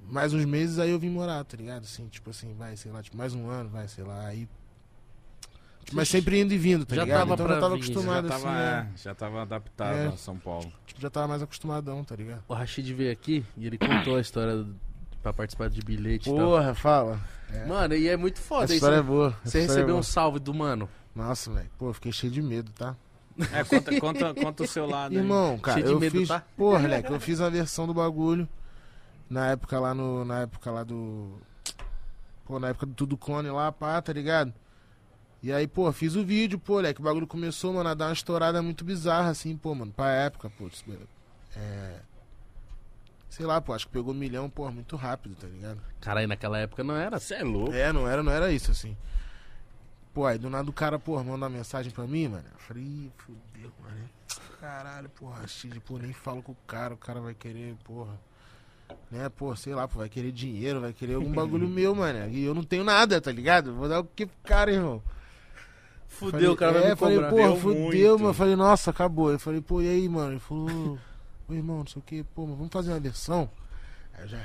mais uns meses, aí eu vim morar, tá ligado? Assim, tipo assim, vai, sei lá, tipo, mais um ano, vai, sei lá, aí... Mas sempre indo e vindo, tá Já ligado? tava Então eu pra já tava vir, já acostumado, já, assim, tava, né? é, já tava adaptado É. a São Paulo. Tipo, já tava mais acostumadão, tá ligado? O Rashid veio aqui e ele contou a história do- pra participar de bilhete e tal. Porra, fala. É. Mano, e é muito foda Essa isso. história é boa. essa Você história é recebeu boa. um salve do mano. Nossa, velho. Pô, fiquei cheio de medo, tá? É, conta, conta, conta o seu lado aí. Irmão, cara, Cheio de eu medo, fiz... tá? Porra, moleque, eu fiz a versão do bagulho na época lá no... Na época lá do... Pô, na época do Tudo Clone lá, pá, tá ligado? E aí, pô, fiz o vídeo, pô, moleque, o bagulho começou, mano, a dar uma estourada muito bizarra, assim, pô, mano, pra época, pô, isso, é... Sei lá, pô, acho que pegou um milhão, pô, muito rápido, tá ligado? Cara, aí naquela época não era. Você é louco. É, não era, não era isso, assim. Pô, aí do nada o cara, pô, mandou uma mensagem pra mim, mano. Eu falei, ih, fudeu, mano. Caralho, porra, Rashid, pô, nem falo com o cara, o cara vai querer, porra. Né, pô, sei lá, pô, vai querer dinheiro, vai querer algum bagulho meu, mano. E eu não tenho nada, tá ligado? Vou dar o que pro cara, irmão. Fudeu, o cara vai é, me falei, cobrar. pô, Deu fudeu, muito. mano. Eu falei, nossa, acabou. Eu falei, pô, e aí, mano? Ele falou, ô irmão, não sei o que, pô, mas vamos fazer uma versão? Aí eu já.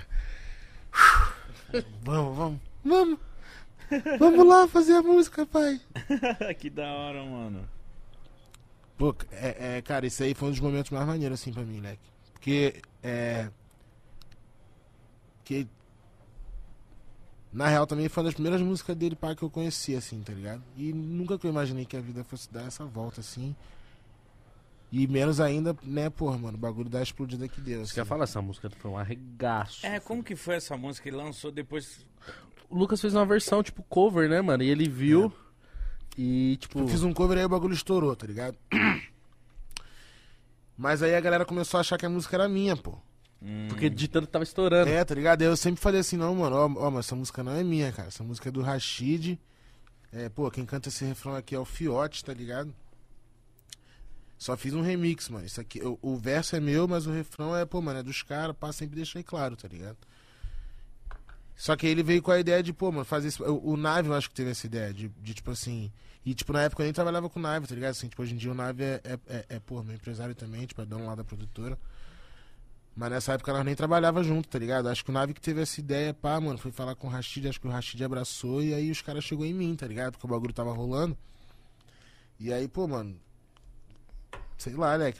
Vamos, vamos, vamos. Vamos lá fazer a música, pai. Que da hora, mano. Pô, é, é, cara, esse aí foi um dos momentos mais maneiros, assim, pra mim, moleque. Porque, é... Que... Na real, também foi uma das primeiras músicas dele, pá, que eu conheci, assim, tá ligado? E nunca que eu imaginei que a vida fosse dar essa volta, assim. E menos ainda, né, porra, mano, o bagulho da explodida que deu, Você assim. quer falar, essa música foi um arregaço. É, como que foi essa música? Ele lançou depois... O Lucas fez uma versão, tipo, cover, né, mano? E ele viu e, tipo... Eu fiz um cover aí o bagulho estourou, tá ligado? Mas aí a galera começou a achar que a música era minha, pô. Hum, Porque de tanto tava estourando. É, tá ligado? Aí eu sempre falei assim, não, mano, ó, ó, mas essa música não é minha, cara. Essa música é do Rashid. É, pô, quem canta esse refrão aqui é o Fiote, tá ligado? Só fiz um remix, mano. Isso aqui, o, o verso é meu, mas o refrão é, pô, mano, é dos caras, pá, sempre deixei claro, tá ligado? Só que ele veio com a ideia de, pô, mano, fazer isso. O, o Nave, eu acho que teve essa ideia, de, de tipo assim. E, tipo, na época eu nem trabalhava com o Nave, tá ligado? Assim, tipo, hoje em dia o Nave é, é, é, é pô, meu empresário também, tipo, é dono lá da produtora. Mas nessa época nós nem trabalhava junto, tá ligado? Acho que o Nave que teve essa ideia, pá, mano, foi falar com o Rashid, acho que o Rashid abraçou e aí os caras chegou em mim, tá ligado? Porque o bagulho tava rolando. E aí, pô, mano, sei lá, né?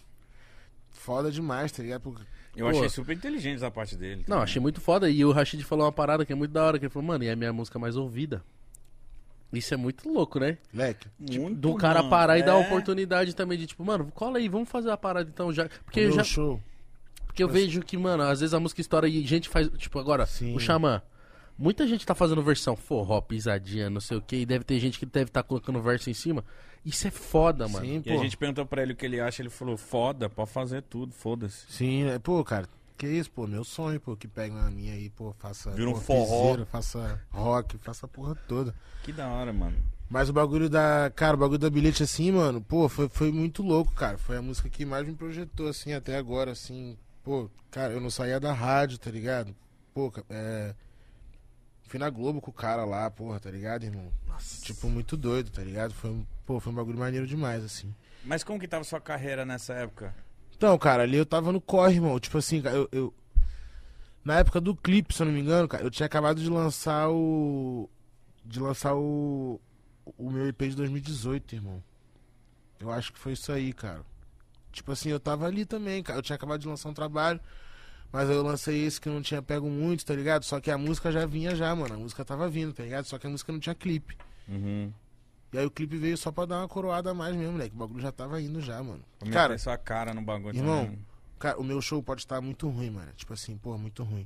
Foda demais, tá ligado? Porque, eu Pô. achei super inteligente da parte dele. Não, achei muito foda. E o Rashid falou uma parada que é muito da hora, que ele falou, mano, e é a minha música mais ouvida. Isso é muito louco, né? moleque, Muito, Do cara mano. parar e dar a É. oportunidade também de, tipo, mano, cola aí, vamos fazer a parada então já. Porque eu meu já. show. Porque eu vejo que, mano, às vezes a música estoura e gente faz. Tipo, agora, Sim. o Xamã. Muita gente tá fazendo versão forró, pisadinha, não sei o que, e deve ter gente que deve estar tá colocando verso em cima. Isso é foda, mano. Sim, E pô. a gente perguntou pra ele o que ele acha, ele falou, foda, pode fazer tudo, foda-se. Sim, né? Pô, cara, que isso, pô, meu sonho, pô, que pega uma minha aí, pô, faça. Vira um pô, forró. piseiro, faça rock, faça a porra toda. Que da hora, mano. Mas o bagulho da. Cara, o bagulho da bilhete assim, mano, pô, foi, foi muito louco, cara. Foi a música que mais me projetou, assim, até agora, assim. Pô, cara, eu não saía da rádio, tá ligado? Pô, ca- é. Fui na Globo com o cara lá, porra, tá ligado, irmão? Nossa. Tipo, muito doido, tá ligado? Foi um, pô, foi um bagulho maneiro demais, assim. Mas como que tava sua carreira nessa época? Então, cara, ali eu tava no corre, irmão. Tipo assim, cara, eu, eu- na época do clipe, se eu não me engano, cara, eu tinha acabado de lançar o. De lançar o. O meu E P de dois mil e dezoito, irmão. Eu acho que foi isso aí, cara. Tipo assim, eu tava ali também, cara. Eu tinha acabado de lançar um trabalho, mas eu lancei esse que não tinha pego muito, tá ligado? Só que a música já vinha já, mano. A música tava vindo, tá ligado? Só que a música não tinha clipe. Uhum. E aí o clipe veio só pra dar uma coroada a mais mesmo, moleque. O bagulho já tava indo já, mano. Pra Cara, meter sua cara no bagulho irmão, também. Cara, o meu show pode estar muito ruim, mano. Tipo assim, pô, muito ruim.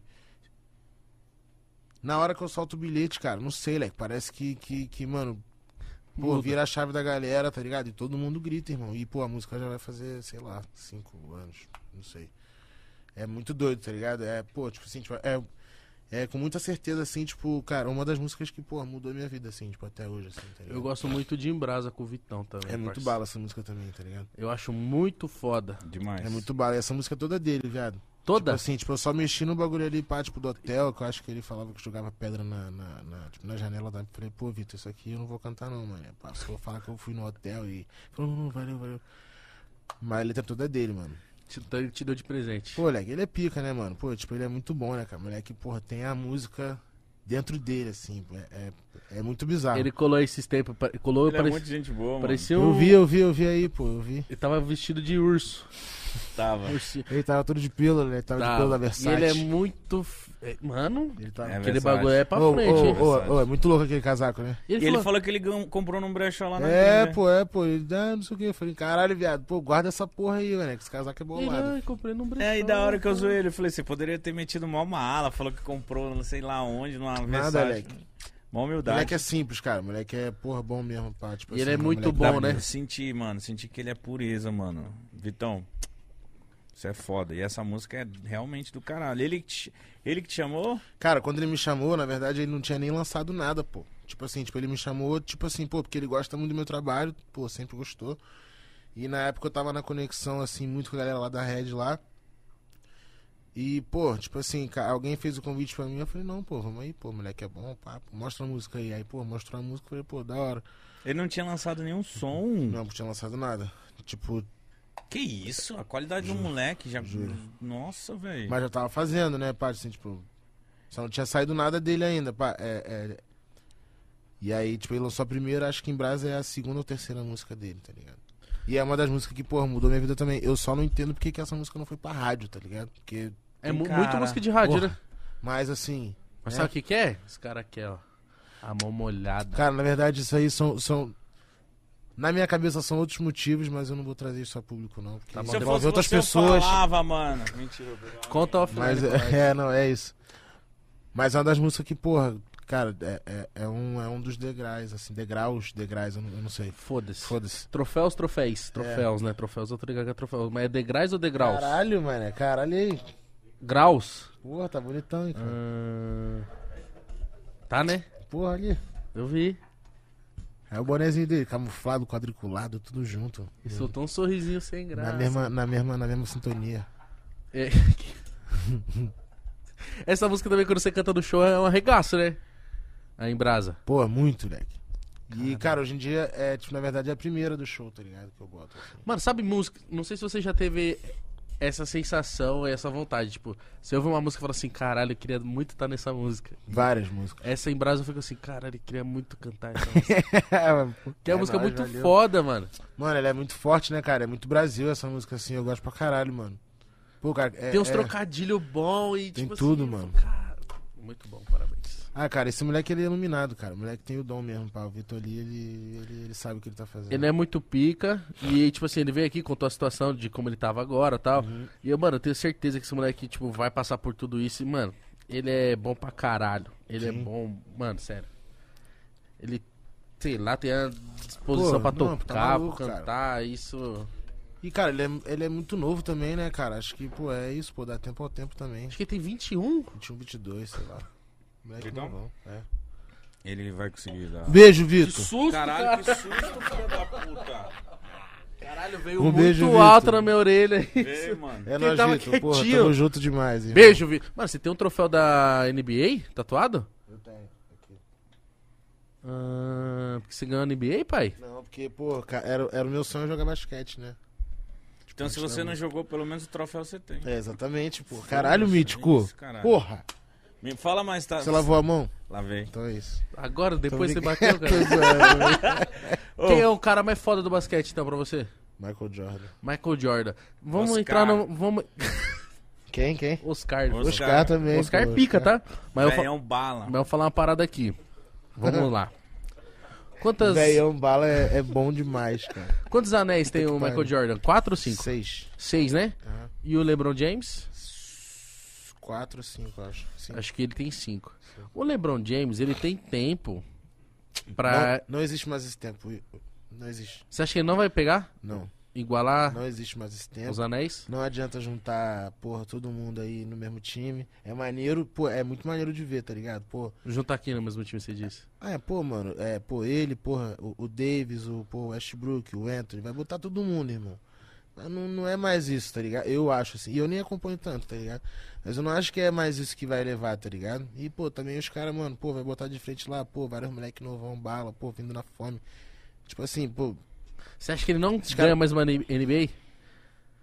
Na hora que eu solto o bilhete, cara, não sei, leque. Parece que, que, que, mano, pô, Muda. vira a chave da galera, tá ligado? E todo mundo grita, irmão. E, pô, a música já vai fazer, sei lá, cinco anos, não sei. É muito doido, tá ligado? É, pô, tipo assim, tipo, é, é com muita certeza, assim, tipo, cara, uma das músicas que, pô, mudou a minha vida, assim, tipo, até hoje, assim, tá ligado? Eu gosto muito de Embrasa com o Vitão também. É muito parceiro. bala essa música também, tá ligado? Eu acho muito foda. Demais. É muito bala. E essa música é toda dele, viado. Toda? Tipo assim, tipo, eu só mexi no bagulho ali, pá, tipo, do hotel, que eu acho que ele falava que jogava pedra na, na, na, tipo, na janela da... Falei, pô, Vitor, isso aqui eu não vou cantar não, mano. Pá, se eu falar que eu fui no hotel e... Falou, não, não, valeu, valeu. Mas a letra toda é dele, mano. te, te, te deu de presente. Pô, moleque, ele é pica, né, mano? Pô, tipo, ele é muito bom, né, cara? Moleque, porra, tem a música dentro dele, assim. É, é, é muito bizarro. Ele colou esses tempos, pa- colou, Ele é parece- muito gente boa, mano. parecia Eu um... vi, eu vi, eu vi aí, pô, eu vi. Ele tava vestido de urso. Tava. Ursinho. Ele tava todo de pílula, né? Ele tava de Tava. pílula da E Versace. ele é muito... f- é, Mano, Ele tava... É aquele Versace. bagulho é pra Ô, frente, ô, hein? ô, Versace. ô, é muito louco aquele casaco, né? E E ele, ele falou... falou que ele gan- comprou num brechó lá na É, gringa. pô, é, pô. Ele, ah, não sei o que. Eu falei, caralho, viado, pô, guarda essa porra aí, mano, que esse casaco é Ele, bolado. ai, comprei num brechó. É, e da hora que eu zoei ele, eu falei, você poderia ter metido mó mala, falou que comprou não sei lá onde, numa Nada, Versace. moleque. Mó O humildade. moleque é simples, cara. O moleque é, porra, bom mesmo, pá. Tipo E ele assim, é muito moleque bom, da né? vida. Senti, mano, senti que ele é pureza, mano. Vitão, isso é foda. E essa música é realmente do caralho. Ele que te, ele que te chamou? Cara, quando ele me chamou, na verdade, ele não tinha nem lançado nada, pô. Tipo assim, tipo, ele me chamou, tipo assim, pô, porque ele gosta muito do meu trabalho, pô, sempre gostou. E na época eu tava na conexão, assim, muito com a galera lá da Red lá. E, pô, tipo assim, ca- alguém fez o convite pra mim, eu falei, não, pô, vamos aí, pô, moleque é bom, pá, pô, mostra a música aí. Aí, pô, mostrou a música, eu falei, pô, da hora. Ele não tinha lançado nenhum som. Não, não tinha lançado nada. Tipo, Que isso? A qualidade do moleque já. juro. Nossa, velho. mas já tava fazendo, né, pá, assim, tipo, só não tinha saído nada dele ainda, pá, é, é... E aí, tipo, ele lançou a primeira, acho que em Brasa é a segunda ou terceira música dele, tá ligado? E é uma das músicas que, porra, mudou minha vida também. Eu só não entendo porque que essa música não foi pra rádio, tá ligado? Porque, É mu- Cara, muito música de rádio, porra. né? mas assim, Mas É. sabe o que que é? Os caras querem, ó. A mão molhada. cara, na verdade, isso aí são, são... Na minha cabeça são outros motivos, mas eu não vou trazer isso a público, não. Porque Tá bom, Se eu envolve fosse outras você, pessoas. eu falava, mano. Mentira, eu pegava. Conta offline. Mas colega. é, é, não, é isso. Mas é uma das músicas que, porra, cara, é, é, é um, é um dos degraus, assim, degraus, degraus, eu não, eu não sei. Foda-se. Foda-se. Troféus, troféus. Troféus, né? Troféus, eu tô ligado que é troféus. Mas é degraus ou degraus? Caralho, mano, caralho aí. Graus. Porra, tá bonitão, hein, cara. Hum... Tá, né? Porra, ali. Eu vi. É o bonezinho dele, camuflado, quadriculado, tudo junto. E soltou um sorrisinho sem graça. Na mesma, na mesma, na mesma sintonia. É. Essa música também, quando você canta no show, é um arregaço, né? Aí em Brasa. Pô, muito, moleque. E, cara, hoje em dia, é, tipo, na verdade, é a primeira do show, tá ligado? Que eu boto. Assim. Mano, sabe música? Não sei se você já teve essa sensação, essa vontade. Tipo, você ouve uma música e fala assim, caralho, eu queria muito estar nessa música. Várias músicas. Essa em Brasa eu fico assim, caralho, eu queria muito cantar essa música. Que é uma música nóis, muito valeu. foda, mano. Mano, ela é muito forte, né, cara? É muito Brasil essa música, assim. Eu gosto pra caralho, mano. Pô, cara, é, Tem uns é... trocadilhos bons e Tem tipo tudo, assim, mano. Cara, muito bom, parabéns. Ah, cara, esse moleque, ele é iluminado, cara. O moleque tem o dom mesmo, pá. O Vitor ali, ele, ele, ele sabe o que ele tá fazendo. Ele é muito pica e, tipo assim, ele veio aqui, contou a situação de como ele tava agora e tal. Uhum. E eu, mano, eu tenho certeza que esse moleque, tipo, vai passar por tudo isso e, mano, ele é bom pra caralho. Ele é Sim. bom, mano, sério. Ele, sei lá, tem a disposição Pô, pra não, tocar, tá maluco, pra cantar, isso... E, cara, ele é, ele é muito novo também, né, cara? Acho que, pô, é isso, pô. Dá tempo ao tempo também. Acho que ele tem vinte e um. vinte e um, vinte e dois, sei lá. Moleque Então? novão, é. Ele vai conseguir dar. Beijo, Que Vitor. susto, Caralho, cara. que susto, filho da puta. Caralho, veio Um muito beijo, alto Vitor. na minha orelha. Ei, mano. É Quem nóis, tava Vitor. Porra, quietinho. tamo junto demais, irmão. Beijo, Vitor. Mano, você tem um troféu da N B A tatuado? Eu tenho. Aqui. Ah, porque você ganhou a N B A, pai? Não, porque, pô, ca- era, era o meu sonho jogar basquete, né? Então, se você não jogou, pelo menos o troféu você tem. É, exatamente, pô. Caralho, Foda-se, mítico. isso, caralho. Porra. Me fala mais, tá? Você lavou a mão? Lavei. Então é isso. Agora, depois Tô você brincando. bateu, cara. Tô zoando. Quem é o cara mais foda do basquete, então, pra você? Michael Jordan. Michael Jordan. Vamos Oscar. entrar no... Vamos... Quem, quem? Oscar. Oscar. Oscar também. Oscar pô, é pica, tá? Mas eu, fa... Velhão bala. Mas eu vou falar uma parada aqui. Vamos lá. Quantas... Velhão bala é, é bom demais, cara. Quantos anéis tem que o Michael pariu. Jordan? Quatro ou cinco? Seis. Seis, né? Aham. E o LeBron James? Quatro ou cinco, eu acho. Cinco. Acho que ele tem cinco. O LeBron James, ele tem tempo pra... Não, não existe mais esse tempo. Não existe. Você acha que ele não vai pegar? Não. Igualar Não existe mais esse tempo. os anéis? Não adianta juntar, porra, todo mundo aí no mesmo time. É maneiro, pô, é muito maneiro de ver, tá ligado? Pô, Juntar aqui no mesmo time, você disse. ah, é, pô, mano, é, pô, ele, porra, o, o Davis, o, pô, o Westbrook, o Anthony, vai botar todo mundo, irmão. Mas não, não é mais isso, tá ligado? Eu acho assim, e eu nem acompanho tanto, tá ligado? Mas eu não acho que é mais isso que vai levar, tá ligado? E, pô, também os caras, mano, pô, vai botar de frente lá, pô, vários moleque novão, bala, pô, vindo na fome. Tipo assim, pô, Você acha que ele não Esse ganha cara- mais uma N B A?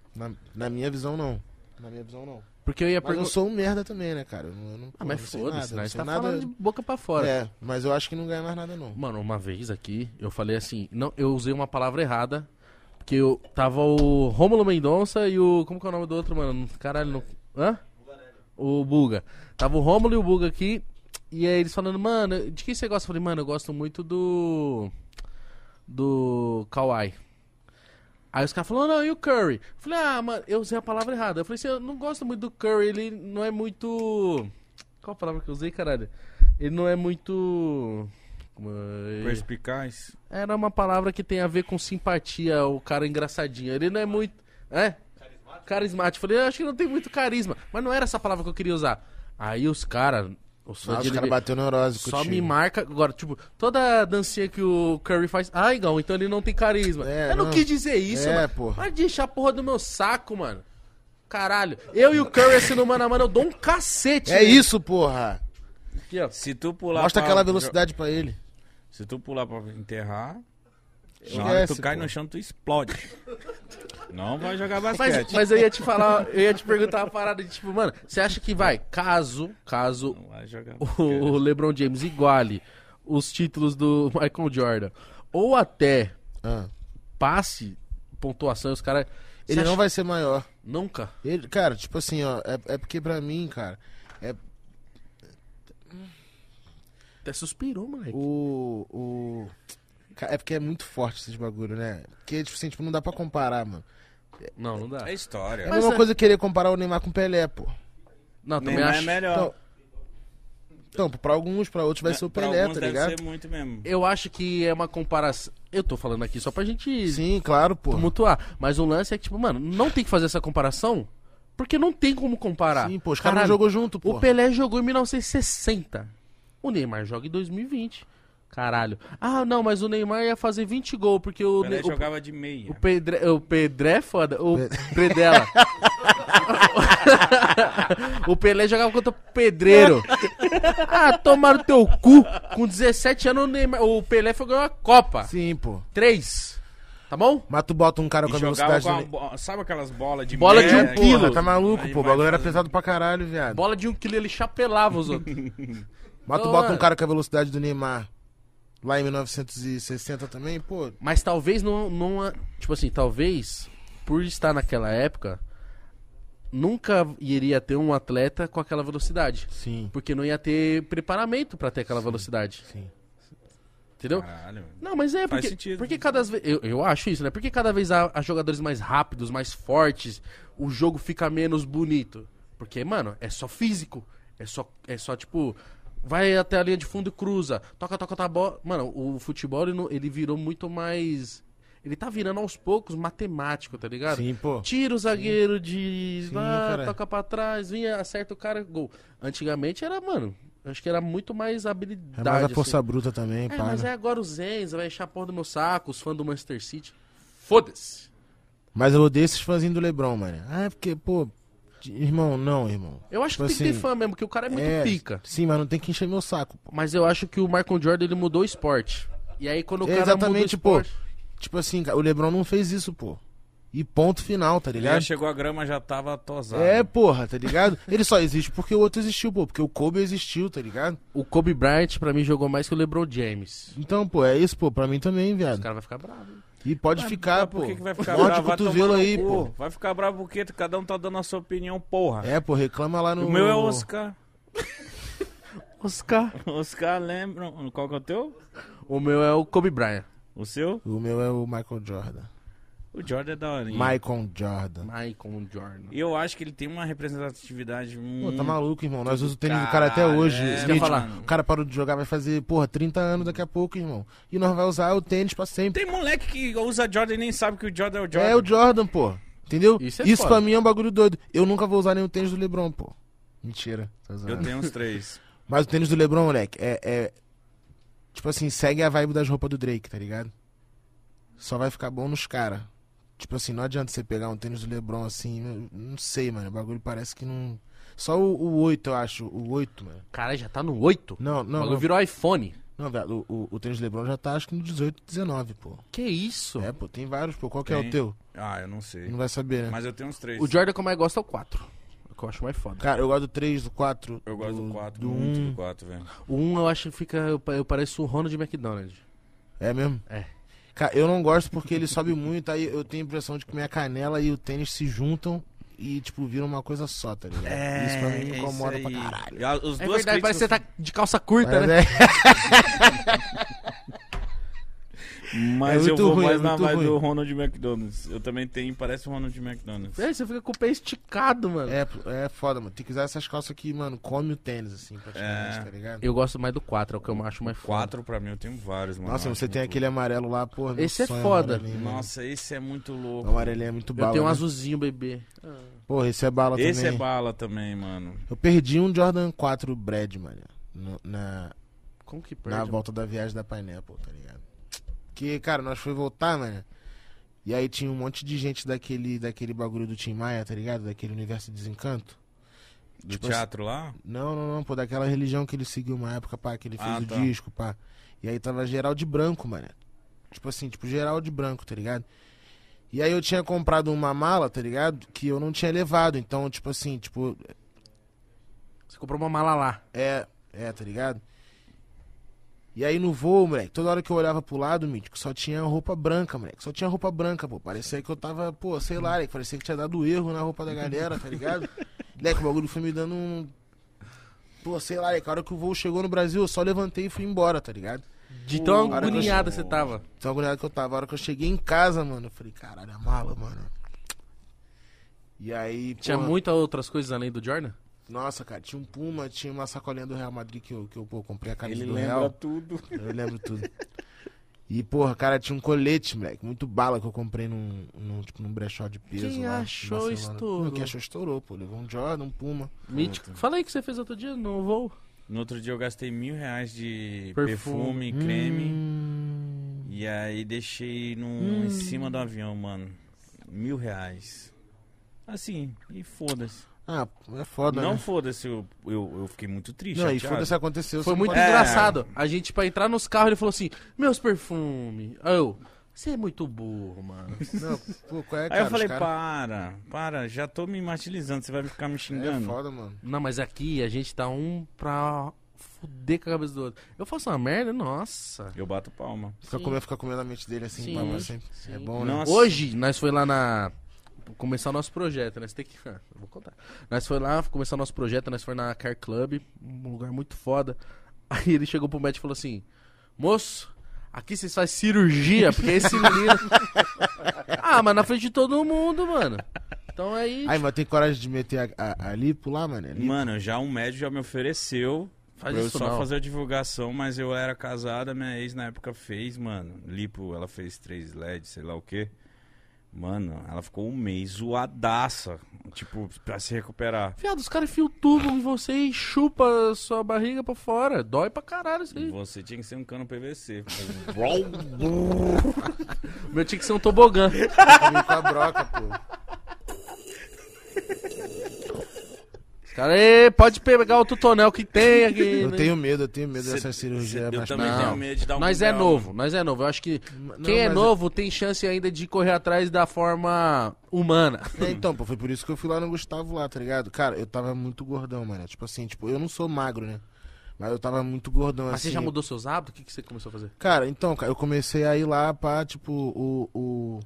Na, na minha visão, não. Na minha visão, não. Porque eu ia Mas eu perguntar... sou um merda também, né, cara? Eu não, eu não, Ah, mas não sei foda-se, nada, né? não Você sei tá nada. falando de boca pra fora. É, mas eu acho que não ganha mais nada, não. Mano, uma vez aqui, eu falei assim... Não, eu usei uma palavra errada. Porque eu tava o Rômulo Mendonça e o... Como que é o nome do outro, mano? Caralho, não... Hã? O Buga. Tava o Rômulo e o Buga aqui. E aí eles falando, mano, de quem você gosta? Eu falei, mano, eu gosto muito do... Do Kawhi. Aí os caras falaram, não, e o Curry? Eu falei, ah, mano, eu usei a palavra errada. Eu falei assim, eu não gosto muito do Curry, ele não é muito... Qual a palavra que eu usei, caralho? Ele não é muito... Como é? Perspicaz. Era uma palavra que tem a ver com simpatia, o cara engraçadinho. Ele não é muito... É? Carismático. Carismático. Eu falei, eu acho que não tem muito carisma. Mas não era essa palavra que eu queria usar. Aí os caras... Os Nossa, os caras bateu neurose Só contigo. me marca... Agora, tipo, toda dancinha que o Curry faz... Ah, Igão, então ele não tem carisma. É, eu não, não. quis dizer isso, É, mano. porra. Vai deixar a porra do meu saco, mano. Caralho. Eu e o Curry, assim, no mano a mano, eu dou um cacete. É né? isso, porra. Aqui, ó. Se tu pular Mostra pra- aquela velocidade pra ele. Se tu pular pra enterrar, Esquece, na hora que tu cai pô. no chão, tu explode. Não vai jogar Mas, basquete. mas eu ia te falar, eu ia te perguntar uma parada de tipo, mano, você acha que vai, caso, caso Não vai jogar o basquete. LeBron James iguale os títulos do Michael Jordan, ou até Ah. passe pontuação, os caras... Ele não vai ser maior. Nunca? Ele, cara, tipo assim, ó, é, é porque pra mim, cara, é Até suspirou, moleque. o, o... ca- É porque é muito forte esses bagulho, né? Porque, tipo assim, tipo, não dá pra comparar, mano. Não, não dá. É história. É a Mas mesma é- coisa querer comparar o Neymar com o Pelé, pô. Não, também Neymar acho... é melhor. Então, então, pra alguns, pra outros vai ser o Pra Pelé, alguns tá deve ligado? ser muito mesmo. Eu acho que é uma comparação... Eu tô falando aqui só pra gente Sim, claro, pô. tumultuar. Mas o lance é que, tipo, mano, não tem que fazer essa comparação, porque não tem como comparar. Sim, pô, os caras não Caralho, jogou junto, pô. O Pelé jogou em mil novecentos e sessenta. O Neymar joga em dois mil e vinte. Caralho. Ah, não, mas o Neymar ia fazer vinte gols, porque o... O Pelé Ne- o- jogava de meia. O Pedre, o Pedré é foda. O Predela. O Pelé jogava contra o Pedreiro. Ah, tomaram teu cu. Com dezessete anos o, Neymar, o Pelé foi ganhar uma Copa. Sim, pô. Três. Tá bom? Mas tu bota um cara E com a jogava velocidade... com a do Ne- bo... Sabe aquelas bolas de Bola de meia? um É, quilo. porra, tá maluco, Aí pô. O vai bagulho era fazer- pesado pra caralho, viado. Bola de um quilo, ele chapelava os outros. Mas tu Ô, bota um mano. cara com a velocidade do Neymar lá em mil novecentos e sessenta também, pô... Mas talvez não, não... Tipo assim, talvez, por estar naquela época, nunca iria ter um atleta com aquela velocidade. Sim, Porque não ia ter preparamento pra ter aquela velocidade. sim. Entendeu? Caralho. Não, mas é Faz porque, sentido. porque cada vez. Eu, eu acho isso, né? Porque cada vez há, há jogadores mais rápidos, mais fortes, o jogo fica menos bonito. Porque, mano, é só físico. É só, é só tipo. Vai até a linha de fundo e cruza. Toca, toca, toca a bola. Mano, o futebol ele, não- ele virou muito mais. Ele tá virando aos poucos matemático, tá ligado? Sim, pô. Tira o zagueiro de. Sim, ah, cara. toca pra trás, vinha, acerta o cara, gol. Antigamente era, mano. Acho que era muito mais habilidade. É mais a assim. força bruta também, É, pá. mas né? é agora os Zenz, vai encher a porra do meu saco, os fãs do Manchester City. Foda-se. Mas eu odeio esses fãzinhos do LeBron, mano. Ah, é porque, pô... de- Irmão, não, irmão. Eu acho Tipo que tem que ter assim, fã mesmo, porque o cara é muito É, pica. Sim, mas não tem que encher meu saco, pô. Mas eu acho que o Michael Jordan, ele mudou o esporte. E aí quando o É, cara exatamente, muda o pô. esporte... Tipo assim, cara, o LeBron não fez isso, pô. E ponto final, tá Ele ligado? já chegou, a grama já tava tosada. É, porra, tá ligado? Ele só existe porque o outro existiu, pô. Porque o Kobe existiu, tá ligado? O Kobe Bryant, pra mim, jogou mais que o LeBron James. Então, pô, é isso, pô. Pra mim também, Os viado. caras vão ficar bravos. E pode Mas- ficar, mas pô. Por que, que vai ficar Monte bravo? de Vai cotovelo tomar no aí, cu. pô. Vai ficar bravo porque cada um tá dando a sua opinião, porra. É, pô, reclama lá no... O meu é o Oscar. Oscar. Oscar, lembra? Qual que é o teu? O meu é o Kobe Bryant. O seu? O meu é o Michael Jordan. O Jordan é da hora. Michael Jordan. Michael Jordan. E eu acho que ele tem uma representatividade Pô, muito... tá maluco, irmão. Nós usamos o tênis do cara até Caralho, hoje. é, Smith, mano. o cara parou de jogar, vai fazer, porra, trinta anos daqui a pouco, irmão. E nós vai usar o tênis pra sempre. Tem moleque que usa Jordan e nem sabe que o Jordan é o Jordan. É o Jordan, pô. Entendeu? Isso Isso, é pra foda. mim é um bagulho doido. Eu nunca vou usar nenhum tênis do LeBron, pô. Mentira. Tô zoando. Eu tenho uns três. Mas o tênis do LeBron, moleque, é, é... Tipo assim, segue a vibe das roupas do Drake, tá ligado? Só vai ficar bom nos caras. Tipo assim, não adianta você pegar um tênis do LeBron assim, eu não sei, mano. O bagulho parece que não... Só o, o oito, eu acho. O oito, mano. Cara, já tá no oito? Não, O não, bagulho não. virou iPhone. Não, velho, o, o, o tênis LeBron já tá acho que no dezoito, dezenove, pô. Que isso? É, pô, tem vários, pô. Qual que é Tem. o teu? Ah, eu não sei. Não vai saber, né? Mas eu tenho uns três. O Jordan que eu mais gosto é o quatro. É o que eu acho mais foda. Cara, eu gosto do três, do quatro. Eu gosto do quatro, do muito um. do quatro, velho. O um eu acho que fica. Eu, eu pareço o Ronald McDonald. É mesmo? É. Cara, eu não gosto porque ele sobe muito, aí eu tenho a impressão de que minha canela e o tênis se juntam e, tipo, viram uma coisa só, tá ligado? isso pra mim me incomoda pra caralho. E a- Os É duas verdade, parece que você críticas- tá de calça curta, Mas né? é- Mas É eu muito vou ruim, mais é na muito vibe ruim. do Ronald McDonald's. Eu também tenho, parece o Ronald McDonald's. É, você fica com o pé esticado, mano. É, é foda, mano. Tem que usar essas calças que, mano, come o tênis, assim, praticamente, É. tá ligado? Eu gosto mais do quatro, é o que eu acho mais foda. Quatro pra mim, eu tenho vários, mano. Nossa, Eu você acho tem muito aquele amarelo lá, porra. meu Esse é sonho, foda. amarelinho, louco. mano. Nossa, esse é muito O louco. amarelinho é muito bala. Eu tenho um né? azulzinho, bebê. Porra, esse é bala Esse também. é bala também, mano. Eu perdi um Jordan quatro Brad, mano. no- na, Como que na perde? mano? volta da viagem da Pineapple, tá ligado? Que, cara, nós foi voltar, mano. E aí tinha um monte de gente daquele, daquele bagulho do Tim Maia, tá ligado? Daquele universo de desencanto. Do Tipo teatro lá? Não, não, não, pô, daquela religião que ele seguiu uma época, pá, que ele fez Ah, o tá. disco, pá. E aí tava geral de branco, mano. Tipo assim, tipo, geral de branco, tá ligado? E aí eu tinha comprado uma mala, tá ligado? Que eu não tinha levado. Então, tipo assim, tipo, Você comprou uma mala lá. é, é, tá ligado? E aí no voo, moleque, toda hora que eu olhava pro lado, Mítico, só tinha roupa branca, moleque. Só tinha roupa branca, pô. Parecia que eu tava, pô, sei lá, moleque, parecia que tinha dado erro na roupa da galera, tá ligado? Moleque, o bagulho foi me dando um. Pô, sei lá, moleque, a hora que o voo chegou no Brasil, eu só levantei e fui embora, tá ligado? De tão Pô, agoniada cara, você tava. Tão agoniado que eu tava. A hora que eu cheguei em casa, mano, eu falei, caralho, a mala, mano. E aí, Tinha pô, muitas outras coisas além do Jordan? Nossa, cara, tinha um Puma, tinha uma sacolinha do Real Madrid que eu, que eu pô, comprei a camisa Ele do lembra Real. tudo. Eu lembro tudo. E, porra, cara, tinha um colete, moleque, muito bala que eu comprei num, num, tipo, num brechó de peso. Quem lá, em achou, Barcelona. estourou. Não, quem achou estourou, pô. Levou um Jordan, um Puma. Mítico. Fala aí que você fez outro dia no voo. No outro dia eu gastei mil reais de Perfume. perfume, creme. Hum... E aí deixei no, Hum. em cima do avião, mano. Mil reais. Assim, e foda-se. Ah, é foda, Não né? foda-se, eu, eu, eu fiquei muito triste. Não, e chateado. foda-se aconteceu. Foi você muito não pode- É. engraçado. A gente, pra entrar nos carros, ele falou assim: meus perfumes. Aí eu, você é muito burro, mano. Não, pô, qual é, Aí cara? eu falei, Os cara... para, para, já tô me martirizando, você vai ficar me É xingando. foda, mano. Não, mas aqui a gente tá um pra fuder com a cabeça do outro. Eu faço uma merda, nossa. Eu bato palma. Fica Sim. comendo, fica comendo a mente dele assim, Sim, pá, pra sempre. sim. É bom, né? Nossa. Hoje, nós foi lá na. Começar o nosso projeto, né? Você tem que. Eu vou contar. Nós foi lá, começar o nosso projeto, nós foi na Car Club, um lugar muito foda. Aí ele chegou pro médico e falou assim: moço, aqui vocês fazem cirurgia, porque esse menino. Ah, mas na frente de todo mundo, mano. Então aí. Aí, mas tem coragem de meter a, a, a lipo lá, mano? É lipo? Mano, já um médico já me ofereceu Faz pra eu isso só não. fazer a divulgação, mas eu era casada, minha ex na época fez, mano. Lipo, ela fez três L E D, sei lá o quê. Mano, ela ficou um mês zoadaça, tipo, pra se recuperar. Viado, os caras enfiam tudo em você e chupa a sua barriga pra fora. Dói pra caralho isso aí. Você tinha que ser um cano P V C. O meu tinha que ser um tobogã. Vem com a broca, pô. Os caras, "Ê, pode pegar o tutonel que tem aqui. Eu né?" tenho medo, eu tenho medo Cê- dessa cirurgia. cê- eu mas também não. tenho medo de dar um Nós é grau, novo, mano. nós é novo. Eu acho que Não, quem é mas- novo tem chance ainda de correr atrás da forma humana. É, então, pô, foi por isso que eu fui lá no Gustavo lá, tá ligado? Cara, eu tava muito gordão, mano. Tipo assim, tipo, eu não sou magro, né? Mas eu tava muito gordão, Mas assim. você já mudou seus hábitos? O que, que você começou a fazer? Cara, então, cara, eu comecei a ir lá pra, tipo, o... o...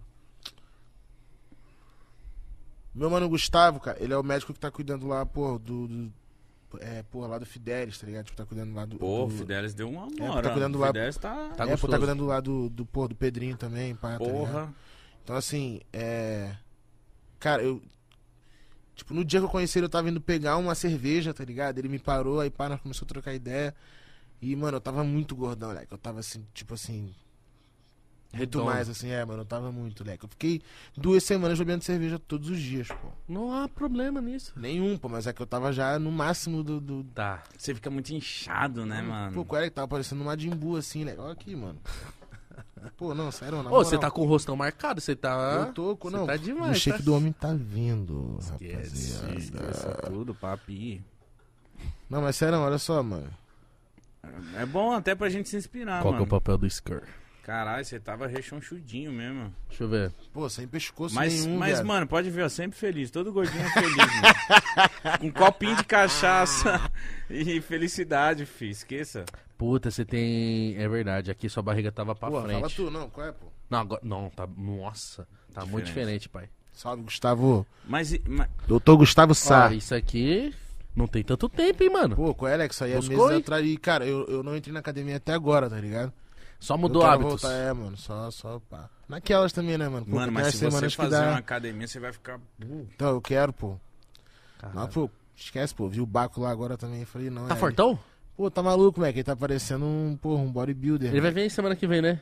Meu mano Gustavo, cara, ele é o médico que tá cuidando lá, pô, do... do é, pô, lá do Fidelis, tá ligado? Tipo, tá cuidando lá do... Pô, o do... Fidelis deu uma pô, hora. tá cuidando o lá- Fidelis tá... Tá é, pô, gostoso. tá cuidando lá do, do, pô, do Pedrinho também, pá, tá ligado? Porra. Então, assim, é... Cara, eu... Tipo, no dia que eu conheci ele, eu tava indo pegar uma cerveja, tá ligado? Ele me parou, aí pá, nós começamos a trocar ideia. E, mano, eu tava muito gordão, moleque. Eu tava, assim, tipo assim... Muito Redondo. mais, assim, é, mano. Eu tava muito, moleque. Eu fiquei duas semanas bebendo cerveja todos os dias, pô. Não há problema nisso. Nenhum, pô. Mas é que eu tava já no máximo do... do... Tá. Você fica muito inchado, né, mano? Pô, qual é que tava parecendo uma Jimbu, assim, né? Olha aqui, mano. Pô, não, sério, na Ô, você moral. tá com o rostão marcado? Você tá. Eu tô com... Você Não, tá o demais. shape tá? do homem tá vindo, Esquece, rapaziada. esquece tudo, papi. Não, mas sério, olha só, mano. É bom até pra gente se inspirar, Qual que é mano. o papel do Skur? Caralho, você tava rechonchudinho mesmo. Deixa eu ver. Pô, sem pescoço Mas, nenhum, mas viado. mano, pode ver, ó, sempre feliz. Todo gordinho é feliz, mano. Com um copinho de cachaça e felicidade, fi. Esqueça. Puta, você tem... É verdade, aqui sua barriga tava pra Pô, frente. fala tu, não, qual é, pô? Não, agora... Não, tá... Nossa, tá Diferente. muito diferente, pai. Salve, Gustavo. Mas, e- mas Doutor Gustavo Sá. Ó, isso aqui não tem tanto tempo, hein, mano. Pô, qual é, Alex? Isso aí é Buscou, meses hein? atrás. E, cara, eu, eu não entrei na academia até agora, tá ligado? Só mudou eu quero hábitos. voltar, é, mano. Só, só, pá. Naquelas também, né, mano? Pô, mano, tem mas umas se você semanas que fazer dá- uma academia, você vai ficar... Então, eu quero, pô. Caralho. Não, pô, esquece, pô. Vi o Baco lá agora também. Eu falei, não, Tá é. fortão? Pô, tá maluco, moleque. Ele tá parecendo um, pô, um bodybuilder. Ele vai mano. vir semana que vem, né?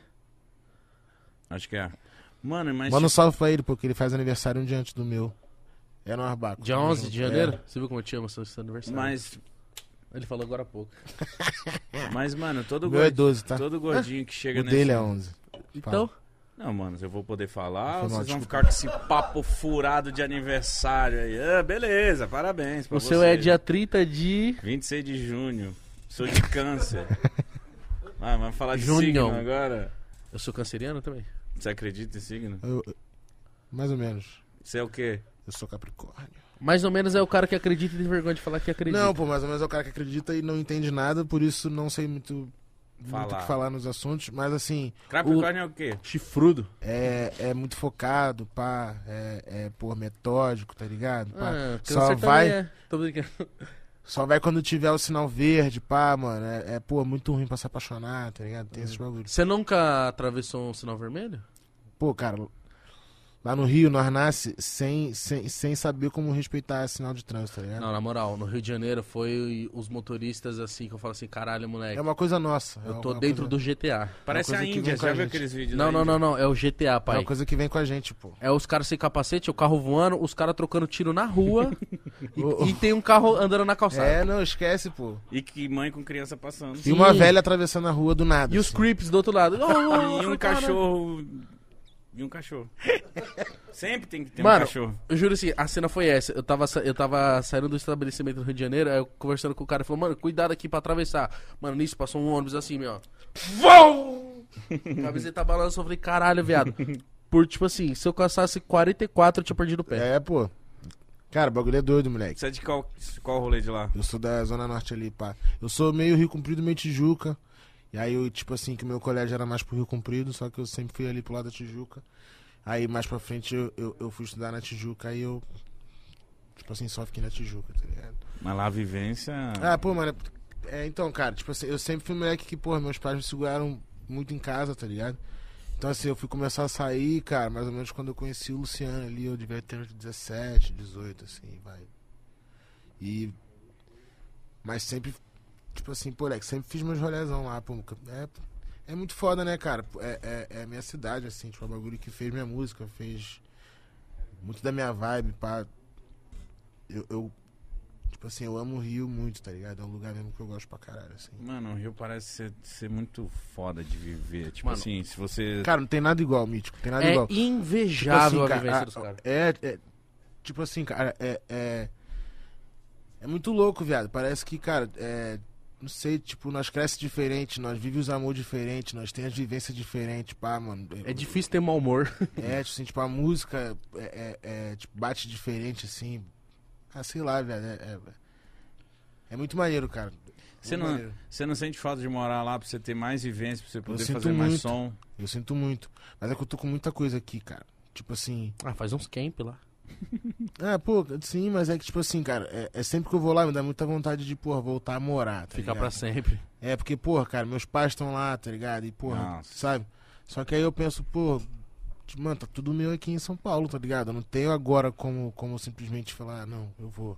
Acho que é. Mano, mas... Manda um salve pra ele, porque ele faz aniversário um dia antes do meu. É no Arbaco. Dia Tamo onze junto. de janeiro? Você viu como eu te amo seu aniversário? Mas, Ele falou agora há pouco. mas mano, É. todo, O meu é gordinho, doze, tá? todo gordinho que chega O nesse... dele é onze. Então, Não, mano, eu vou poder falar Foi ou mal, vocês vão desculpa. ficar com esse papo furado de aniversário aí? Ah, beleza, parabéns pra o seu vocês. é dia trinta de... vinte e seis de junho. Sou de câncer. Ah, vamos falar de Junho. signo agora? Eu sou canceriano também? Você acredita em signo? Eu- eu- mais ou menos. Você é o quê? Eu sou Capricórnio. Mais ou menos é o cara que acredita e tem vergonha de falar que acredita. Não, pô, mais ou menos é o cara que acredita e não entende nada, por isso não sei muito, muito o Falar. que falar nos assuntos, mas assim, Capricórnio é o quê? Chifrudo. é, é muito focado, pá, é, é pô, metódico, tá ligado? Pá. Ah, só câncer vai, também é. Tô brincando. só vai quando tiver o sinal verde, pá, mano. É, é, pô, muito ruim pra se apaixonar, tá ligado? Tem esses bagulhos. Você nunca atravessou um sinal vermelho? Pô, cara, lá no Rio nós nasce sem, sem, sem saber como respeitar sinal de trânsito, tá ligado? Não, na moral, no Rio de Janeiro foi os motoristas assim que eu falo assim, caralho, moleque. É uma coisa nossa. é Eu uma- tô uma dentro coisa- do G T A. Parece coisa a que Índia, vem com já a viu gente. aqueles vídeos Não, da não, Índia? não, não, é o G T A, É pai. uma coisa que vem com a gente, pô. É os caras sem capacete, o carro voando, os caras trocando tiro na rua Ô, e, e tem um carro andando na calçada. É, não, esquece, pô. E que mãe com criança passando. E uma Sim. velha atravessando a rua do nada. E os assim. creeps do outro lado. Oh, oh, E um oh, cara. cachorro... E um cachorro. Sempre tem que ter um Mano, cachorro. eu juro assim, a cena foi essa. Eu tava, sa- eu tava saindo do estabelecimento do Rio de Janeiro, aí eu conversando com o cara, ele falou, mano, cuidado aqui pra atravessar. Mano, nisso passou um ônibus assim, meu. Vão! Camiseta balançou, eu falei, caralho, viado. Por, tipo assim, se eu cansasse quarenta e quatro, eu tinha perdido o pé. É, pô. Cara, o bagulho é doido, moleque. Você é de qual, qual rolê de lá? Eu sou da Zona Norte ali, pá. Eu sou meio Rio Comprido, meio Tijuca. E aí, eu, tipo assim, que o meu colégio era mais pro Rio Comprido, só que eu sempre fui ali pro lado da Tijuca. Aí, mais pra frente, eu, eu, eu fui estudar na Tijuca, aí eu, tipo assim, só fiquei na Tijuca, tá ligado? Mas lá a vivência... Ah, pô, mano, é, então, cara, tipo assim, eu sempre fui um moleque que, porra, meus pais me seguraram muito em casa, tá ligado? Então, assim, eu fui começar a sair, cara, mais ou menos quando eu conheci o Luciano ali, eu devia ter uns dezessete, dezoito, assim, vai. E... Mas sempre, tipo assim, pô, moleque, sempre fiz meus rolezão lá, pô. É, é muito foda, né, cara? É, é, é a minha cidade, assim, tipo, é o bagulho que fez minha música, fez muito da minha vibe, pá. Eu, eu, tipo assim, eu amo o Rio muito, tá ligado? É um lugar mesmo que eu gosto pra caralho, assim. Mano, o Rio parece ser, ser muito foda de viver. Tipo Mano, assim, se você... Cara, não tem nada igual, Mítico, tem nada É igual. invejável Tipo assim, a vivência cara, dos caras. É, é, tipo assim, cara, é, é, é muito louco, viado. Parece que, cara, é, não sei, tipo, nós crescemos diferente, nós vivemos os amor diferente, nós temos as vivências diferentes, pá, mano. É difícil ter mau humor. É, tipo assim, tipo, a música é, é, é, tipo, bate diferente, assim. Ah, sei lá, velho. É, é, é muito maneiro, cara. Você Muito não, maneiro. você não sente falta de morar lá pra você ter mais vivência, pra você poder sinto fazer mais muito. som? Eu sinto muito. Mas é que eu tô com muita coisa aqui, cara. Tipo assim. Ah, faz uns camp lá. Ah, pô, sim, mas é que, tipo assim, cara, é, é sempre que eu vou lá, me dá muita vontade de, porra, voltar a morar, tá Ficar ligado? pra sempre. É, porque, porra, cara, meus pais estão lá, tá ligado? E, porra, Nossa. sabe? Só que aí eu penso, pô, tipo, mano, tá tudo meu aqui em São Paulo, tá ligado? Eu não tenho agora como, como simplesmente falar, ah, não, eu vou.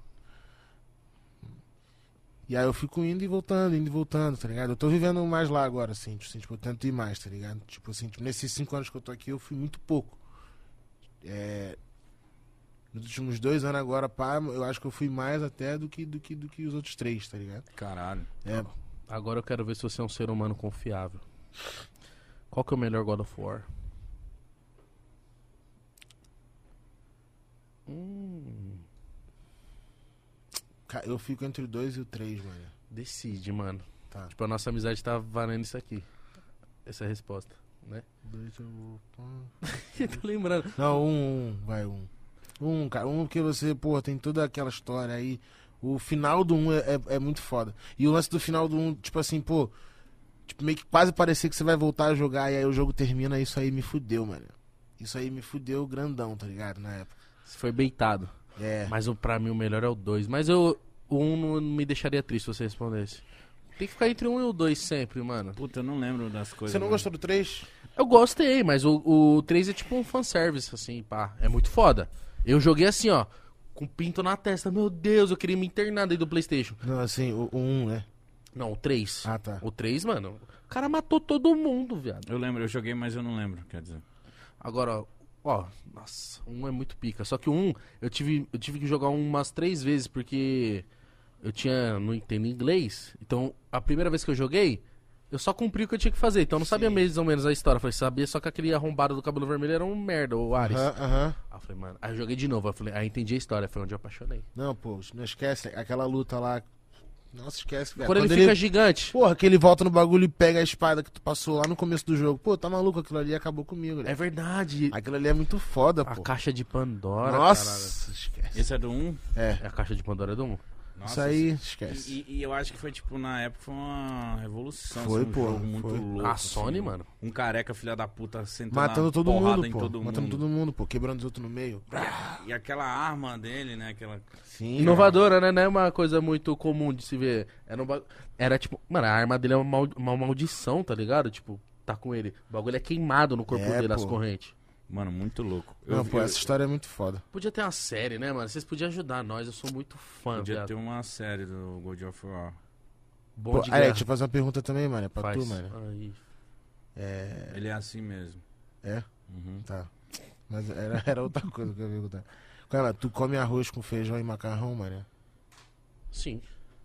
E aí eu fico indo e voltando, indo e voltando, tá ligado? Eu tô vivendo mais lá agora, assim, tipo, assim, tipo eu tento ir mais, tá ligado? Tipo assim, tipo, nesses cinco anos que eu tô aqui, eu fui muito pouco. É... Nos últimos dois anos agora, pá, eu acho que eu fui mais até do que, do que, do que os outros três, tá ligado? Caralho. É, Agora eu quero ver se você é um ser humano confiável. Qual que é o melhor God of War? Hum, ca- eu fico entre o dois e o três, mano. decide, mano. Tá. Tipo, a nossa amizade tá valendo isso aqui. Essa é a resposta, né? Deixa eu... Tô lembrando. Não, um, um, vai, um. Um, cara, um porque você, pô, tem toda aquela história aí. O final do um é, é, é muito foda. E o lance do final do um, tipo assim, pô, tipo, meio que quase parecer que você vai voltar a jogar e aí o jogo termina, isso aí me fudeu, mano. Isso aí me fudeu grandão, tá ligado? Na época. Você foi beitado. É. Mas o, pra mim o melhor é o dois. Mas eu, o um não me deixaria triste se você respondesse. Tem que ficar entre um e o dois sempre, mano. Puta, eu não lembro das coisas. Você não né? gostou do três? Eu gostei, mas o, o três é tipo um fanservice, assim, pá. É muito foda. Eu joguei assim, ó, com pinto na testa. Meu Deus, eu queria me internar dentro do PlayStation. Não, assim, o, o um, né? Não, o três. Ah, tá. O três, mano, o cara matou todo mundo, viado. Eu lembro, eu joguei, mas eu não lembro, quer dizer. Agora, ó, ó, nossa, um é muito pica. Só que o um, eu tive, eu tive que jogar um umas três vezes, porque eu tinha, não entendo inglês. Então, a primeira vez que eu joguei, eu só cumpri o que eu tinha que fazer. Então, eu não sabia mais ou menos a história. Eu falei, sabia só que aquele arrombado do cabelo vermelho era um merda, o Ares. Aham, aham. Aí eu falei, mano, aí eu joguei de novo. Aí eu falei, aí entendi a história, foi onde eu apaixonei. Não, pô, não esquece aquela luta lá. Nossa, esquece, velho. Quando, ele fica gigante. Porra, que ele volta no bagulho e pega a espada que tu passou lá no começo do jogo. Pô, tá maluco, aquilo ali acabou comigo, né? É verdade. Aquilo ali é muito foda, A pô. caixa de Pandora, Nossa, caralho. esquece. Esse é do um? É, É a caixa de Pandora do um? Nossa, isso aí, esquece. E, e- e eu acho que foi, tipo, na época foi uma revolução. Foi, assim, um pô, jogo muito foi. louco. A assim. Sony, mano. Um careca, filha da puta, sentando Matando na todo porrada mundo, em pô. todo Matando mundo. todo mundo, pô. Quebrando os outros no meio. E aquela arma dele, né? Aquela... Sim. Inovadora, né? Não é uma coisa muito comum de se ver. Era, um ba- Era tipo, mano, a arma dele é uma, mal- uma maldição, tá ligado? Tipo, tá com ele. O bagulho é queimado no corpo É, dele, as pô. correntes. Mano, muito louco. Não, eu, pô, eu- essa história é muito foda. Podia ter uma série, né, mano? Vocês podiam ajudar nós, eu sou muito fã, Podia viado. ter uma série do God of War. Bom Pô, de aí, guerra. deixa eu fazer uma pergunta também, mano. É pra Faz. tu, mano. Aí. É. Ele é assim mesmo. É? Uhum. Tá. Mas era, era outra coisa que eu ia perguntar. Cara, tu come arroz com feijão e macarrão, mano? Sim.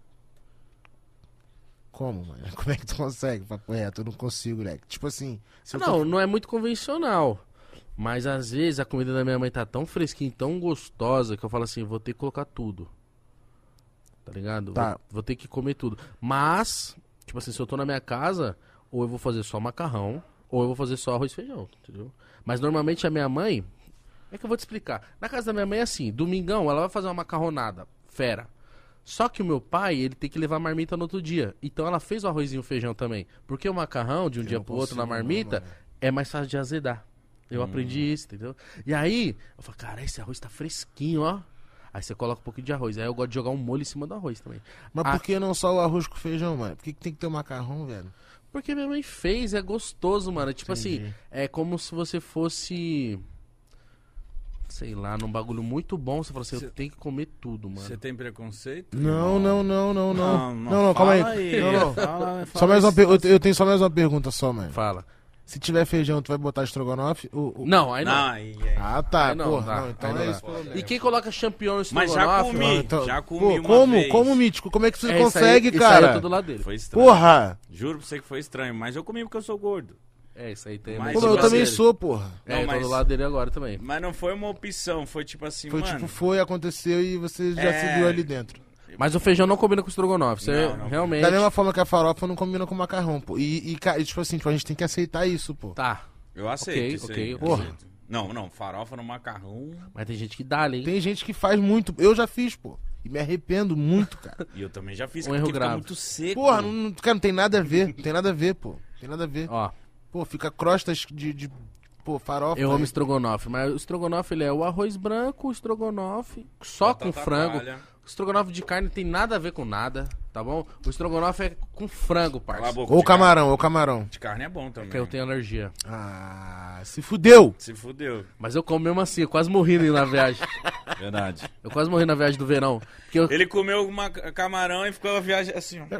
Como, mano? Como é que tu consegue? Papo reto, eu não consigo, moleque. Tipo assim. Se eu tô- Não, não é muito convencional. Mas às vezes a comida da minha mãe tá tão fresquinha, tão gostosa, que eu falo assim, vou ter que colocar tudo. Tá ligado? Tá. Vou, vou ter que comer tudo. Mas, tipo assim, se eu tô na minha casa, ou eu vou fazer só macarrão, ou eu vou fazer só arroz e feijão, entendeu? Mas normalmente a minha mãe, é que eu vou te explicar. Na casa da minha mãe é assim, domingão ela vai fazer uma macarronada, fera. Só que o meu pai, ele tem que levar a marmita no outro dia. Então ela fez o arrozinho e o feijão também. Porque o macarrão, de um Eu dia não pro outro na consigo, não, marmita, mano. é mais fácil de azedar. Eu Hum. aprendi isso, entendeu? E aí, eu falo, cara, esse arroz tá fresquinho, ó. Aí você coloca um pouquinho de arroz. Aí eu gosto de jogar um molho em cima do arroz também. Mas Ah. por que não só o arroz com feijão, mano? Por que, que tem que ter o macarrão, velho? Porque minha mãe fez, é gostoso, mano. Tipo Entendi. assim, é como se você fosse, sei lá, num bagulho muito bom. Você fala assim, Cê- eu tenho que comer tudo, mano. Você tem preconceito? Não, não, não, não, não. Não, Não, não, calma aí. fala aí. Não, não. Fala- Só fala mais uma isso. per... eu, eu tenho só mais uma pergunta só, mano. Fala. Se tiver feijão, tu vai botar estrogonofe? O, o- Não, aí não. Não, aí, aí. Ah, tá, Aí não, porra. tá. Não, então Aí não é dá. isso. pelo menos. E quem coloca champignon no Mas já estrogonofe, comi. Ah, então- Já comi Pô, uma como? vez. Como, Mítico? Como é que você É, isso aí- consegue, isso cara? aí é tudo lá dele. Foi estranho. Porra! Juro pra você que foi estranho, mas eu comi porque eu sou gordo. É, isso aí tem. Mas Pô, Mas mas eu igual também dele. sou, porra. É, Não, eu tô mas- do lado dele agora também. Mas não foi uma opção, foi tipo assim, Foi mano... tipo, foi, aconteceu e você já É. se viu ali dentro. Mas o feijão não combina com o estrogonofe. Você Não, não. realmente. Da mesma forma que a farofa não combina com macarrão, pô. E, e, ca- e, tipo assim, tipo, a gente tem que aceitar isso, pô. Tá. Eu aceito Ok, isso ok, aí, ok. eu aceito. Não, não, farofa no macarrão... Mas tem gente que dá ali, hein? Tem gente que faz muito. Eu já fiz, pô. E me arrependo muito, cara. E eu também já fiz, Um porque erro fica grave. muito seco. Porra, não, não- cara, não tem nada a ver. Não tem nada a ver, pô. Tem nada a ver. Ó, Pô, fica crostas de, de pô, farofa. eu amo aí. estrogonofe, mas o estrogonofe ele é o arroz branco, o estrogonofe só com Batata frango. palha. O estrogonofe de carne tem nada a ver com nada, tá bom? O estrogonofe é com frango, Cala a parça. boca, Ou de camarão, ou camarão. carne- De carne é bom também. Porque eu tenho alergia. Ah, se fudeu. Se fudeu. Mas eu como mesmo assim, eu quase morri na viagem. Verdade. Eu quase morri na viagem do verão. Porque eu, Ele comeu uma camarão e ficou a viagem assim, ó.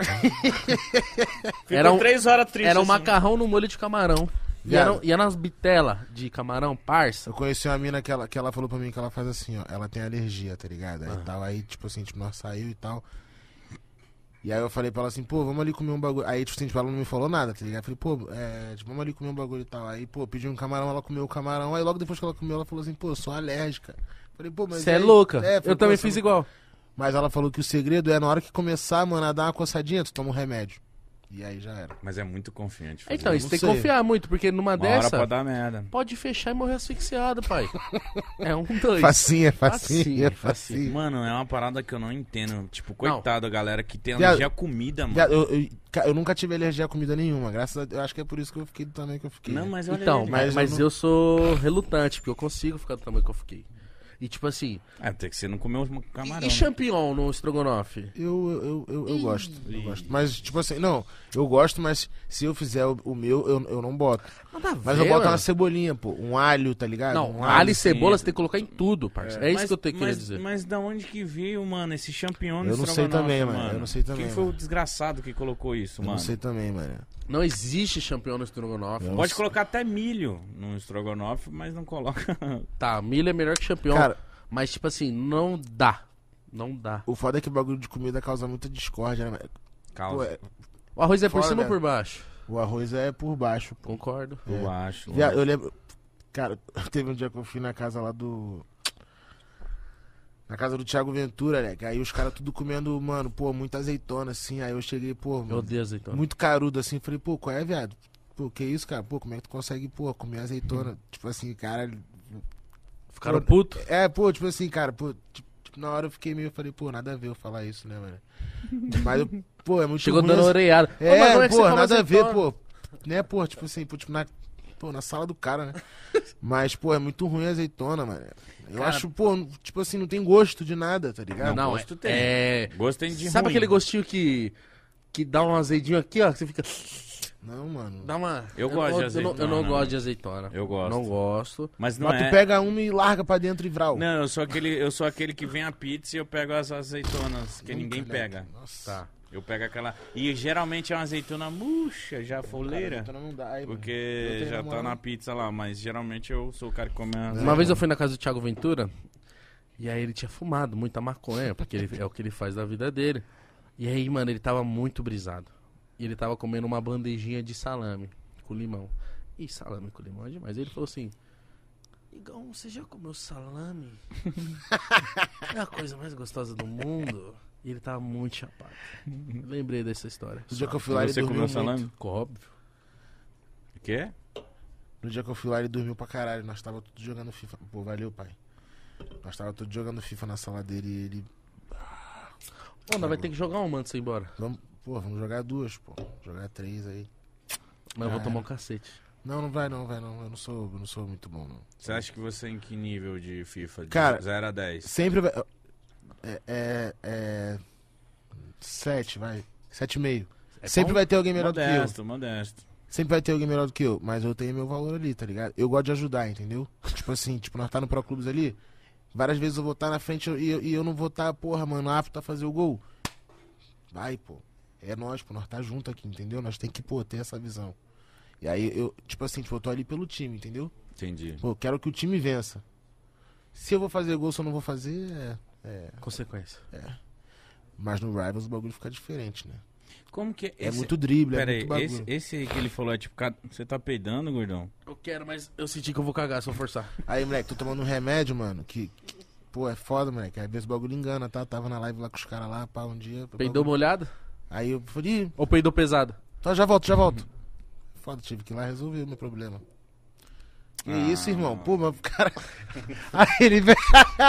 Ficou Era um- três horas triste. era um assim. macarrão no molho de camarão. E Viado. era, e era umas bitelas de camarão, parça. Eu conheci uma mina que ela, que ela falou pra mim que ela faz assim, ó. Ela tem alergia, tá ligado? Aí, tal, aí tipo assim, tipo, nós saiu e tal. E aí eu falei pra ela assim, pô, vamos ali comer um bagulho. Aí, tipo, assim, tipo, ela não me falou nada, tá ligado? Eu falei, pô, é, tipo, vamos ali comer um bagulho e tal. Aí, pô, pedi um camarão, ela comeu o camarão. Aí logo depois que ela comeu, ela falou assim, pô, eu sou alérgica. Eu falei, pô, mas. Você é aí- louca. É, falei, eu também pô, fiz você- igual. Mas ela falou que o segredo é na hora que começar, mano, a dar uma coçadinha, tu toma um remédio. E aí já era. Mas é muito confiante. fazer Então, isso. isso tem que sei. confiar muito, porque numa Uma hora dessa, pode dar merda. pode fechar e morrer asfixiado, pai. É um, dois. Facinha, Facinho, facinha, facinho. facinho. Mano, é uma parada que eu não entendo. Tipo, coitado, a galera que tem Viado, alergia à comida, mano. Viado, Eu, eu, ca- eu nunca tive alergia a comida nenhuma, graças a Deus. Eu acho que é por isso que eu fiquei do tamanho que eu fiquei. Não, mas olha Então, ele. mas, Mas mas eu eu, não- sou relutante, porque eu consigo ficar do tamanho que eu fiquei. E tipo assim, É, tem que ser não comer os camarão. e né? champignon no estrogonofe? Eu, eu, eu, eu gosto, eu Ih. gosto. Mas, tipo assim, não, eu gosto, mas se eu fizer o, o meu, eu, eu não boto. Nada a Mas ver, eu boto mano. uma cebolinha, pô. Um alho, tá ligado? Não, um alho e sim. cebola você tem que colocar em tudo, parceiro. É, isso Mas- que eu tenho que mas, dizer. Mas da onde que veio, mano, esse champignon no Eu não sei estrogonofe, também, mano, eu não sei também, Quem foi o mano. desgraçado que colocou isso, Eu mano? não sei também, mano. Não existe champignon no estrogonofe. Eu- Pode colocar até milho no estrogonofe, mas não coloca. Tá, milho é melhor que champignon. Cara, Mas tipo assim, não dá. Não dá. o foda é que o bagulho de comida causa muita discórdia, né? mano? Pô, Causa. é- O arroz é por Fora, cima ou velho. por baixo? o arroz é por baixo. pô. Concordo. Eu acho. Viado, eu lembro. Cara, teve um dia que eu fui na casa lá do. Na casa do Thiago Ventura, né? Que aí os caras tudo comendo, mano, pô, muita azeitona, assim. Aí eu cheguei, pô, Eu mano, odeio azeitona. muito carudo, assim. Falei, pô, qual é, viado? Pô, que isso, cara? Pô, como é que tu consegue, pô, comer azeitona? Tipo assim, cara. Ficaram pô, putos? É, pô, tipo assim, cara, pô, tipo, tipo, na hora eu fiquei meio, falei, pô, nada a ver eu falar isso, né, mano? Mas, eu, pô, é muito Chegou ruim dando essa- orelhada. Ô, mas É, como é que pô, você come nada a ver, azeitona? pô. Né, pô, tipo assim, pô, tipo, na, pô, na sala do cara, né? Mas, pô, é muito ruim a azeitona, mano. Eu Cara- acho, pô, tipo assim, não tem gosto de nada, tá ligado? Não, gosto é- tem. é... Gosto tem de Sabe ruim. aquele gostinho que... Que dá um azedinho aqui, ó, que você fica... Não, mano. Dá uma... Eu gosto de eu não- Eu não, azeitona, gosto né? de azeitona. Eu gosto. Não gosto. Mas não Mas é... tu pega uma e larga pra dentro e vral. Não, eu sou aquele, eu sou aquele que vem a pizza e eu pego as azeitonas que Nunca, ninguém né? pega. Nossa. Tá. Eu pego aquela... E geralmente é uma azeitona murcha, já Cara, foleira. azeitona não dá, aí, mano. Eu Porque tenho já tá namorado. na pizza lá, mas geralmente eu sou o cara que come as... Uma vez eu fui na casa do Thiago Ventura e aí ele tinha fumado muita maconha, porque ele- é o que ele faz da vida dele. E aí, mano, ele tava muito brisado. E ele tava comendo uma bandejinha de salame com limão. Ih, salame com limão é demais. Ele falou assim: Igão, você já comeu salame? É a coisa mais gostosa do mundo. E ele tava muito chapado. Lembrei dessa história. No dia que eu fui lá, ele Você dormiu comeu muito. salame? Ficou óbvio. O quê? No dia que eu fui lá, ele dormiu pra caralho. Nós tava tudo jogando FIFA. Pô, valeu, pai. Nós tava tudo jogando FIFA na sala dele e ele... Pô, nós vai ter que jogar uma antes de ir embora. Vamos, pô, vamos jogar duas, pô. Jogar três aí. Mas eu vou Ah, tomar é. um cacete. Não, não vai não, vai não. Eu não sou, eu não sou muito bom, não. Você acha que você é em que nível de FIFA? De Cara, zero a dez? Sempre vai... É... É... é sete, vai. Sete e meio. É Sempre bom? vai ter alguém melhor do que eu. Modesto, modesto. Sempre vai ter alguém melhor do que eu. Mas eu tenho meu valor ali, tá ligado? Eu gosto de ajudar, entendeu? Tipo assim, tipo, nós tá no Pro Clubes ali. Várias vezes eu vou estar na frente e eu, e eu não vou estar, porra, mano, apto a fazer o gol. Vai, pô. É nós, pô. Nós tá junto aqui, entendeu? Nós tem que, pô, ter essa visão. E aí eu, tipo assim, tipo, eu tô ali pelo time, entendeu? Entendi. Pô, eu quero que o time vença. Se eu vou fazer gol, se eu não vou fazer, é. é. Consequência. Mas no Rivals o bagulho fica diferente, né? Como que É esse... muito drible, Pera é aí, muito bagulho. esse, esse aí que ele falou é tipo, ca- você tá peidando, gordão? Eu quero, mas eu senti que eu vou cagar se eu forçar. Aí, moleque, tô tomando um remédio, mano, que, que- pô, é foda, moleque. Às vezes o bagulho engana, tá? Tava na live lá com os caras lá, pá, um dia. Peidou bagulho- molhado? Aí eu falei, "Ih, Ou peidou pesado? tá, já volto, já volto. Foda, tive que ir lá resolver o meu problema. Que Ah. isso, irmão? Pô, mas o cara. Aí ele vem.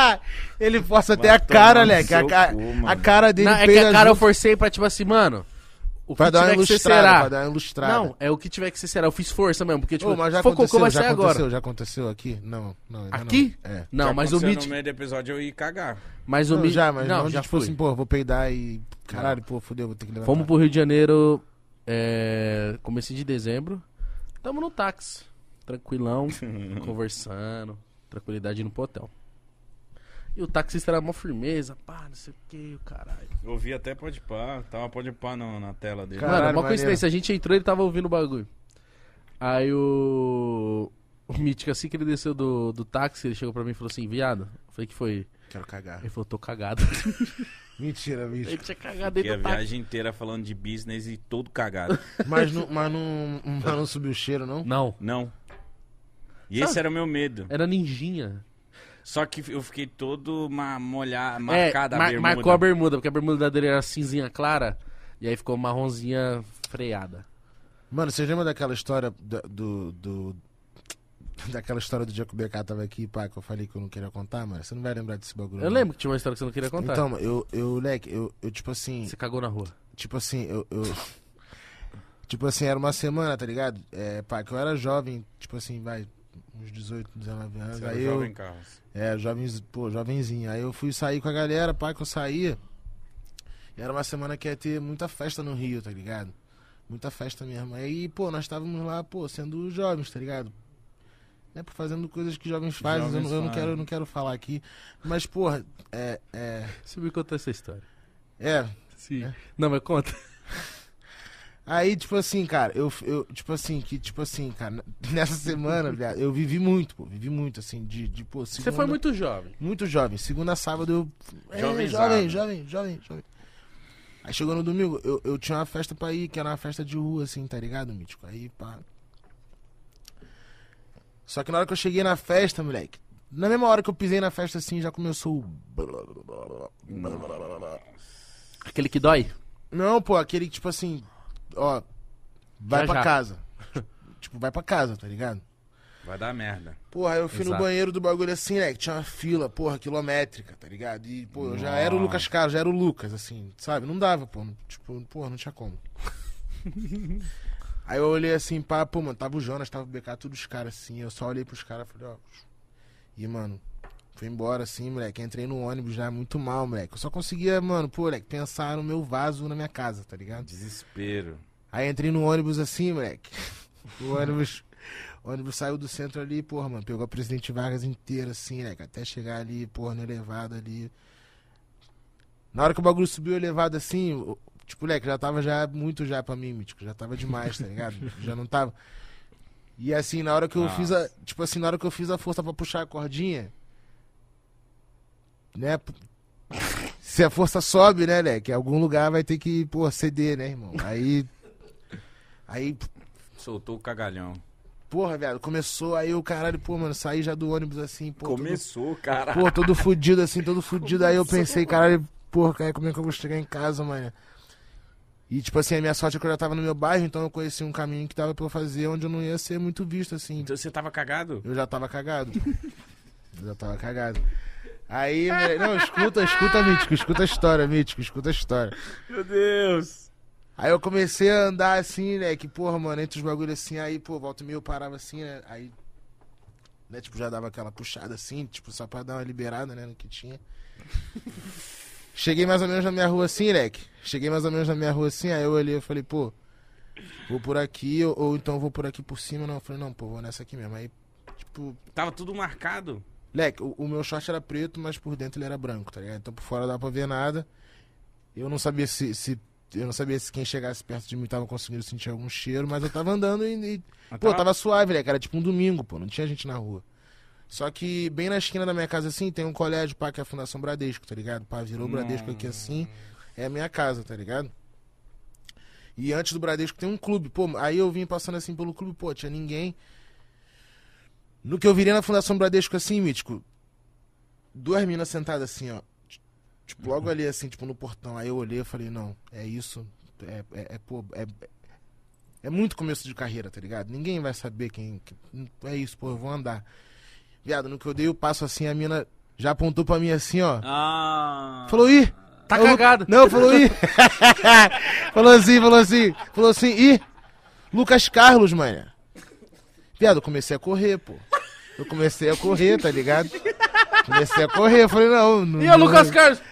Ele força até Vai a cara, tomar no moleque. A, seu ca- cu, mano. a cara dele Não, é que peida a cara eu junto forcei pra, tipo assim, mano. O que pra dar uma tiver que ser ilustrada, será. pra dar uma ilustrada. Não, é o que tiver que ser será. Eu fiz força mesmo, porque, tipo, Ô, mas já se for cocô, aconteceu, vai já sair aconteceu, agora. já aconteceu aqui? Não, não. ainda Aqui? Não, é. Não, Já mas o aconteceu Mitch. no meio do episódio eu ia cagar. Mas o Não, Mitch. já, mas não, não, já tipo fui. assim, pô, vou peidar e. Caralho, pô, fudeu, vou ter que levantar. Fomos pro Rio de Janeiro, é, comecinho de dezembro. Tamo no táxi, tranquilão, conversando, tranquilidade indo pro hotel. E o taxista era mó firmeza, pá, não sei o que, o caralho. Eu vi até pode pá, tava pode pá na, na tela dele. Caralho, Mano, uma maneiro. coincidência, a gente entrou e ele tava ouvindo o bagulho. Aí o. O Mítico, assim que ele desceu do, do táxi, ele chegou pra mim e falou assim: viado. Eu falei que foi. Quero cagar. Ele falou: tô cagado. Mentira, Ele bicho. tinha cagado E dentro a do táxi. viagem inteira falando de business e todo cagado. Mas não, mas não, mas não subiu o cheiro, não? Não, Não. E esse era o meu medo. era ninjinha. Só que eu fiquei todo ma É, molhado, marcada a mar- bermuda. marcou a bermuda, porque a bermuda dele era cinzinha clara. E aí ficou marronzinha freada. Mano, vocês lembram daquela história do... do, do daquela história do dia que o B K tava aqui, pá, que eu falei que eu não queria contar, mano? Você não vai lembrar desse bagulho. Eu não. lembro que tinha uma história que você não queria contar. Então, mano, eu, eu, leque, eu, eu, tipo assim... Você cagou na rua. Tipo assim, eu... eu tipo assim, era uma semana, tá ligado? É, pá, que eu era jovem, tipo assim, vai... uns dezoito, dezenove anos. Você aí era eu, jovem, Carlos. É, jovens, pô, jovenzinho. Aí eu fui sair com a galera, pá, que eu saía. E era uma semana que ia ter muita festa no Rio, tá ligado? Muita festa mesmo. Aí, pô, nós estávamos lá, pô, sendo jovens, tá ligado? Né, por fazendo coisas que jovens fazem, Jovens eu, não- eu não fazem. quero, eu não quero falar aqui. Mas, porra, é. É. Você me contou essa história. é. Sim. É. Não, mas conta. Aí, tipo assim, cara, eu, eu, tipo assim, que, tipo assim, cara, nessa semana, viado, eu vivi muito, pô, vivi muito, assim, de, de pô, Você segunda- foi muito jovem. Muito jovem. Segunda, sábado eu. É, Jovenzado. jovem, jovem, jovem, jovem. Aí chegou no domingo, eu, eu tinha uma festa pra ir, que era uma festa de rua, assim, tá ligado, Mítico? Aí, pá. Só que na hora que eu cheguei na festa, moleque, na mesma hora que eu pisei na festa, assim, já começou o. Aquele que dói? Não, pô, aquele que, tipo assim, ó, vai Já, pra já. casa. Tipo, vai pra casa, tá ligado? Vai dar merda. Porra, aí eu fui Exato. no banheiro do bagulho assim, né? Que tinha uma fila, porra, quilométrica, tá ligado? E, pô, eu já Nossa. era o Lucas Carlos, já era o Lucas, assim, sabe? Não dava, pô. não- Tipo, porra, não tinha como. Aí eu olhei assim, pá, pô, mano, tava o Jonas, tava o B K, todos os caras assim. Eu só olhei pros caras e falei, ó. E, mano, fui embora assim, moleque. Entrei no ônibus já muito mal, moleque. Eu só conseguia, mano, pô, moleque, pensar no meu vaso na minha casa, tá ligado? Desespero. Aí entrei no ônibus assim, moleque. O ônibus. O ônibus saiu do centro ali, porra, mano. Pegou a Presidente Vargas inteira, assim, né? Até chegar ali, porra, no elevado ali. Na hora que o bagulho subiu o elevado assim, o- tipo, moleque, já tava já muito já pra mim, Mítico. Já tava demais, tá ligado? Já não tava. E assim, na hora que eu Nossa. fiz a. Tipo assim, na hora que eu fiz a força pra puxar a cordinha. Né? p- Se a força sobe, né, moleque? Algum lugar vai ter que, pô, ceder, né, irmão? Aí. Aí, Soltou o cagalhão. porra, velho, começou, aí o caralho, pô, mano, saí já do ônibus assim, pô. Começou, cara. Todo, pô, todo fudido assim, todo fudido. Aí eu pensei, caralho, porra, cara, como é que eu vou chegar em casa, mano? E, tipo assim, a minha sorte é que eu já tava no meu bairro, então eu conheci um caminho que dava pra eu fazer onde eu não ia ser muito visto, assim. Então você tava cagado? Eu já tava cagado. Eu já tava cagado. Aí, moleque, não, escuta, escuta, Mítico, escuta a história, Mítico, escuta a história. Meu Deus. Aí eu comecei a andar assim, né, que porra, mano, entre os bagulhos assim, aí, pô, volta e meia eu parava assim, né, aí, né, tipo, já dava aquela puxada assim, tipo, só pra dar uma liberada, né, no que tinha. Cheguei mais ou menos na minha rua assim, leque, cheguei mais ou menos na minha rua assim, aí eu olhei e falei, pô, vou por aqui, ou, ou então vou por aqui por cima, não, eu falei, não, pô, vou nessa aqui mesmo, aí, tipo, Tava tudo marcado. leque, o, o meu short era preto, mas por dentro ele era branco, tá ligado? Então por fora dava pra ver nada, eu não sabia se... se eu não sabia se quem chegasse perto de mim tava conseguindo sentir algum cheiro, mas eu tava andando e, e Mas pô, tava suave, né, cara? Tipo um domingo, pô, não tinha gente na rua. Só que bem na esquina da minha casa, assim, tem um colégio, pá, que é a Fundação Bradesco, tá ligado? Pá, virou o Bradesco aqui assim, é a minha casa, tá ligado? E antes do Bradesco tem um clube, pô, aí eu vim passando assim pelo clube, pô, tinha ninguém. No que eu virei na Fundação Bradesco assim, Mítico, duas minas sentadas assim, ó. Tipo, logo ali, assim, tipo, no portão. Aí eu olhei e falei, não, é isso. É, é, é, pô, é, é muito começo de carreira, tá ligado? Ninguém vai saber quem... que- é isso, pô, eu vou andar. Viado, no que eu dei o passo assim, a mina já apontou pra mim assim, ó. Ah. Falou, ih! Tá Eu- cagado. Não, falou, ih! falou assim, falou assim. Falou assim, ih! Lucas Carlos, mano. Viado, eu comecei a correr, pô. Eu comecei a correr, tá ligado? Comecei a correr, eu falei, não... não E o Lucas Carlos?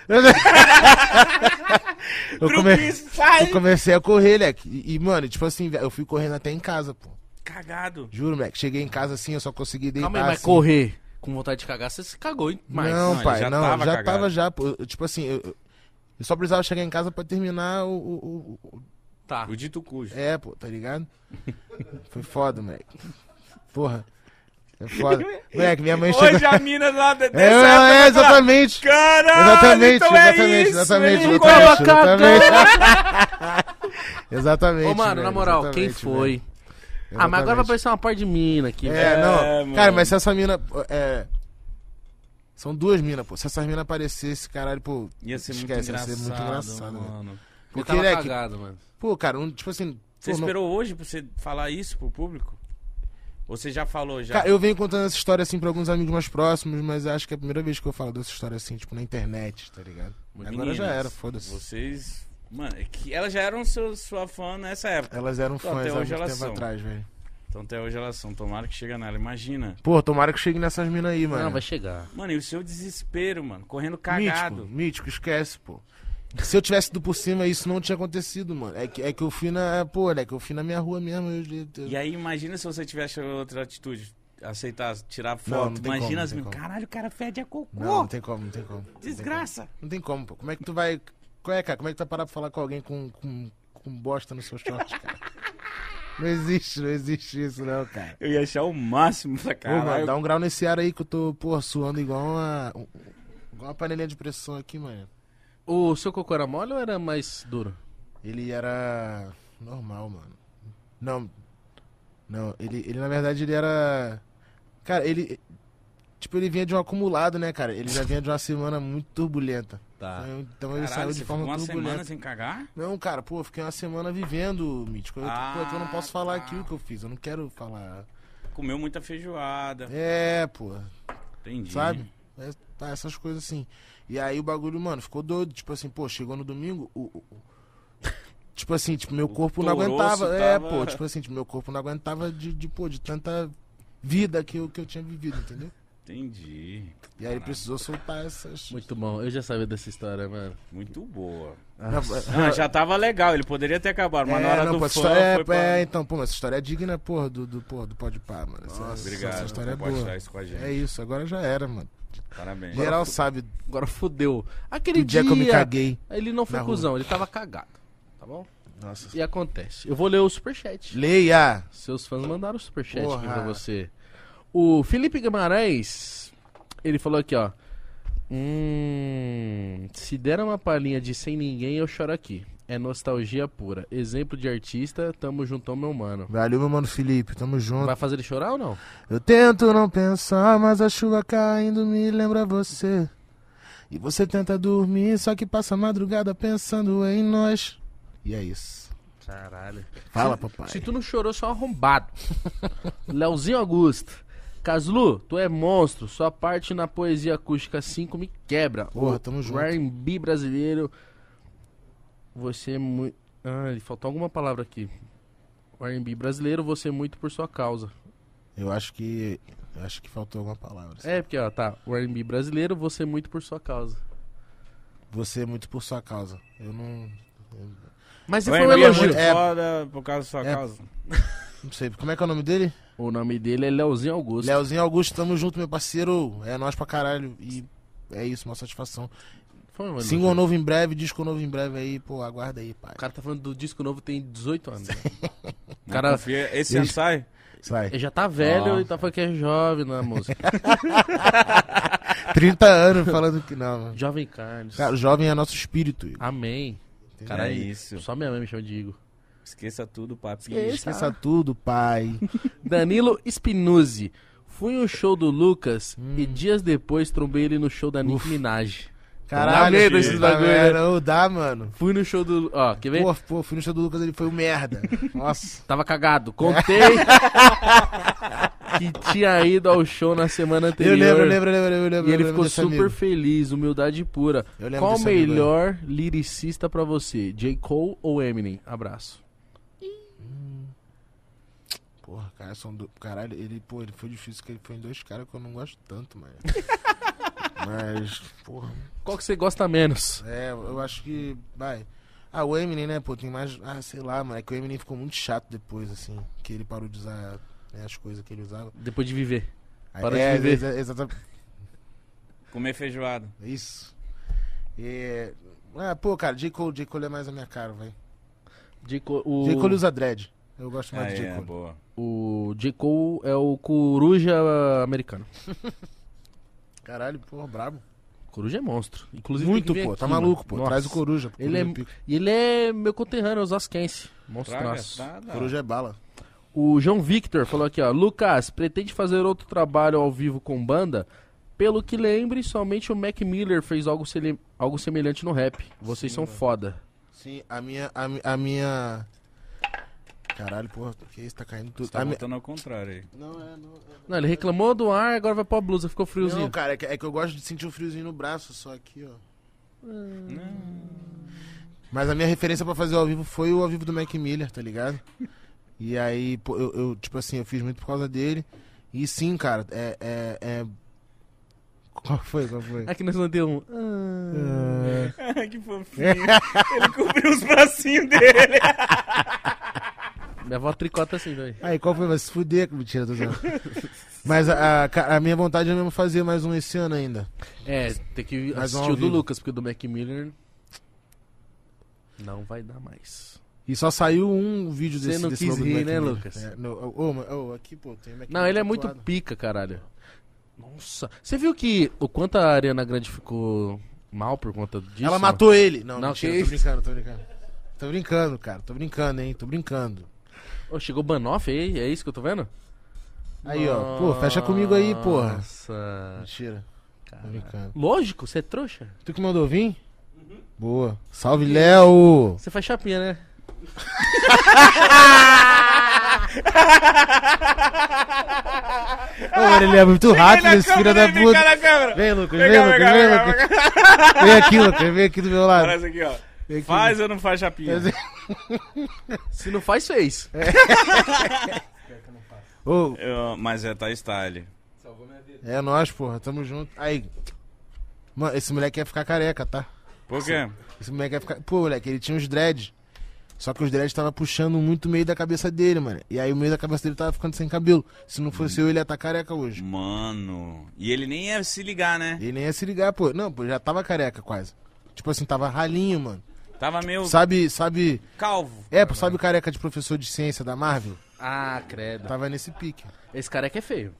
eu, come... eu comecei a correr, leque. E, e, mano, tipo assim, eu fui correndo até em casa, pô. Cagado. Juro, moleque. Cheguei em casa assim, eu só consegui deitar Calma aí, mas assim. correr com vontade de cagar, você se cagou, hein? Mas... Não, Não, pai, ele já não. tava já cagado. tava já, pô. Eu, tipo assim, eu, eu só precisava chegar em casa pra terminar o... o, o- o- Tá. O dito cujo. É, pô, tá ligado? Foi foda, moleque. Porra. É foda. Moleque, minha mãe chegou... Hoje a mina lá de- É, dessa é, época vai falar, exatamente. Caralho, Exatamente, então é exatamente, isso, exatamente, ele exatamente, colocou- exatamente. Exatamente. Ô, mano, velho, na moral, quem exatamente, foi? velho. Ah, mas agora vai Exatamente. aparecer uma par de mina aqui. É, velho. não. mano. Cara, mas se essa mina. É. São duas minas, pô. Se essas minas aparecessem, caralho, pô. Ia ser esquece, muito ia ser muito engraçado, engraçado, velho. Eu mano. Porque, tava né, que- cagado, mano. Pô, cara, um, tipo assim, Você Pô, não- esperou hoje pra você falar isso pro público? Ou você já falou já? Cara, eu venho contando essa história assim pra alguns amigos mais próximos, mas acho que é a primeira vez que eu falo dessa história assim, tipo, na internet, tá ligado? Agora Meninas, já era, foda-se. Vocês. Mano, é que elas já eram seu, sua fã nessa época. Elas eram Então, fãs até há muito hoje elas tempo são. atrás, velho. Então até hoje elas são. Tomara que chega nela. Imagina. Pô, tomara que chegue nessas minas aí, mano. Não, vai chegar. Mano, e o seu desespero, mano? Correndo cagado. Mítico, mítico, esquece, pô. Se eu tivesse ido por cima, isso não tinha acontecido, mano. É que, é que eu fui na. Pô, é que eu fui na minha rua mesmo. Eu, eu... E aí, imagina se você tivesse outra atitude. Aceitar, tirar Não, foto. não tem Imagina como, as não tem meninas. como. Caralho, o cara fede a cocô. Não, não tem como, não tem como. Não tem Desgraça. como. Não tem como, pô. Como é que tu vai. Qual é, cara? Como é que tu vai parar pra falar com alguém com, com, com bosta no seu short, cara? Não existe, não existe isso, não, cara. Eu ia achar o máximo pra Pô, mano, caralho. dá um grau nesse ar aí que eu tô, pô, suando igual uma. um- Igual uma panelinha de pressão aqui, mano. O seu cocô era mole ou era mais duro? Ele era. Normal, mano. Não. Não, ele, ele na verdade ele era. Cara, ele. Tipo, ele vinha de um acumulado, né, cara? Ele já vinha de uma semana muito turbulenta. Tá. Então ele Caralho, saiu você de forma ficou uma turbulenta. semana sem cagar? Não, cara, pô, eu fiquei uma semana vivendo, Mítico. Eu, Ah, pô, então eu não posso falar tá. aqui o que eu fiz. Eu não quero falar. Comeu muita feijoada. É, pô, Entendi. sabe? É, tá, essas coisas assim. E aí o bagulho, mano, ficou doido. Tipo assim, pô, chegou no domingo, o. o- o- tipo assim, tipo, meu corpo não toroço aguentava. É, tava- pô, tipo assim, tipo, meu corpo não aguentava de, de, pô, de tanta vida que eu, que eu tinha vivido, entendeu? Entendi. E aí ele precisou soltar essas. Muito bom. Eu já sabia dessa história, mano. Muito boa. Não, Ah, já tava legal, ele poderia ter acabado, mas na hora não, do pô, fã essa história é, foi pra... é, então, pô, mas essa história é digna, porra, do, do, porra, do Pode Pá, mano. Essa, Nossa, essa- obrigado essa história é por compartilhar boa. isso com a gente. É isso, agora já era, mano. Parabéns. Geral sabe Agora fudeu. Aquele do dia que eu me caguei. ele não foi na rua. cuzão, ele tava cagado. Tá bom? Nossa. E acontece. Eu vou ler o superchat. Leia! Seus fãs mandaram o superchat aqui Porra. pra você. O Felipe Guimarães, ele falou aqui, ó. Hum, se der uma palhinha de Sem Ninguém, eu choro aqui. É nostalgia pura. Exemplo de artista, tamo juntão, meu mano. Valeu, meu mano Felipe, tamo junto. Vai fazer ele chorar ou não? Eu tento não pensar, mas a chuva caindo me lembra você. E você tenta dormir, só que passa a madrugada pensando em nós. E é isso. Caralho. Fala, se, papai. Se tu não chorou, só arrombado. Leozinho Augusto. Caslu, tu é monstro. Sua parte na poesia acústica cinco me quebra. Porra, O tamo junto. R and B brasileiro. Você é muito. Ah, ele faltou alguma palavra aqui. O R and B brasileiro, você é muito por sua causa. Eu acho que. Eu acho que faltou alguma palavra. É, porque, ó, tá. O R and B brasileiro, você é muito por sua causa. Você é muito por sua causa. Eu não. eu Mas se Ué, for um mas é elogio. muito É. foda por causa da sua É. causa. não sei. Como é que é o nome dele? O nome dele é Leozinho Augusto. Leozinho Augusto, tamo junto, meu parceiro. É nóis pra caralho. E é isso, uma satisfação. Foi um elogio. Single novo em breve, disco novo em breve aí, pô, aguarda aí, pai. O cara tá falando do disco novo, tem dezoito anos. Não Cara- confia. Esse ano sai? Sai. Ele já tá velho Ó. e tá falando que é jovem na música. trinta anos falando que não, mano. Jovem Carlos. Cara, o jovem é nosso espírito. Igor. Amém. Entendeu? Caralho, É isso. só minha mãe me chama de Igor. Esqueça tudo, papi. Esqueça. Esqueça tudo, pai. Danilo Spinuzzi. Fui no show do Lucas e dias depois trombei ele no show da Nicki Uf. Minaj. Caralho, medo esses tá bagulho, né? vendo? Ô, dá, mano. Fui no show do... Ó, quer ver? Pô, pô, fui no show do Lucas, ele foi um merda. Nossa. Tava cagado. Contei que tinha ido ao show na semana Eu anterior. lembro, eu lembro, eu lembro, eu lembro. E ele eu lembro ficou desse super amigo. feliz, humildade pura. Eu lembro Qual o desse amigo aí. melhor lyricista pra você? J. Cole ou Eminem? Abraço. Porra, cara, são do... Caralho, ele, pô, ele foi difícil, que ele foi em dois caras que eu não gosto tanto, mano. Mas, porra. Qual que você gosta menos? É, eu acho que. Vai. Ah, o Eminem, né, pô, tem mais. Ah, sei lá, mano. É que o Eminem ficou muito chato depois, assim. Que ele parou de usar né, as coisas que ele usava. Depois de viver. Aí, Parou de é, viver. exa- exatamente. Comer feijoada. Isso. E. Ah, pô, cara, J. Cole, J. Cole é mais a minha cara, velho. J. Cole, o... J. Cole usa dread. Eu gosto mais Ah, de J. é, Cole. boa. o J. Cole é o coruja americano. Caralho, porra, brabo. Coruja é monstro. Inclusive Muito, tem que vir pô. aqui, Tá mano. maluco, pô. Nossa. Traz o Coruja. Pô, Ele é, Coruja pica. e ele é meu conterrâneo, osasquense. Traga, Monstraço. tá, tá. Coruja é bala. O João Victor falou aqui, ó. Lucas, pretende fazer outro trabalho ao vivo com banda? Pelo que lembre, somente o Mac Miller fez algo, sele- algo semelhante no rap. Vocês Sim, são mano. foda. Sim, a minha. A, mi- a minha. Caralho, porra, que isso, tá caindo tudo. Você tá A minha- voltando ao contrário aí. Não, é, não, é. Não, ele reclamou do ar, agora vai pôr a blusa, ficou friozinho. Não, cara, é que, é que eu gosto de sentir o friozinho no braço, só aqui, ó. Mas a minha referência pra fazer ao vivo foi o ao vivo do Mac Miller, tá ligado? E aí, pô, eu, eu, tipo assim, eu fiz muito por causa dele. E sim, cara, é... é, é... Qual foi, qual foi? Aqui nós vamos ter um... É... Que fofinho. Ele cobriu os bracinhos dele. Minha avó tricota assim, velho. Aí, qual foi? Vai se fuder, mentira, tô zoando. Mas a, a, a minha vontade é mesmo fazer mais um esse ano ainda. É, tem que Mas assistir ao o do vivo. Lucas, porque o do Mac Miller não vai dar mais. E só saiu um vídeo Você desse não desse quis logo do rir, Mac né, Miller. Lucas? É, no, ô, mas- ô, aqui, pô, tem Mac Não, Miller ele é muito tatuado. pica, caralho. Nossa. Você viu que o quanto a Ariana Grande ficou mal por conta disso? Ela matou ele. Não, Não, mentira, que tô isso? brincando, tô brincando. Tô brincando, cara, tô brincando, hein, tô brincando. Ô, chegou Banoff aí, é isso que eu tô vendo? Aí, ó, pô, fecha comigo aí, porra. Nossa. Mentira, tô brincando. Lógico, você é trouxa. Tu que mandou vir? Boa. Salve, Léo! Você faz chapinha, né? Ô, mano, ele é muito rápido, esse filho da Vem cá puta. na câmera. Vem, Lucas, Vem vem, cá, Lucas, vem cá, vem, vem cá, Lucas. Vem aqui, Lucas, vem aqui do meu lado. Parece aqui, ó. Vem aqui. Faz ou não faz chapinha? Se não faz, fez. Ô, Eu- mas é tá style. é nós, porra, tamo junto. Aí, mano, esse moleque ia ficar careca, tá? Por quê? Esse moleque ia ficar... Pô, moleque, ele tinha uns dreads. Só que os dreads tava puxando muito o meio da cabeça dele, mano. E aí o meio da cabeça dele tava ficando sem cabelo. Se não fosse eu, ele ia estar careca hoje. Mano. E ele nem ia se ligar, né? Ele nem ia se ligar, pô. Não, pô, já tava careca quase. Tipo assim, tava ralinho, mano. Tava meio Sabe, sabe... calvo. É, pô, sabe o careca de professor de ciência da Marvel? Ah, credo. Tava nesse pique. Esse careca é feio.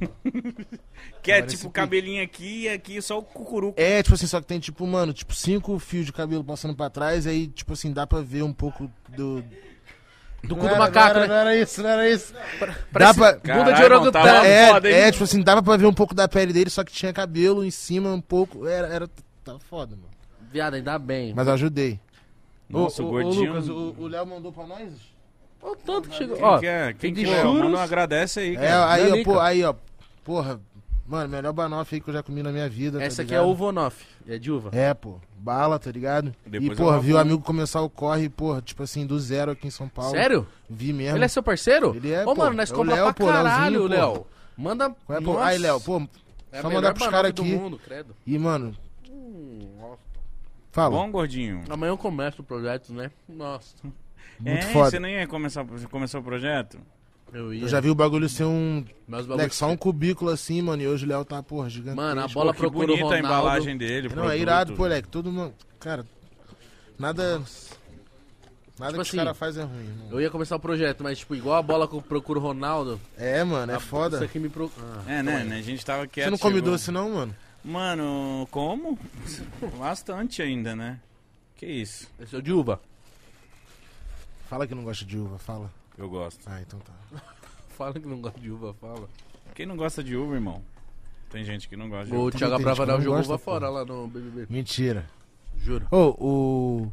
Que é Tava nesse tipo pique. cabelinho aqui e aqui só o cucuruco. É, tipo assim, só que tem tipo, mano, tipo cinco fios de cabelo passando pra trás, aí, tipo assim, dá pra ver um pouco do... Do cu Não do era- macaco, não era, né? Não era isso, não era isso. Parece pra- bunda Caralho, de orangotã. não tava- É, foda, hein? é, tipo assim, dava pra ver um pouco da pele dele, só que tinha cabelo em cima um pouco. Era, era tava foda, mano. Viado, ainda bem. Mas eu ajudei. Nossa, Ô, o ô, gordinho. Ô, Lucas, o o Léo mandou pra nós? Olha o tanto que chegou. Quem Ó, que é? Quem de que é? churros. Mano, agradece aí, É, cara. aí, ó, Nanica. pô, aí, ó. Porra, mano, melhor banoffee aí que eu já comi na minha vida. essa tá aqui é ligado? o Vonoff. É de uva. É, pô, bala, tá ligado? Depois e, eu porra, vou- vi o amigo começar o corre, porra, tipo assim, do zero aqui em São Paulo. Sério? Vi mesmo. Ele é seu parceiro? Ele é, Ô, pô. mano, nós É o compramos Léo, pra pô, caralho, Léozinho, pô. Léo. Manda... Qual é, pô? Nossa. Aí, Léo, pô, É a só melhor mandar pros caras banoffee aqui. do mundo, credo. E, mano, Hum, nossa. fala. Bom, gordinho. Amanhã eu começo o projeto, né? Nossa. Muito é, foda. você não ia começar, começar o projeto? Eu ia. Eu já vi o bagulho ser um. Mas o Moleque, bagulho... só um cubículo assim, mano. E hoje o Léo tá, porra, gigante. Mano, a bola Pô, que procura o bonita a Ronaldo. embalagem dele. o Não, é produto. irado, pô, moleque. Todo mundo. Cara, nada. Nada Tipo que assim, os caras fazem é ruim, irmão. Eu ia começar o projeto, mas tipo, igual a bola que eu procuro o Ronaldo. É, mano, é a- foda. Isso aqui me procura. Ah, É, né? né? A gente tava quieto. Você não come chegou- doce, não, mano? Mano, como? Bastante ainda, né? Que isso? esse é o de uva. Fala que não gosta de uva, fala. Eu gosto. Ah, então tá. Fala que não gosta de uva, fala. Quem não gosta de uva, irmão? Tem gente que não gosta de O uva. Tem Thiago gente que Abravanel não jogou gosta, uva pô. fora lá no B B B. Mentira. Juro. Ô, o.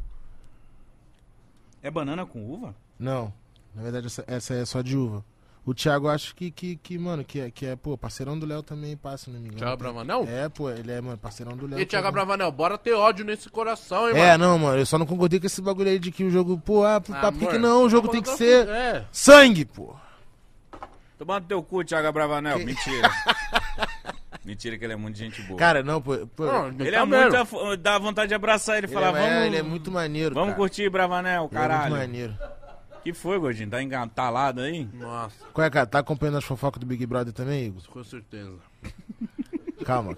É banana com uva? Não. Na verdade, essa, essa é só de uva. O Thiago acho que, que, que mano, que é, que é, pô, parceirão do Léo também, passa, se não me engano. Thiago Abravanel? É, pô, ele é, mano, parceirão do Léo. E Thiago também. Abravanel, bora ter ódio nesse coração, hein, É, mano? não, mano, eu só não concordei com esse bagulho aí de que o jogo, pô, ah, Ah, tá, porque que amor, não, o jogo tá tem que falando ser assim, É. sangue, pô. Tomando teu cu, Thiago Abravanel. Mentira. Mentira que ele é muito gente boa. Cara, não, pô, pô Não, ele tá é vendo? muito... af- Dá vontade de abraçar ele e ele, falar, é, vamos... é, ele é muito maneiro, Vamos cara. curtir, Bravanel, Ele é muito caralho. maneiro. Que foi, gordinho? Tá entalado aí? Nossa, Qual é, cara? Tá acompanhando as fofocas do Big Brother também, Igor? com certeza. Calma.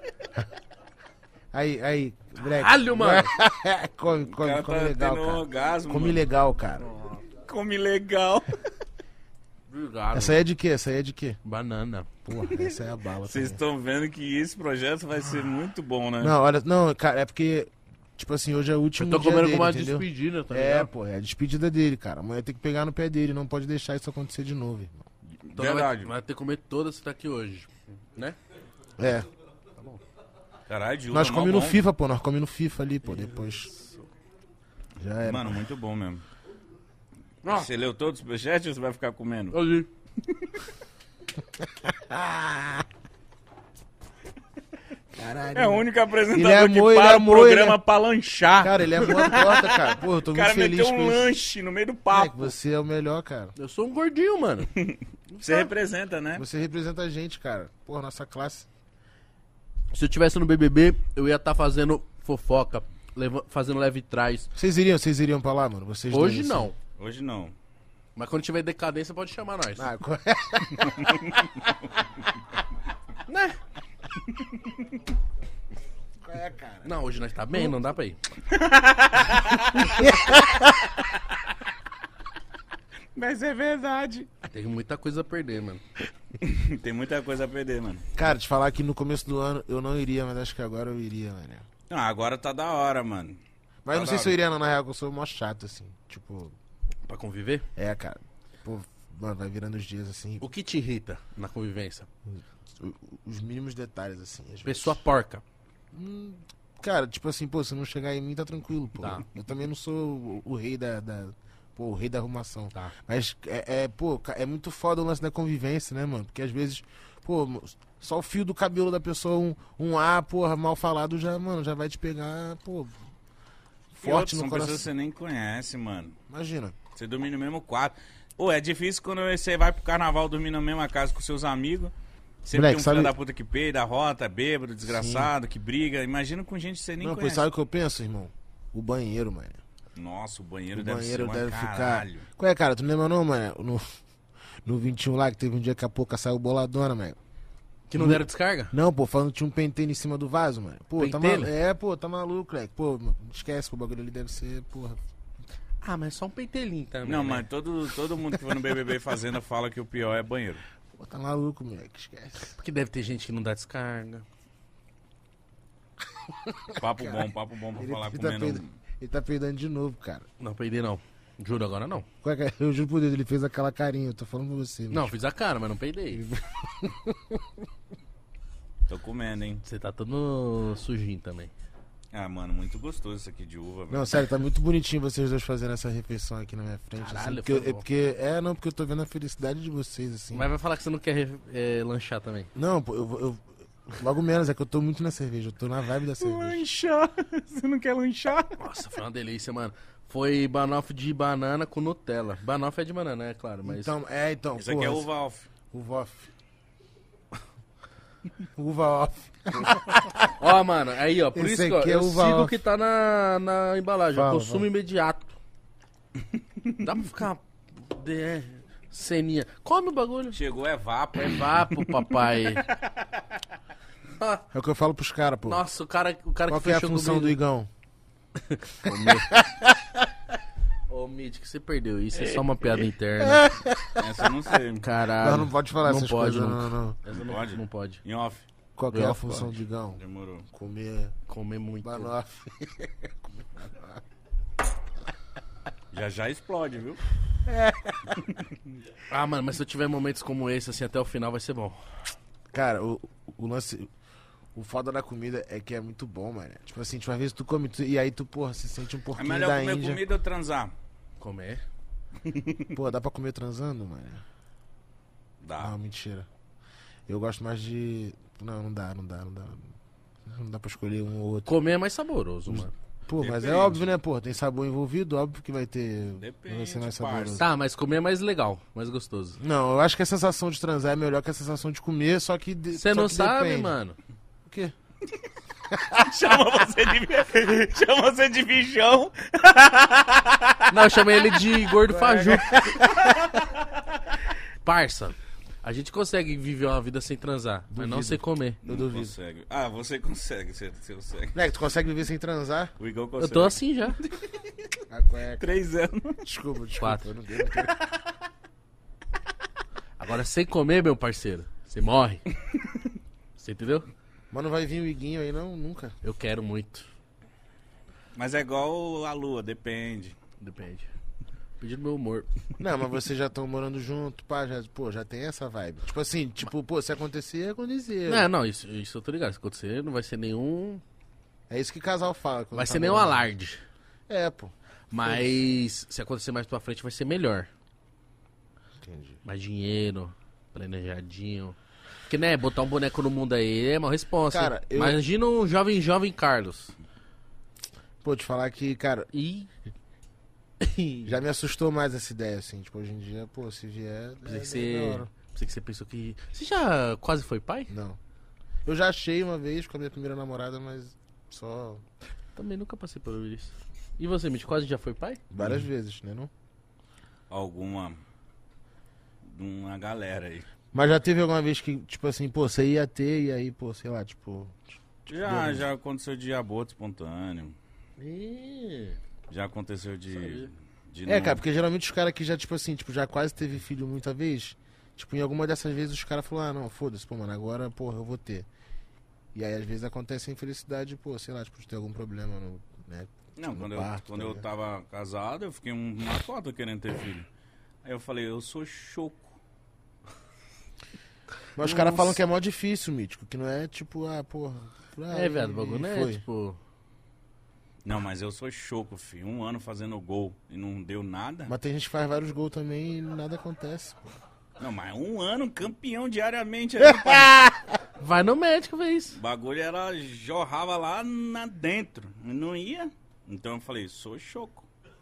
Aí, aí, moleque. Caralho, mano. come, O come, cara come tá legal, tendo cara. orgasmo, Come mano. legal, cara. Come legal. Obrigado. Essa aí é de quê? Essa aí é de quê? Banana. Porra, essa é a bala. Vocês também. estão vendo que esse projeto vai ser muito bom, né? Não, olha, não, cara, é porque, tipo assim, hoje é o último Eu tô dia comendo dele, com uma entendeu? despedida, tá É, ligado? pô, é a despedida dele, cara. Amanhã tem que pegar no pé dele, não pode deixar isso acontecer de novo, irmão. Então nós Verdade. Vai, vai ter que comer toda essa daqui hoje. Né? É. Caralho, de uva Nós mó comemos no bom. FIFA, pô, nós comemos no FIFA ali, pô, depois. Já era. Mano, muito bom mesmo. Ah. Você leu todos os superchats ou você vai ficar comendo? Eu li. Caralho. É o único apresentador Ele amou, que ele para amou, o programa ele- pra lanchar. Cara, ele é boa porta, cara. Pô, eu tô o muito cara feliz meteu com um isso. lanche no meio do Moleque, papo. você é o melhor, cara. Eu sou um gordinho, mano. Você representa, né? Você representa a gente, cara. Porra, nossa classe. Se eu tivesse no B B B, eu ia estar fazendo fofoca, leva- fazendo leve trás. Vocês iriam, vocês iriam pra lá, mano? Vocês Hoje dois, não. assim. Hoje não. Mas quando tiver decadência, pode chamar nós. Ah, qual Né? qual é, cara? Não, hoje nós tá bem, não dá pra ir. Mas é verdade. Tem muita coisa a perder, mano. Tem muita coisa a perder, mano. Cara, te falar que no começo do ano eu não iria, mas acho que agora eu iria, mano. Não, agora tá da hora, mano. Mas eu não Tá sei da se eu hora. iria, não, na real, que eu sou mó chato, assim. Tipo, Pra conviver? é, cara. Pô, mano, vai virando os dias, assim. O que te irrita na convivência? o- Os mínimos detalhes, assim. às vezes. Pessoa porca. Hum, cara, tipo assim, pô, se não chegar em mim, tá tranquilo, pô. Tá. Eu também não sou o, o rei da, da- Pô, o rei da arrumação. Tá. Mas é, é, pô, ca- é muito foda o lance da convivência, né, mano? Porque às vezes, pô, só o fio do cabelo da pessoa, um, um A, porra, mal falado, já, mano, já vai te pegar, pô, E forte outros no são coração. pessoas que você nem conhece, mano. Imagina. Você dormir no mesmo quarto. Ô, é difícil quando você vai pro carnaval dormir na mesma casa com seus amigos. Sempre Moleque, tem um sabe- filho da puta que peida, rota, bêbado, desgraçado, que briga. Imagina com gente que você nem não, pois conhece. sabe o que eu penso, irmão? O banheiro, mano. Nossa, o banheiro O deve banheiro ser uma deve ficar. caralho. Qual é, cara? Tu não lembra não, mano? No, no vinte e um lá, que teve um dia que a pouca saiu boladona, mano. Que não deram descarga? Não, pô, falando que tinha um pentelho em cima do vaso, mano. Pô, tá Pentelho? maluco. É, pô, tá maluco, moleque. Pô, mano, esquece, pô, o bagulho ali deve ser, porra. Ah, mas só um peitelinho também. Não, né? mas todo, todo mundo que vai no B B B Fazenda fala que o pior é banheiro. Pô, tá maluco, moleque, esquece. Porque deve ter gente que não dá descarga. Papo bom, papo bom pra Ele, falar ele, tá comendo. peidando, ele tá peidando de novo, cara. Não, peidei não. Juro, agora não. Qual é que é? Eu juro por Deus, ele fez aquela carinha, eu tô falando pra você. Não, bicho. fiz a cara, mas não peidei. Tô comendo, hein? Você tá todo sujinho também. Ah, mano, muito gostoso isso aqui de uva, velho. Não, sério, tá muito bonitinho vocês dois fazendo essa refeição aqui na minha frente. Caralho, assim, porque, foi eu- é bom. porque, é, não, porque eu tô vendo a felicidade de vocês, assim. Mas vai falar que você não quer re- é, lanchar também. Não, pô, eu, vou- eu, logo menos, é que eu tô muito na cerveja, eu tô na vibe da cerveja. Lanchar! Você não quer lanchar? Nossa, foi uma delícia, mano. Foi banoffee de banana com Nutella. Banoffee é de banana, é claro, mas... Então, é, então, Isso aqui é porra, uva off. Uva off. Uva off. Ó, mano, aí, ó, por Esse isso que ó, aqui é eu uva sigo o off. que tá na, na embalagem. Fala, Consumo fala. imediato. Dá pra ficar... É, ceninha. Come o bagulho. Chegou, é vapo. É vapo, papai. Ah, É o que eu falo pros caras, pô. nossa, o cara, o cara Qual que que é a fechou função do comigo... Igão? Ô, Mitch, que você perdeu. Isso é só uma piada interna. Essa eu não sei. Caralho. Não, não pode falar Não essas pode, coisas, nunca. não, não. Essa não Pode? Não pode. Em off. Qual que é a Não, função pode. do Igão? Demorou. Comer Comer muito. banoffee. Já já explode, viu? Ah, mano, mas se eu tiver momentos como esse, assim, até o final vai ser bom. Cara, o, o lance... O foda da comida é que é muito bom, mano. Tipo assim, tipo, às vezes tu come tu- e aí tu, porra, se sente um É porquinho melhor da comer Índia. comida ou transar? Comer? Pô, dá pra comer transando, mano? Dá. Não, mentira. Eu gosto mais de... Não, não dá, não dá, não dá. Não dá pra escolher um ou outro. Comer é mais saboroso, mano. Pô, mas é Depende. óbvio, né, pô? Tem sabor envolvido, óbvio que vai ter... Depende, vai ser mais parça. saboroso. Tá, mas comer é mais legal, mais gostoso. Não, eu acho que a sensação de transar é melhor que a sensação de comer, só que... de- Você só não que sabe, depende. mano. O quê? Chama você de chama você de bichão. Não, eu chamei ele de gordo fajuto. Parça, a gente consegue viver uma vida sem transar, mas não Duvido. sem comer. Eu Não duvido. consegue. Ah, você consegue, você, você consegue. Moleque, tu consegue viver sem transar? O Igor Eu consegue. tô assim já. Ah, qual é? Três anos. Desculpa, desculpa. Quatro. Eu não, eu não quero... Agora, sem comer, meu parceiro, você morre. Você entendeu? Mas não vai vir o Iguinho aí, não? Nunca. Eu quero muito. Mas é igual a lua, depende. Depende. Pedir do meu humor. Não, mas vocês já estão morando junto, pá, já, pô, já tem essa vibe. Tipo assim, tipo, pô, se acontecer, aconteceu. Não, não, isso, isso eu tô ligado. Se acontecer, não vai ser nenhum. É isso que casal fala. quando Vai tá ser nenhum morando. alarde. É, pô. Mas se acontecer mais pra frente vai ser melhor. Entendi. Mais dinheiro, planejadinho. Porque, né, botar um boneco no mundo aí é uma responsa. Cara, eu- Imagina um jovem, jovem Carlos. Pô, te falar que, cara, E... já me assustou mais essa ideia, assim. Tipo, hoje em dia, pô, se vier. Pensei é que bem você... da hora. Pensei que você pensou que... Você já quase foi pai? Não. Eu já achei uma vez com a minha primeira namorada, mas só Também nunca passei por isso. E você, Mitch, quase já foi pai? várias vezes, né? Não? Alguma. Uma galera aí. Mas já teve alguma vez que, tipo assim, pô, você ia ter e aí, pô, sei lá, tipo. Já, deu- já aconteceu de aborto espontâneo. É. Já aconteceu de. Sabia. de É, não- cara, porque geralmente os caras que já, tipo assim, tipo, já quase teve filho muita vez, tipo, em alguma dessas vezes os caras falaram, ah, não, foda-se, pô, mano, agora, porra, eu vou ter. E aí, às vezes, acontece a infelicidade, pô, sei lá, tipo, de ter algum problema, no, né? Não, no quando, eu, parto, quando tá eu ligado? tava casado, eu fiquei um- uma cota querendo ter filho. Aí eu falei, eu sou choco. Mas os caras Nossa. falam que é mó difícil, Mítico, que não é tipo, ah, porra. ah, É, velho, e- o bagulho e não é, foi. tipo... Não, mas eu sou choco, filho. Um ano fazendo gol e não deu nada. Mas tem gente que faz vários gols também e nada acontece, pô. Não, mas um ano campeão diariamente. Ali, pai. Vai no médico ver isso. O bagulho era, jorrava lá na dentro. E não ia. Então eu falei, sou choco.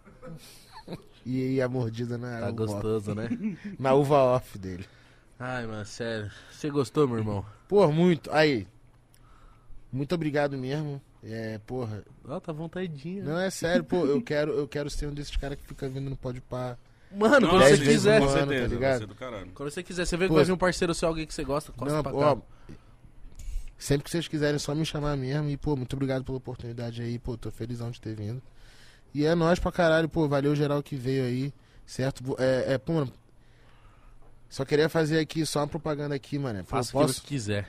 E aí a mordida na, Tá uva, gostoso, né? na uva off dele. Ai, mano, sério. Você gostou, meu irmão? Pô, muito. Aí. Muito obrigado mesmo. É, porra. Ó, tá vontadinha. Não, é sério, pô, eu quero, eu quero ser um desses caras que fica vindo no Pode Pá. Mano, quando Nossa, dez você vezes quiser. no com ano, tá certeza, ligado? vai ser do caralho. Quando você quiser. Você vê que Pô, vai vir um parceiro seu, alguém que você gosta, costa Não, pra ó, cá. sempre que vocês quiserem, é só me chamar mesmo. E, pô, muito obrigado pela oportunidade aí, pô, tô felizão de ter vindo. E é nóis pra caralho, pô, valeu geral que veio aí, certo? Vou- É, é pô, mano, só queria fazer aqui, só uma propaganda aqui, mano. Pô, Faça o posso? que quiser.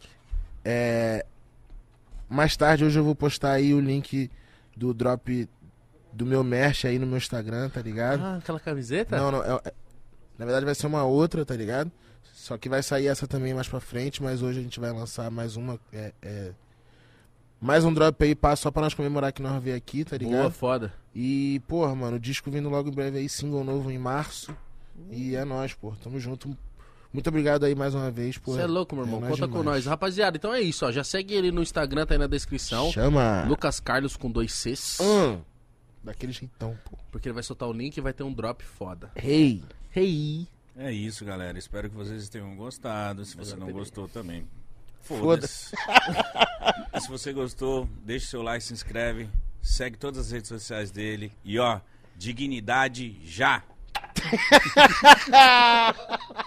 É, mais tarde, hoje eu vou postar aí o link do drop do meu merch aí no meu Instagram, tá ligado? Ah, aquela camiseta? Não, não, é- é- na verdade vai ser uma outra, tá ligado? Só que vai sair essa também mais pra frente, mas hoje a gente vai lançar mais uma, é, é, mais um drop aí, pá, só pra nós comemorar que nós veio aqui, tá ligado? Boa, foda. E, porra, mano, o disco vindo logo em breve aí, single novo em março. E é nóis, pô, tamo junto. Muito obrigado aí mais uma vez, pô. Você é louco, meu irmão. nóis Conta com demais. nós. Rapaziada, então é isso, ó. Já segue ele no Instagram, tá aí na descrição. Chama! Lucas Carlos com dois Cs. Hum, daquele jeitão, pô. Porque ele vai soltar o link e vai ter um drop foda. Hey! Hey! É isso, galera. Espero que vocês tenham gostado. Se você não gostou também, Foda-se. foda-se. E se você gostou, deixa o seu like, se inscreve, segue todas as redes sociais dele. E ó, dignidade já!